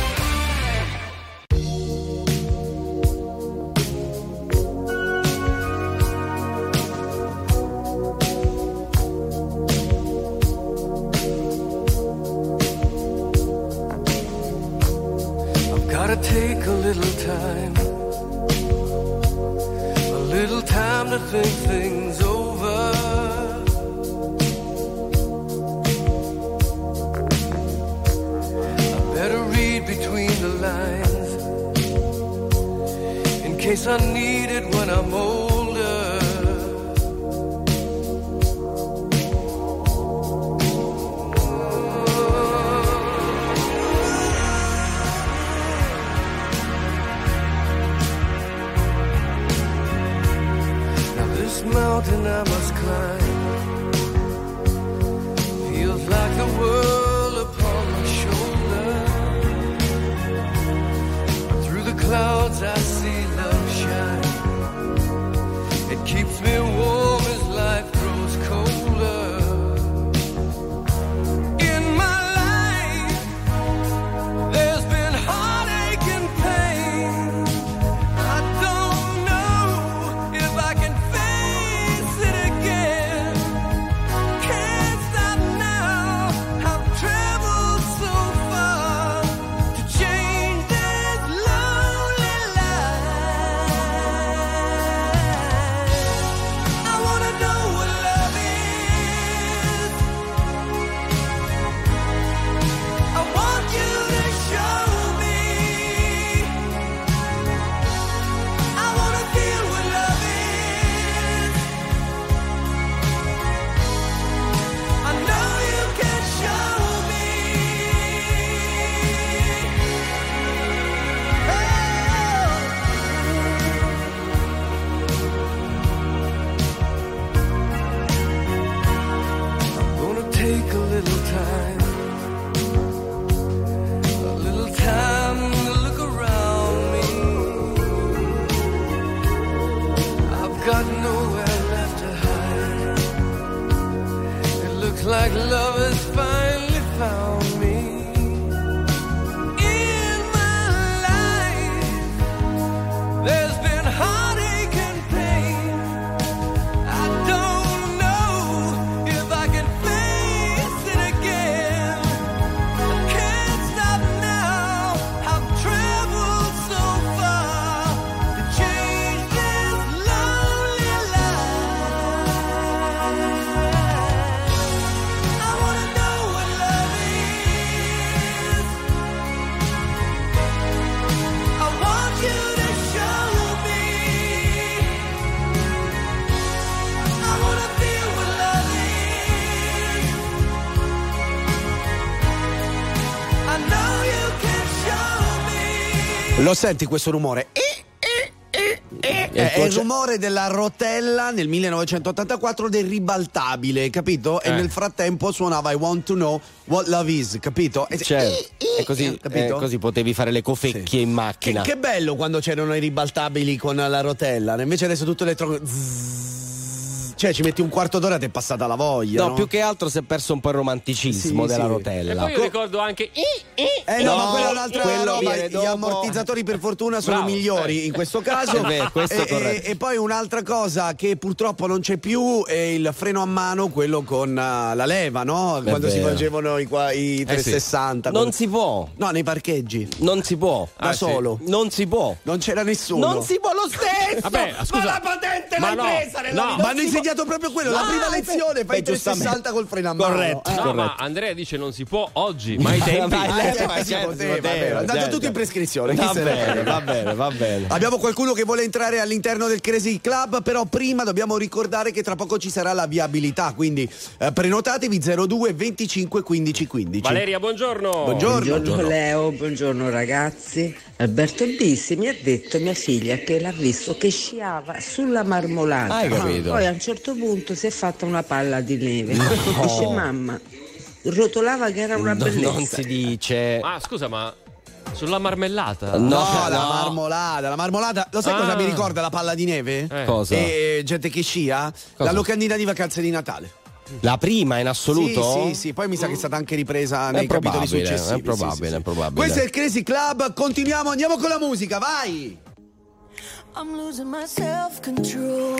Lo senti questo rumore? È il rumore della rotella nel 1984 del ribaltabile, capito? E nel frattempo suonava I Want to Know What Love Is, capito? E così potevi fare le cofecchie in macchina. Che bello quando c'erano i ribaltabili con la rotella. Invece adesso tutto cioè ci metti un quarto d'ora e ti è passata la voglia. No, più che altro si è perso un po' il romanticismo della rotella. E poi io ricordo anche no, ma quella è un'altra roba. Gli ammortizzatori per fortuna sono migliori in questo caso. E poi un'altra cosa che purtroppo non c'è più è il freno a mano, quello con la leva, no? Quando si facevano i 360. Non si può. No, nei parcheggi. Non si può. Da solo. Non si può. Non c'era nessuno. Non si può lo stesso. Vabbè, scusa. Ma la patente l'hai presa nella vita. Ma hanno insegnato proprio quello, la prima lezione fai 360 col freno a mano. Corretto. Ma Andrea dice non si può oggi, ma ai tempi è andato tutto in prescrizione. Va bene. Abbiamo qualcuno che vuole entrare all'interno del Crazy Club, però prima dobbiamo ricordare che tra poco ci sarà la viabilità, quindi prenotatevi 02 25 15 15. Valeria, buongiorno. Buongiorno Leo, buongiorno ragazzi. Alberto Bissi mi ha detto, mia figlia, che l'ha visto che sciava sulla Marmolata. Hai capito? Poi a un certo punto si è fatta una palla di neve. Dice mamma, rotolava che era una bellezza. Non si dice. Ah, scusa, ma sulla marmellata? No, la marmolata. Lo sai cosa mi ricorda la palla di neve? Cosa? E gente che scia? Cosa? La locandina di vacanze di Natale. La prima in assoluto? Sì, poi mi sa che è stata anche ripresa nei capitoli successivi. È probabile. Questo è il Crazy Club, continuiamo, andiamo con la musica, vai! I'm losing my self-control.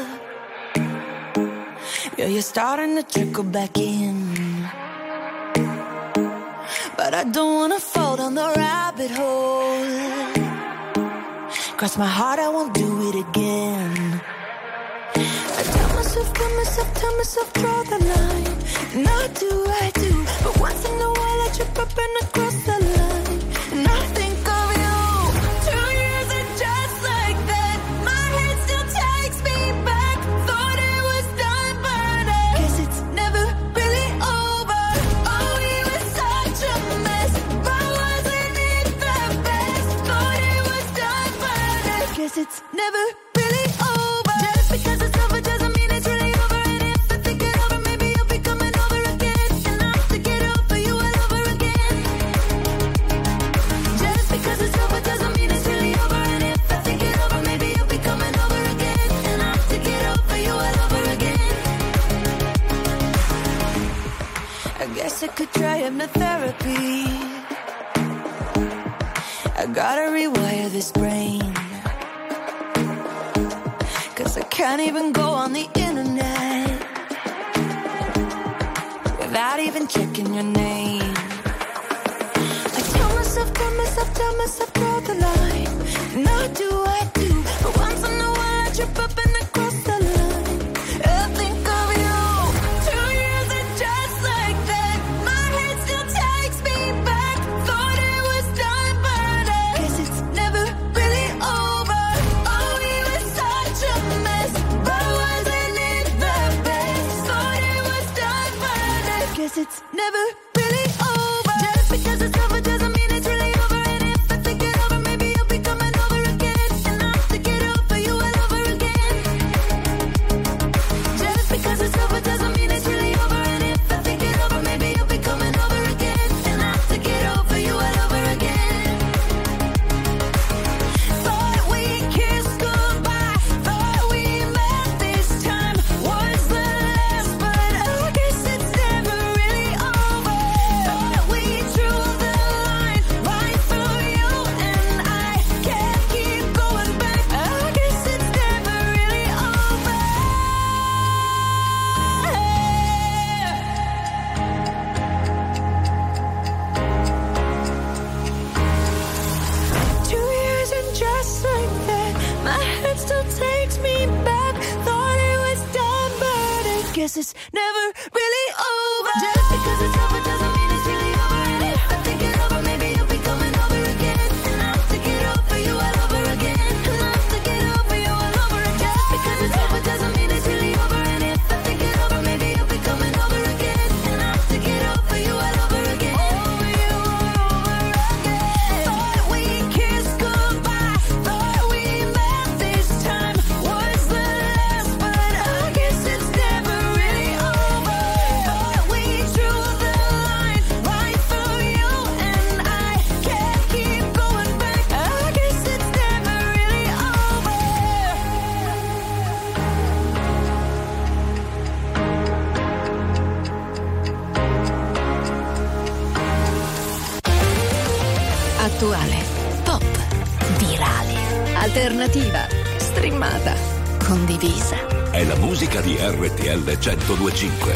Yeah, you're starting to trickle back in. But I don't wanna fall down the rabbit hole. Cross my heart, I won't do it again. I tell myself, draw the line. And I do. But once in a while I trip up and I cross the line. And I think of you. 2 years and just like that, my head still takes me back. Thought it was done, but I guess it's never really over. Oh, we were such a mess, but wasn't it the best? Thought it was done, but I guess it's never really over. Just because it's over doesn't mean it's really over. And if I think it over, maybe you'll be coming over again. And I'll have to get over you all over again. Just because it's over doesn't mean it's really over. And if I think it over, maybe you'll be coming over again. And I'll have to get over you all over again. I guess I could try hypnotherapy. I gotta rewire this brain. 'Cause I can't even go on the internet without even checking your name. I tell myself, draw the line. And I do. But once in a while I trip up and I cross the line. I think of you. 2 years and just like that, my head still takes me back. Thought it was done, but I guess it's never really over. Oh, we were such a mess, but wasn't it the best? Thought it was done, but I guess it's never really over. Just because it's over doesn't mean it's really over. And if I think it over, maybe you'll be coming over again. And I'll have to get over you all over again. Just because it's over doesn't mean it's really over. And if I think it over, maybe you'll be coming over again. And I'll have to get over you all over again. Thought we kissed goodbye, thought we met this time was the last, but I guess it's never really over. Thought we drew the line right through you and I can't keep going back. I guess it's never really over. 2 years and just like that, my head still takes me back. Thought it was done, but I guess it's never really over. Just because it's over doesn't mean it's really over. And if I think it over, maybe you'll be coming over again. And I'll have to get over you all over again. And I'll have to get over you all over again. Just because it's over doesn't mean it's really over. And if I think it over, maybe you'll be coming over again. And I'll have to get over you all over again. Over you all over again. Thought we kissed goodbye, thought we met this attuale, pop, virale, alternativa, streamata, condivisa. È la musica di RTL 102.5.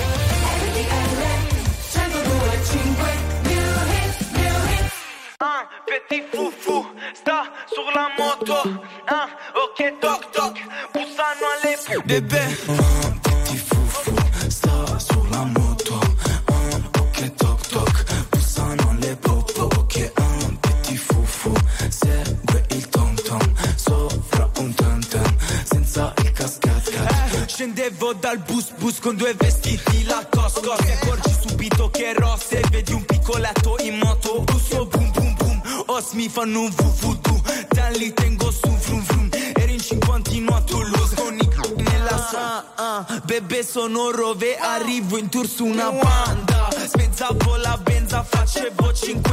Petit foufou, sta sulla moto. Ok, toc toc, bussano alle bebè. Petit foufou, sta sulla moto. Ok, toc toc, bussano alle popo. Ok, petit foufou, segue il tom tom sopra un tam tam, senza il cascat. Scendevo dal bus con due vestiti la cosco. Ti accorgi subito che rosse, vedi un piccoletto in moto. Busso boom boom boom, os mi fanno un vuvudu. Da lì tengo su frum frum. Ero in 50 a Toulouse con i nella bebè sono Rove, arrivo in tour su una banda. Spezzavo la benza, facevo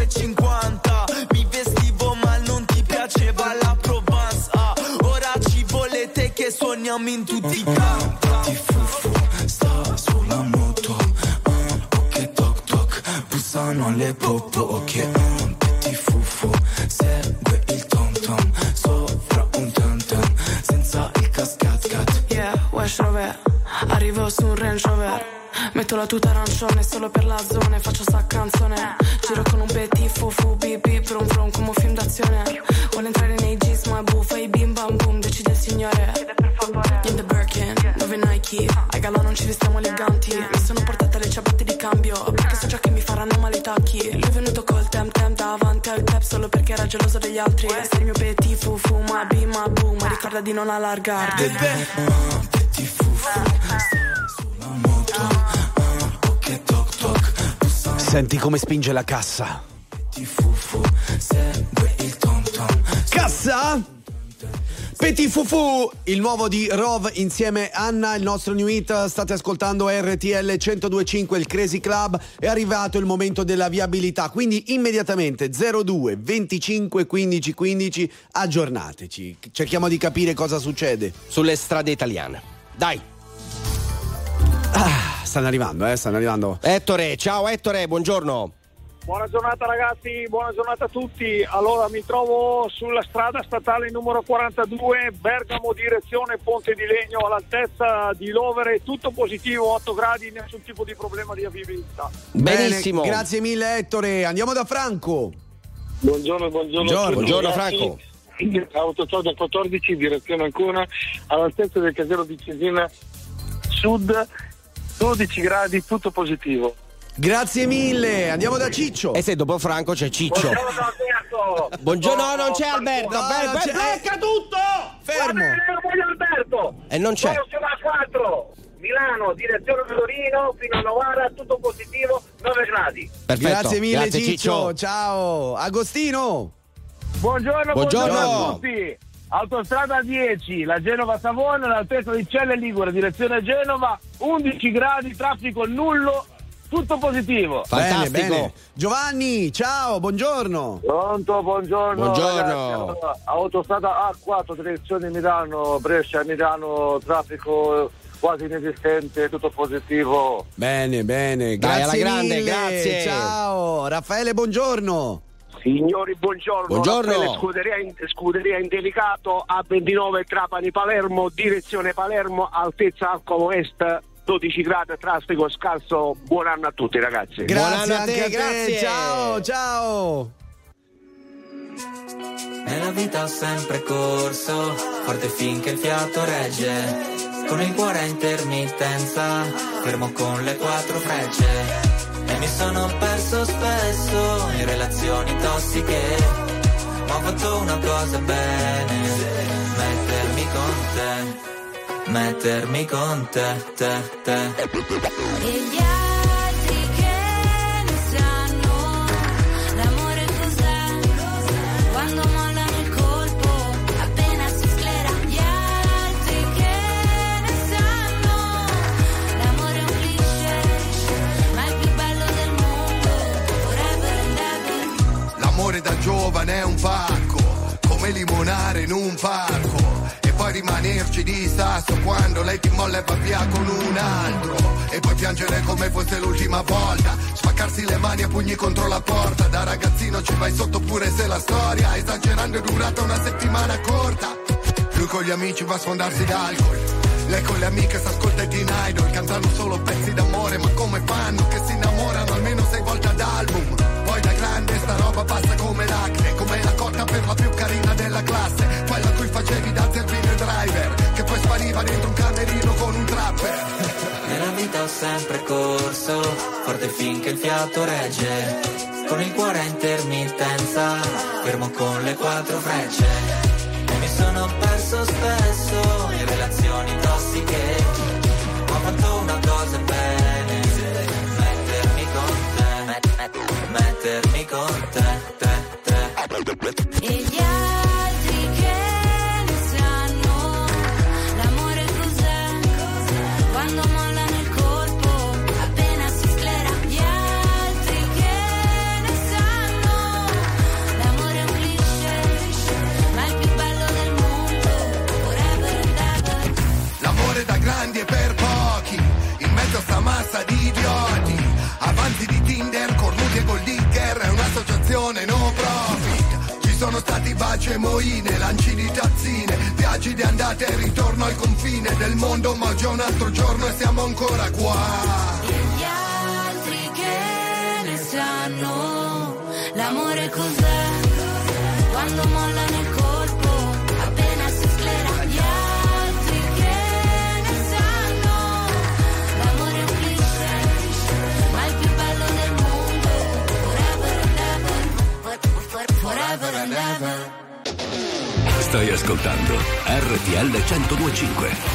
5,50. Mi vestivo ma non ti piaceva la Provence. Ora ci volete che suoniamo in tutti i campi. Ti fufu, sta sulla moto. Ok, toc toc, bussano alle popo. Ok, petit fufu, segue il tom tom sopra un tam tam, senza il cascat. Yeah, West Rover, arrivo su un Range Rover. Metto la tuta arancione solo per la zona e faccio sta canzone. Giro con un petit fufu, bip bip, brum brum come un film d'azione. Vuole entrare nei jeans ma è buffa, i bim bam boom, decide il signore. In the Birkin, dove Nike, ai gala non ci vestiamo eleganti. Mi sono portata le ciabatte di cambio, perché so già che mi faranno male i tacchi. Lui è venuto col tem tem davanti al tap solo perché era geloso degli altri. Sei il mio petit fufu, ma bim ma boom, ma ricorda di non allargarti. Petit fufu, sulla moto. Ok, toc toc. Senti come spinge la cassa. Petit fufu, segue il tom tom. Cassa? Petit Fufu, il nuovo di Rov insieme Anna, il nostro new hit. State ascoltando RTL 102.5, il Crazy Club. È arrivato il momento della viabilità, quindi immediatamente 02 25 15 15 aggiornateci. Cerchiamo di capire cosa succede sulle strade italiane. Dai. Stanno arrivando. Ettore, ciao Ettore, buongiorno. Buona giornata ragazzi, buona giornata a tutti. Allora mi trovo sulla strada statale numero 42, Bergamo direzione Ponte di Legno, all'altezza di Lovere, tutto positivo, 8 gradi, nessun tipo di problema di viabilità. Benissimo. Bene, grazie mille Ettore, andiamo da Franco. Buongiorno Franco. Autostrada 14 direzione Ancona, all'altezza del Casero di Cesena Sud, 12 gradi, tutto positivo. Grazie mille, andiamo da Ciccio. E se dopo Franco c'è Ciccio. Buongiorno, no, non c'è Alberto. Blocca tutto! Fermo. Voglio Alberto. E non c'è. Sono a 4. Milano, direzione Torino, fino a Novara, tutto positivo, 9 gradi. Perfetto. Grazie mille, Grazie, Ciccio. Ciao. Agostino. Buongiorno a tutti. Autostrada 10, la Genova-Savona, all'altezza di Celle Ligure, direzione Genova, 11 gradi, traffico nullo. Tutto positivo. Fantastico. Bene. Giovanni, ciao, buongiorno. Pronto, buongiorno. Buongiorno. Autostrada A4, direzione Milano, Brescia, Milano, traffico quasi inesistente, tutto positivo. Bene. Dai, Grazie alla grande, mille. grazie. Ciao. Raffaele, buongiorno. Signori, buongiorno. Scuderia Indelicato, A29 Trapani-Palermo, direzione Palermo, altezza Alcamo Est, 12 gradi, traffico scarso. Buon anno a tutti ragazzi. Grazie a te, grazie. Ciao. Nella vita ho sempre corso, forte finché il fiato regge, con il cuore a intermittenza, fermo con le 4 frecce. E mi sono perso spesso in relazioni tossiche, ma ho fatto una cosa bene, mettermi con te. E gli altri che ne sanno l'amore cos'è, quando mollano il colpo appena si sclera. Gli altri che ne sanno l'amore è un cliché, ma è il più bello del mondo, forever and ever. L'amore da giovane è un pacco, come limonare in un parco, e poi puoi rimanerci di sasso quando lei ti molla e va via con un altro. E poi piangere come fosse l'ultima volta, spaccarsi le mani a pugni contro la porta. Da ragazzino ci vai sotto pure se la storia esagerando è durata una settimana corta. Lui con gli amici va a sfondarsi d'alcol, lei con le amiche s'ascolta Teen Idol. Cantano solo pezzi d'amore, ma come fanno che si innamorano almeno 6 volte ad album. Poi da grande sta roba passa come l'acne, come la cotta per la più carina della classe, quella a cui facevi da zerbino e driver, che poi spariva dentro un camerino con un trapper. Nella vita ho sempre corso, forte finché il fiato regge, con il cuore a intermittenza, fermo con le 4 frecce. E mi sono perso spesso in relazioni tossiche, ma ho fatto una cosa bene, mettermi con te, E gli altri che ne sanno, l'amore cos'è, quando mollano il colpo, appena si sclera. Gli altri che ne sanno, l'amore è un cliché, ma il più bello del mondo, forever and ever. L'amore da grandi e per pochi, in mezzo a sta massa di idioti, avanti di Tinder, cornuti e gold digger, è un'associazione no profit. Ci sono stati baci e moine, lanci di tazzine, viaggi di andata e ritorno al confine del mondo, ma già un altro giorno e siamo ancora qua. E gli altri che ne sanno, l'amore cos'è, quando mollano il colpo, appena si sclera. Gli altri che ne sanno, l'amore è un cliché, ma il più bello del mondo, forever and ever, forever and ever. Stai ascoltando RTL 102.5.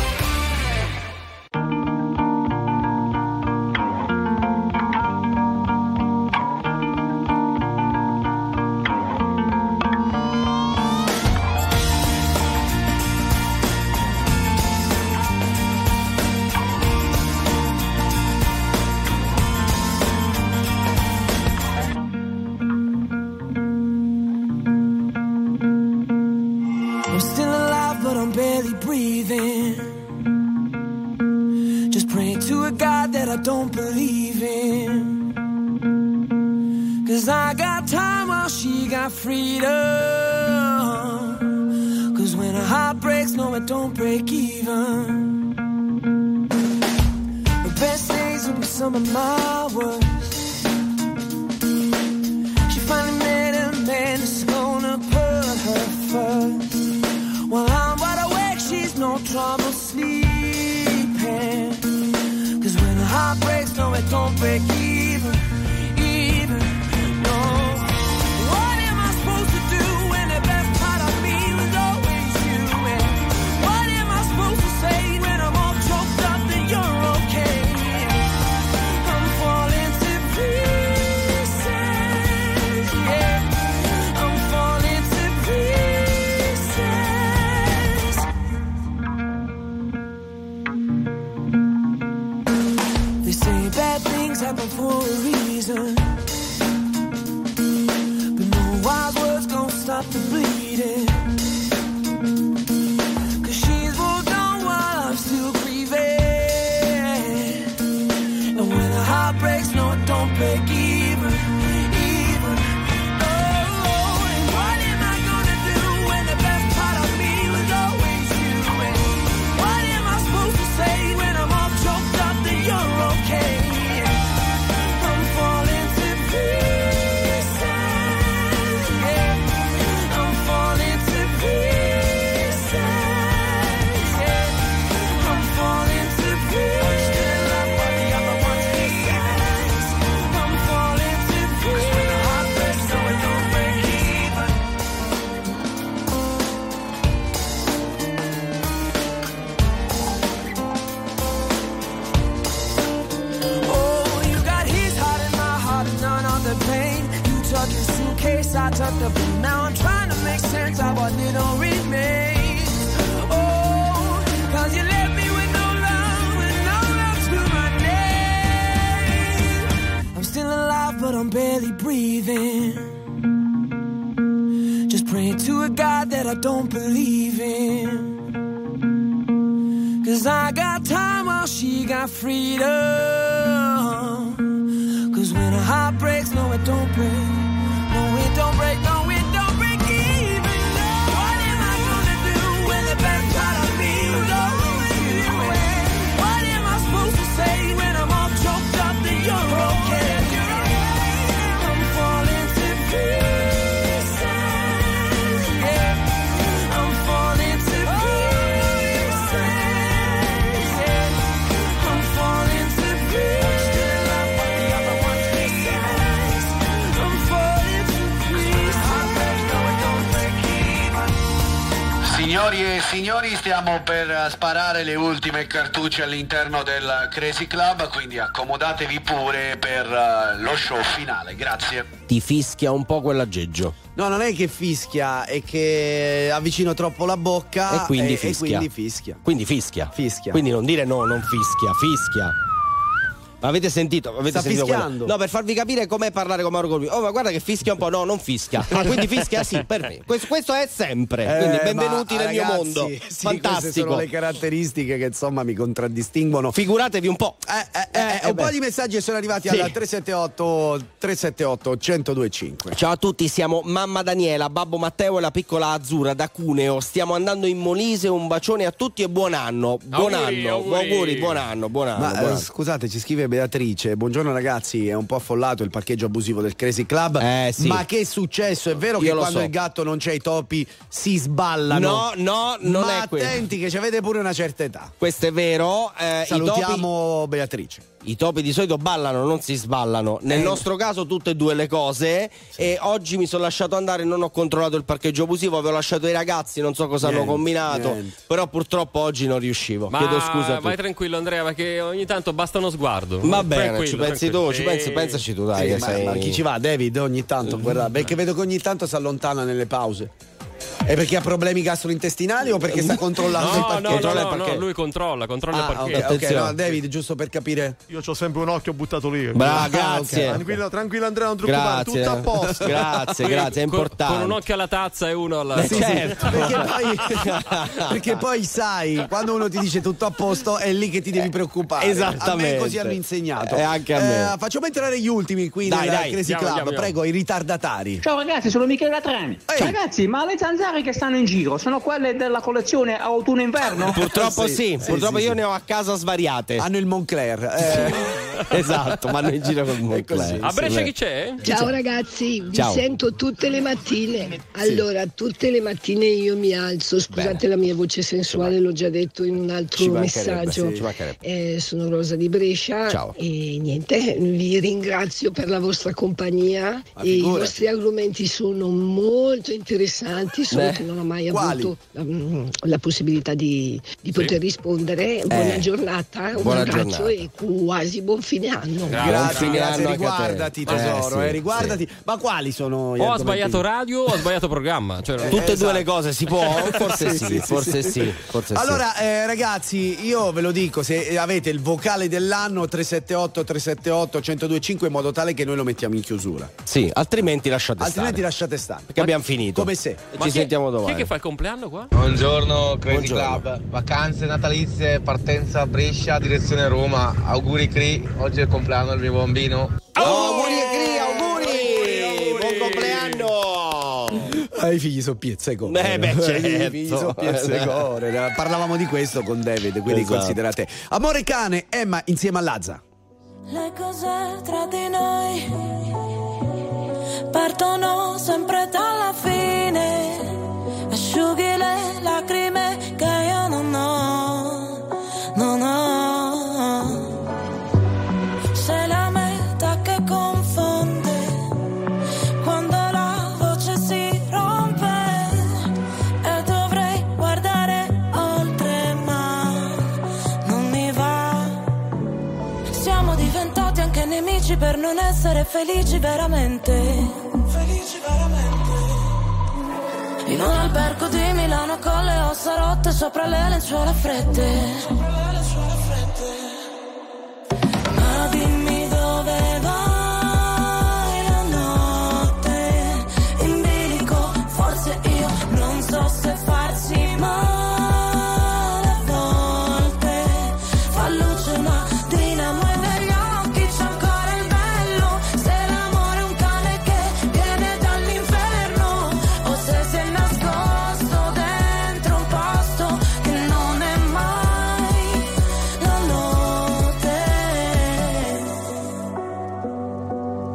I'm still alive, but I'm barely breathing. Just praying to a God that I don't believe in. 'Cause I got time while she got freedom. 'Cause when a heart breaks, no, it don't break even. The best days will be some of my worst. She finally met a man that's gonna put her first. While I'm wide awake, she's no trouble sleeping. 'Cause when a heart breaks, no, it don't break even, no. What am I supposed to do when the best part of me was always you? And what am I supposed to say when I'm all choked up that you're okay? I'm falling to pieces, yeah. I'm falling to pieces. They say bad things happen for a reason, but no wise words gon' stop the bleeding. 'Cause she's moved on while I'm still grieving. And when a heart breaks, no, it don't break even, no. And what am I gonna do when the best part of me was always you? And what am I supposed to say when I'm all choked up that you're okay? I'm falling to pieces, yeah. I'm falling to pieces, yeah. I'm falling to pieces. I'm falling to pieces. When the heart breaks, so it don't break even. Oh, you got his heart and my heart and none of the pain. You took your suitcase, I took the blue. Now I'm trying to make sense of what little remains. Oh, 'cause you left me with no love and no love to my name. I'm still alive, but I'm barely breathing. Just praying to a God that I don't believe in. 'Cause I got time while she got freedom. 'Cause when a heart breaks, no it don't break. No it don't break, no it don't break even. What am I gonna do when the best part of me goes away? What am I supposed to say when I'm all choked up that you're okay? I'm falling to pieces, yeah. I'm falling to pieces, yeah. I'm falling to pieces. Still I'm what the other one says. I'm falling to pieces. No, it don't break even. Signori e signori, stiamo per sparare le ultime cartucce all'interno del Crazy Club, quindi accomodatevi pure per lo show finale. Grazie. Ti fischia un po' quell'aggeggio. No, non è che fischia, è che avvicino troppo la bocca e quindi fischia. Quindi fischia. Quindi non dire no, non fischia. Ma avete sentito? Sta fischiando. No, per farvi capire com'è parlare con Mauro Colpi. Oh, ma guarda che fischia un po'. No, non fischia. Ah, quindi fischia sì, per me. Questo è sempre. Quindi benvenuti nel mio mondo. Sì, fantastico. Queste sono le caratteristiche che insomma mi contraddistinguono. Figuratevi un po'. Un po' di messaggi sono arrivati al 378 1025. Ciao a tutti, siamo mamma Daniela, babbo Matteo e la piccola Azzurra da Cuneo. Stiamo andando in Molise, un bacione a tutti e buon anno. Auguri, buon anno. Scusate, ci scrive Beatrice, buongiorno ragazzi, è un po' affollato il parcheggio abusivo del Crazy Club, sì. Ma che è successo? È vero che quando il gatto non c'è i topi si sballano? No, non ma è quello. Attenti che ci avete pure una certa età. Questo è vero. Salutiamo Beatrice. I topi di solito ballano, non si sballano. Nel nostro caso tutte e due le cose. Sì. E oggi mi sono lasciato andare, non ho controllato il parcheggio abusivo, avevo lasciato i ragazzi, non so cosa hanno combinato. Però purtroppo oggi non riuscivo. Chiedo scusa. Vai tranquillo Andrea, perché ogni tanto basta uno sguardo. Va bene, ci pensi tu, pensaci tu, dai. Ma chi ci va? David ogni tanto, guarda, perché vedo che ogni tanto si allontana nelle pause. È perché ha problemi gastrointestinali o perché sta controllando il parcheggio? No, lui controlla il parcheggio. Ok, no, David, giusto per capire. Io c'ho sempre un occhio buttato lì. Bravo, grazie. Okay. Tranquillo Andrea, non ti preoccupare, tutto a posto. Grazie, è importante. Con un occhio alla tazza e uno alla... certo. Perché poi sai, quando uno ti dice tutto a posto è lì che ti devi preoccupare. Esattamente. A me così hanno insegnato. E anche a me. Facciamo entrare gli ultimi qui nel Crazy Club. Andiamo. Prego, i ritardatari. Ciao ragazzi, sono Michele Latrani. Ragazzi, ma le zanzare che stanno in giro sono quelle della collezione autunno-inverno? Purtroppo sì. Purtroppo io ne ho a casa svariate. Hanno il Moncler. Esatto, vanno in giro col Moncler. A Brescia chi c'è? Ciao ragazzi, vi sento tutte le mattine. Allora, tutte le mattine io mi alzo, scusate la mia voce sensuale, l'ho già detto in un altro messaggio. Sono Rosa di Brescia. Ciao. E niente, vi ringrazio per la vostra compagnia. E i vostri argomenti sono molto interessanti, solo che non ho mai avuto la possibilità di poter rispondere. Buona giornata, un abbraccio e quasi buon fine anno. Grazie, riguardati tesoro, riguardati. Ma quali sono gli argomenti? Ho sbagliato radio o ho sbagliato programma? Cioè, tutte e due le cose si può? Forse sì. Allora ragazzi, io ve lo dico, se avete il vocale dell'anno 378 1025 in modo tale che noi lo mettiamo in chiusura. Sì, altrimenti lasciate stare. Perché abbiamo finito. Come se. Ci sentiamo domani. Chi è che fa il compleanno qua? Buongiorno Crazy Club. Vacanze natalizie, partenza Brescia, direzione Roma. Auguri Cri, oggi è il compleanno del mio bambino. Auguri Cri, auguri! Buon compleanno! I figli sono piezza e core. Certo. I figli sono piezza e core. Parlavamo di questo con David, quindi considerate. Amore cane, Emma insieme a Lazza. Le cose tra di noi partono sempre dalla fine. Asciughi le lacrime che io non ho. Sei la metà che confonde quando la voce si rompe e dovrei guardare oltre ma non mi va. Siamo diventati anche nemici per non essere felici veramente. In un albergo di Milano con le ossa rotte sopra le lenzuola fredde. Ma dimmi dove vai la notte in bilico, forse io non so se farsi male a volte.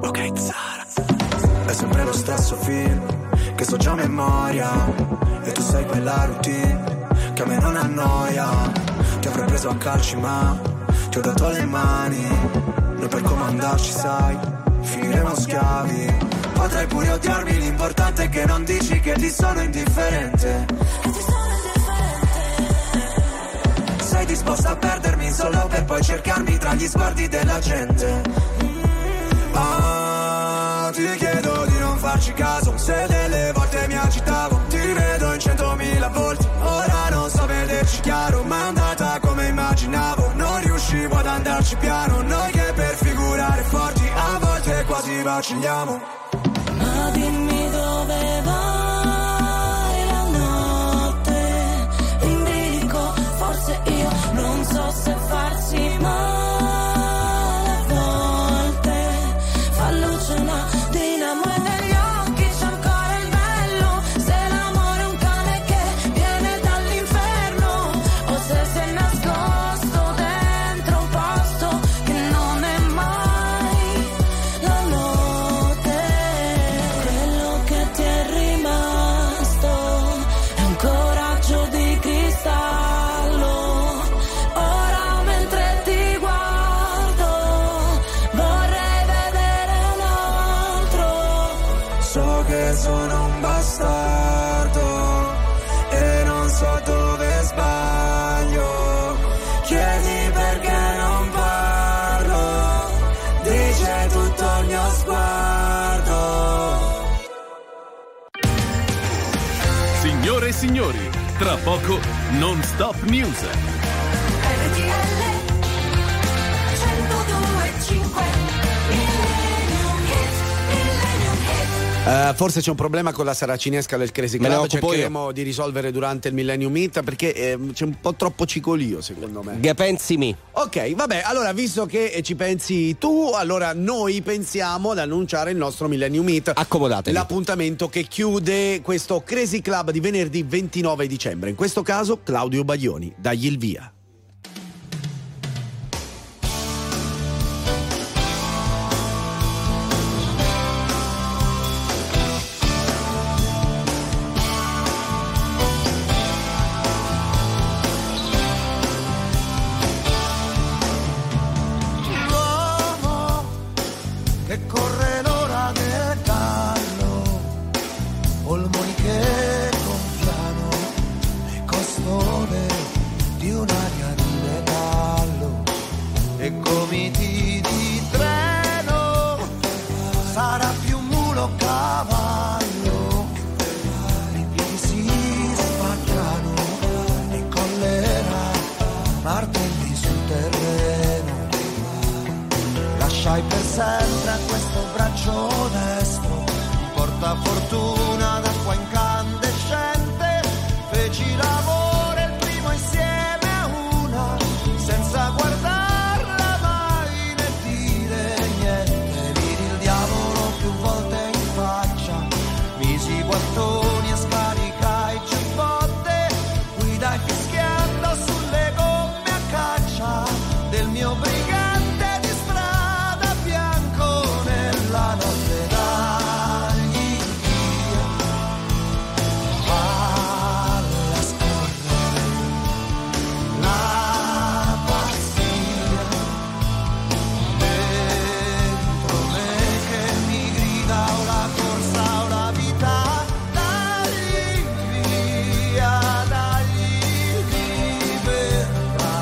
Ok Zara. È sempre lo stesso film che so già a memoria, e tu sai quella routine che a me non annoia. Ti avrei preso a calci ma ti ho dato le mani. Noi per comandarci sai, finiremo schiavi. Potrai pure odiarmi, l'importante è che non dici che ti sono indifferente. Sei disposta a perdermi solo per poi cercarmi tra gli sguardi della gente. Ti chiedo di non farci caso, se delle volte mi agitavo. Ti vedo in 100.000 volti, ora non so vederci chiaro. Ma è andata come immaginavo, non riuscivo ad andarci piano. Noi che per figurare forti a volte quasi vacilliamo. Ma dimmi dove vai la notte, in bilico, forse io non so se farsi male a volte. Fa luce una dinamo e negli occhi c'è ancora il bello. Se l'amore è un cane che viene dall'inferno, o se si è nascosto dentro un posto che non è mai la notte. Quello che ti è rimasto è un coraggio di cristallo. Ora mentre ti guardo vorrei vedere un altro. So che sono un bastardo e non so dove sbaglio. Chiedi perché non parlo, dice tutto il mio sguardo. Signore e signori, tra poco Non Stop News. Forse c'è un problema con la saracinesca del Crazy Club, cercheremo di risolvere durante il Millennium Hit, perché c'è un po' troppo cicolio secondo me. Che pensi mi? Ok, vabbè, allora visto che ci pensi tu, allora noi pensiamo ad annunciare il nostro Millennium Hit. Accomodatevi. L'appuntamento che chiude questo Crazy Club di venerdì 29 dicembre. In questo caso Claudio Baglioni, dagli il via. Che corre l'ora del gallo, polmoni che gonfiano e costole di un'aria di metallo e gomiti di treno. Sarà più mulo o cavallo, i piedi si spaccano e collera martelli sul terreno. Lasciai per sempre questo braccio destro, porta fortuna d'acqua incandescente. Feci l'amore il primo insieme a una, senza guardarla mai né dire niente. Vidi il diavolo più volte in faccia, misi guantoni e scaricai giubbotte, guidai fischiando sulle gomme a caccia del mio brigante. La notte dagli via, falla scorrere la pazzia dentro me che mi grida o la corsa o la vita. Dagli via, dagli libertà,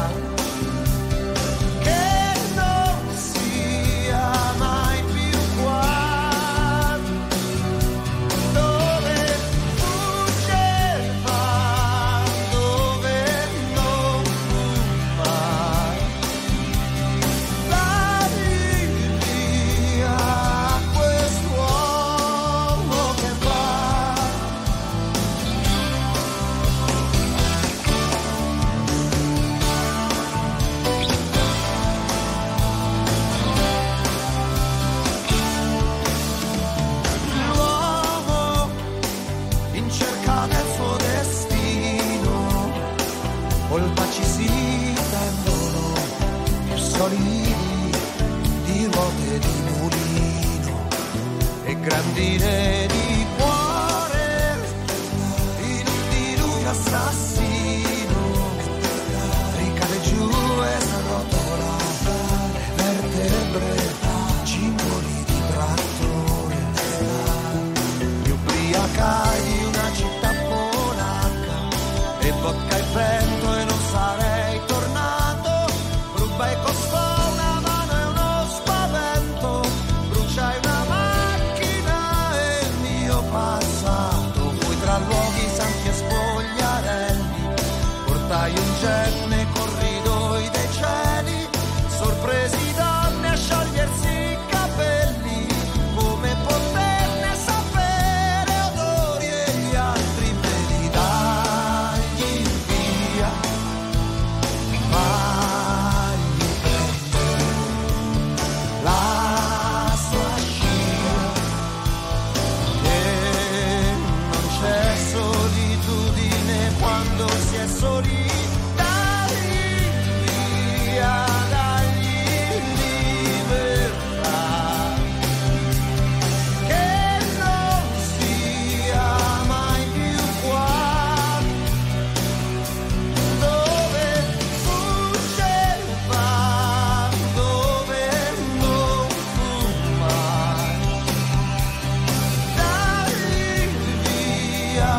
che non sia mai colpa ci si tendono più solidi di ruote di mulini. e grandine di cuore, in un diluvio assassino, ricade giù e s'arrotola, vertebre, cingoli di trattore, mi ubriacai di una città polacca, e vodka e vento e non sarei tornato, rubai costò una mano e uno spavento, bruciai una macchina e il mio passato, fui tra luoghi santi e spogliarelli, portai un jet nei corridoi dei cieli, sorpresi donne a sciogliersi i capelli, come poterne sapere odori e gli altri vedi, dagli via, fagli prendere la sua scia, e non c'è solitudine quando si è soli, dagli via, dagli libertà, che non sia mai più qua, dove fuggeva, dove non fu mai, dagli via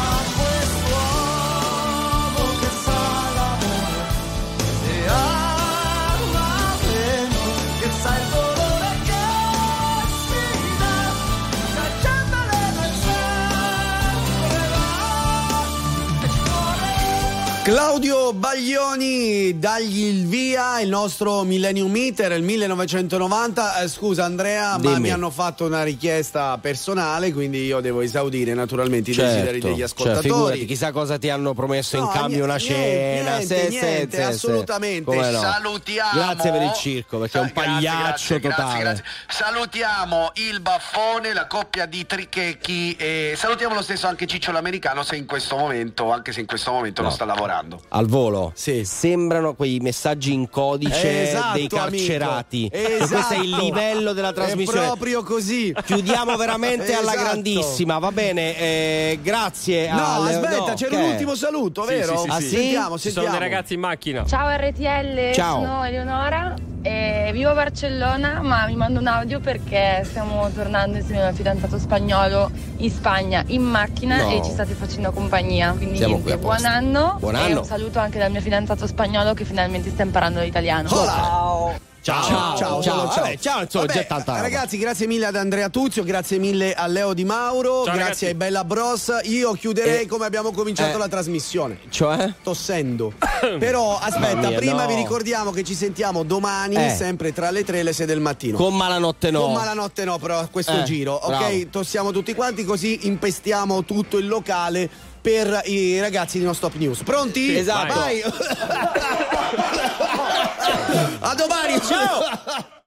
quest'uomo che sa l'amore e ama meno, che sa il dolore che si dà, cacciandole nel sempre va, e ci vuole. Claudio Baglioni, dagli il via, il nostro Millennium Meter, il 1990. Scusa Andrea, ma Dimmi. mi hanno fatto una richiesta personale, quindi io devo esaudire naturalmente i desideri degli ascoltatori. figurati, chissà cosa ti hanno promesso in cambio, una cena. Niente, assolutamente. Come no? Salutiamo. Grazie per il circo, perché è un pagliaccio totale. Grazie. Salutiamo il Baffone, la coppia di Trichecchi, e salutiamo lo stesso anche Ciccio l'americano, se in questo momento, anche se in questo momento non sta lavorando. Al volo, sì. Sembrano quei messaggi in codice Esatto, dei carcerati. amico. E questo è il Esatto. livello della trasmissione. È proprio così. Chiudiamo veramente alla Esatto. grandissima, va bene, grazie. No, alle- aspetta, no, c'era che un è? ultimo saluto, vero? Sì, sì, sì. Sentiamo, Ci sono dei ragazzi in macchina. Ciao RTL, Ciao. sono Eleonora e vivo a Barcellona, ma mi mando un audio perché stiamo tornando insieme al mio fidanzato spagnolo in Spagna in macchina No. e ci state facendo compagnia. Quindi Siamo niente, qui a posto. buon anno. Buon E anno. un saluto anche dal mio fidanzato spagnolo che finalmente sta imparando l'italiano. Ciao. Ciao. Vabbè, ciao, insomma, Vabbè, c'è tanta roba. ragazzi, grazie mille ad Andrea Tuzio, grazie mille a Leo Di Mauro, Ciao, grazie ragazzi. ai Bella Bros. Io chiuderei come abbiamo cominciato la trasmissione. Cioè? Tossendo. Però aspetta, Mamma mia, prima no. vi ricordiamo che ci sentiamo domani, sempre tra le 3 e le 6 del mattino. Con Malanotte no. Con Malanotte no, però a questo giro, ok? bravo. Tossiamo tutti quanti, così impestiamo tutto il locale per i ragazzi di Non Stop News. Pronti? Esatto. Vai. A domani, ciao!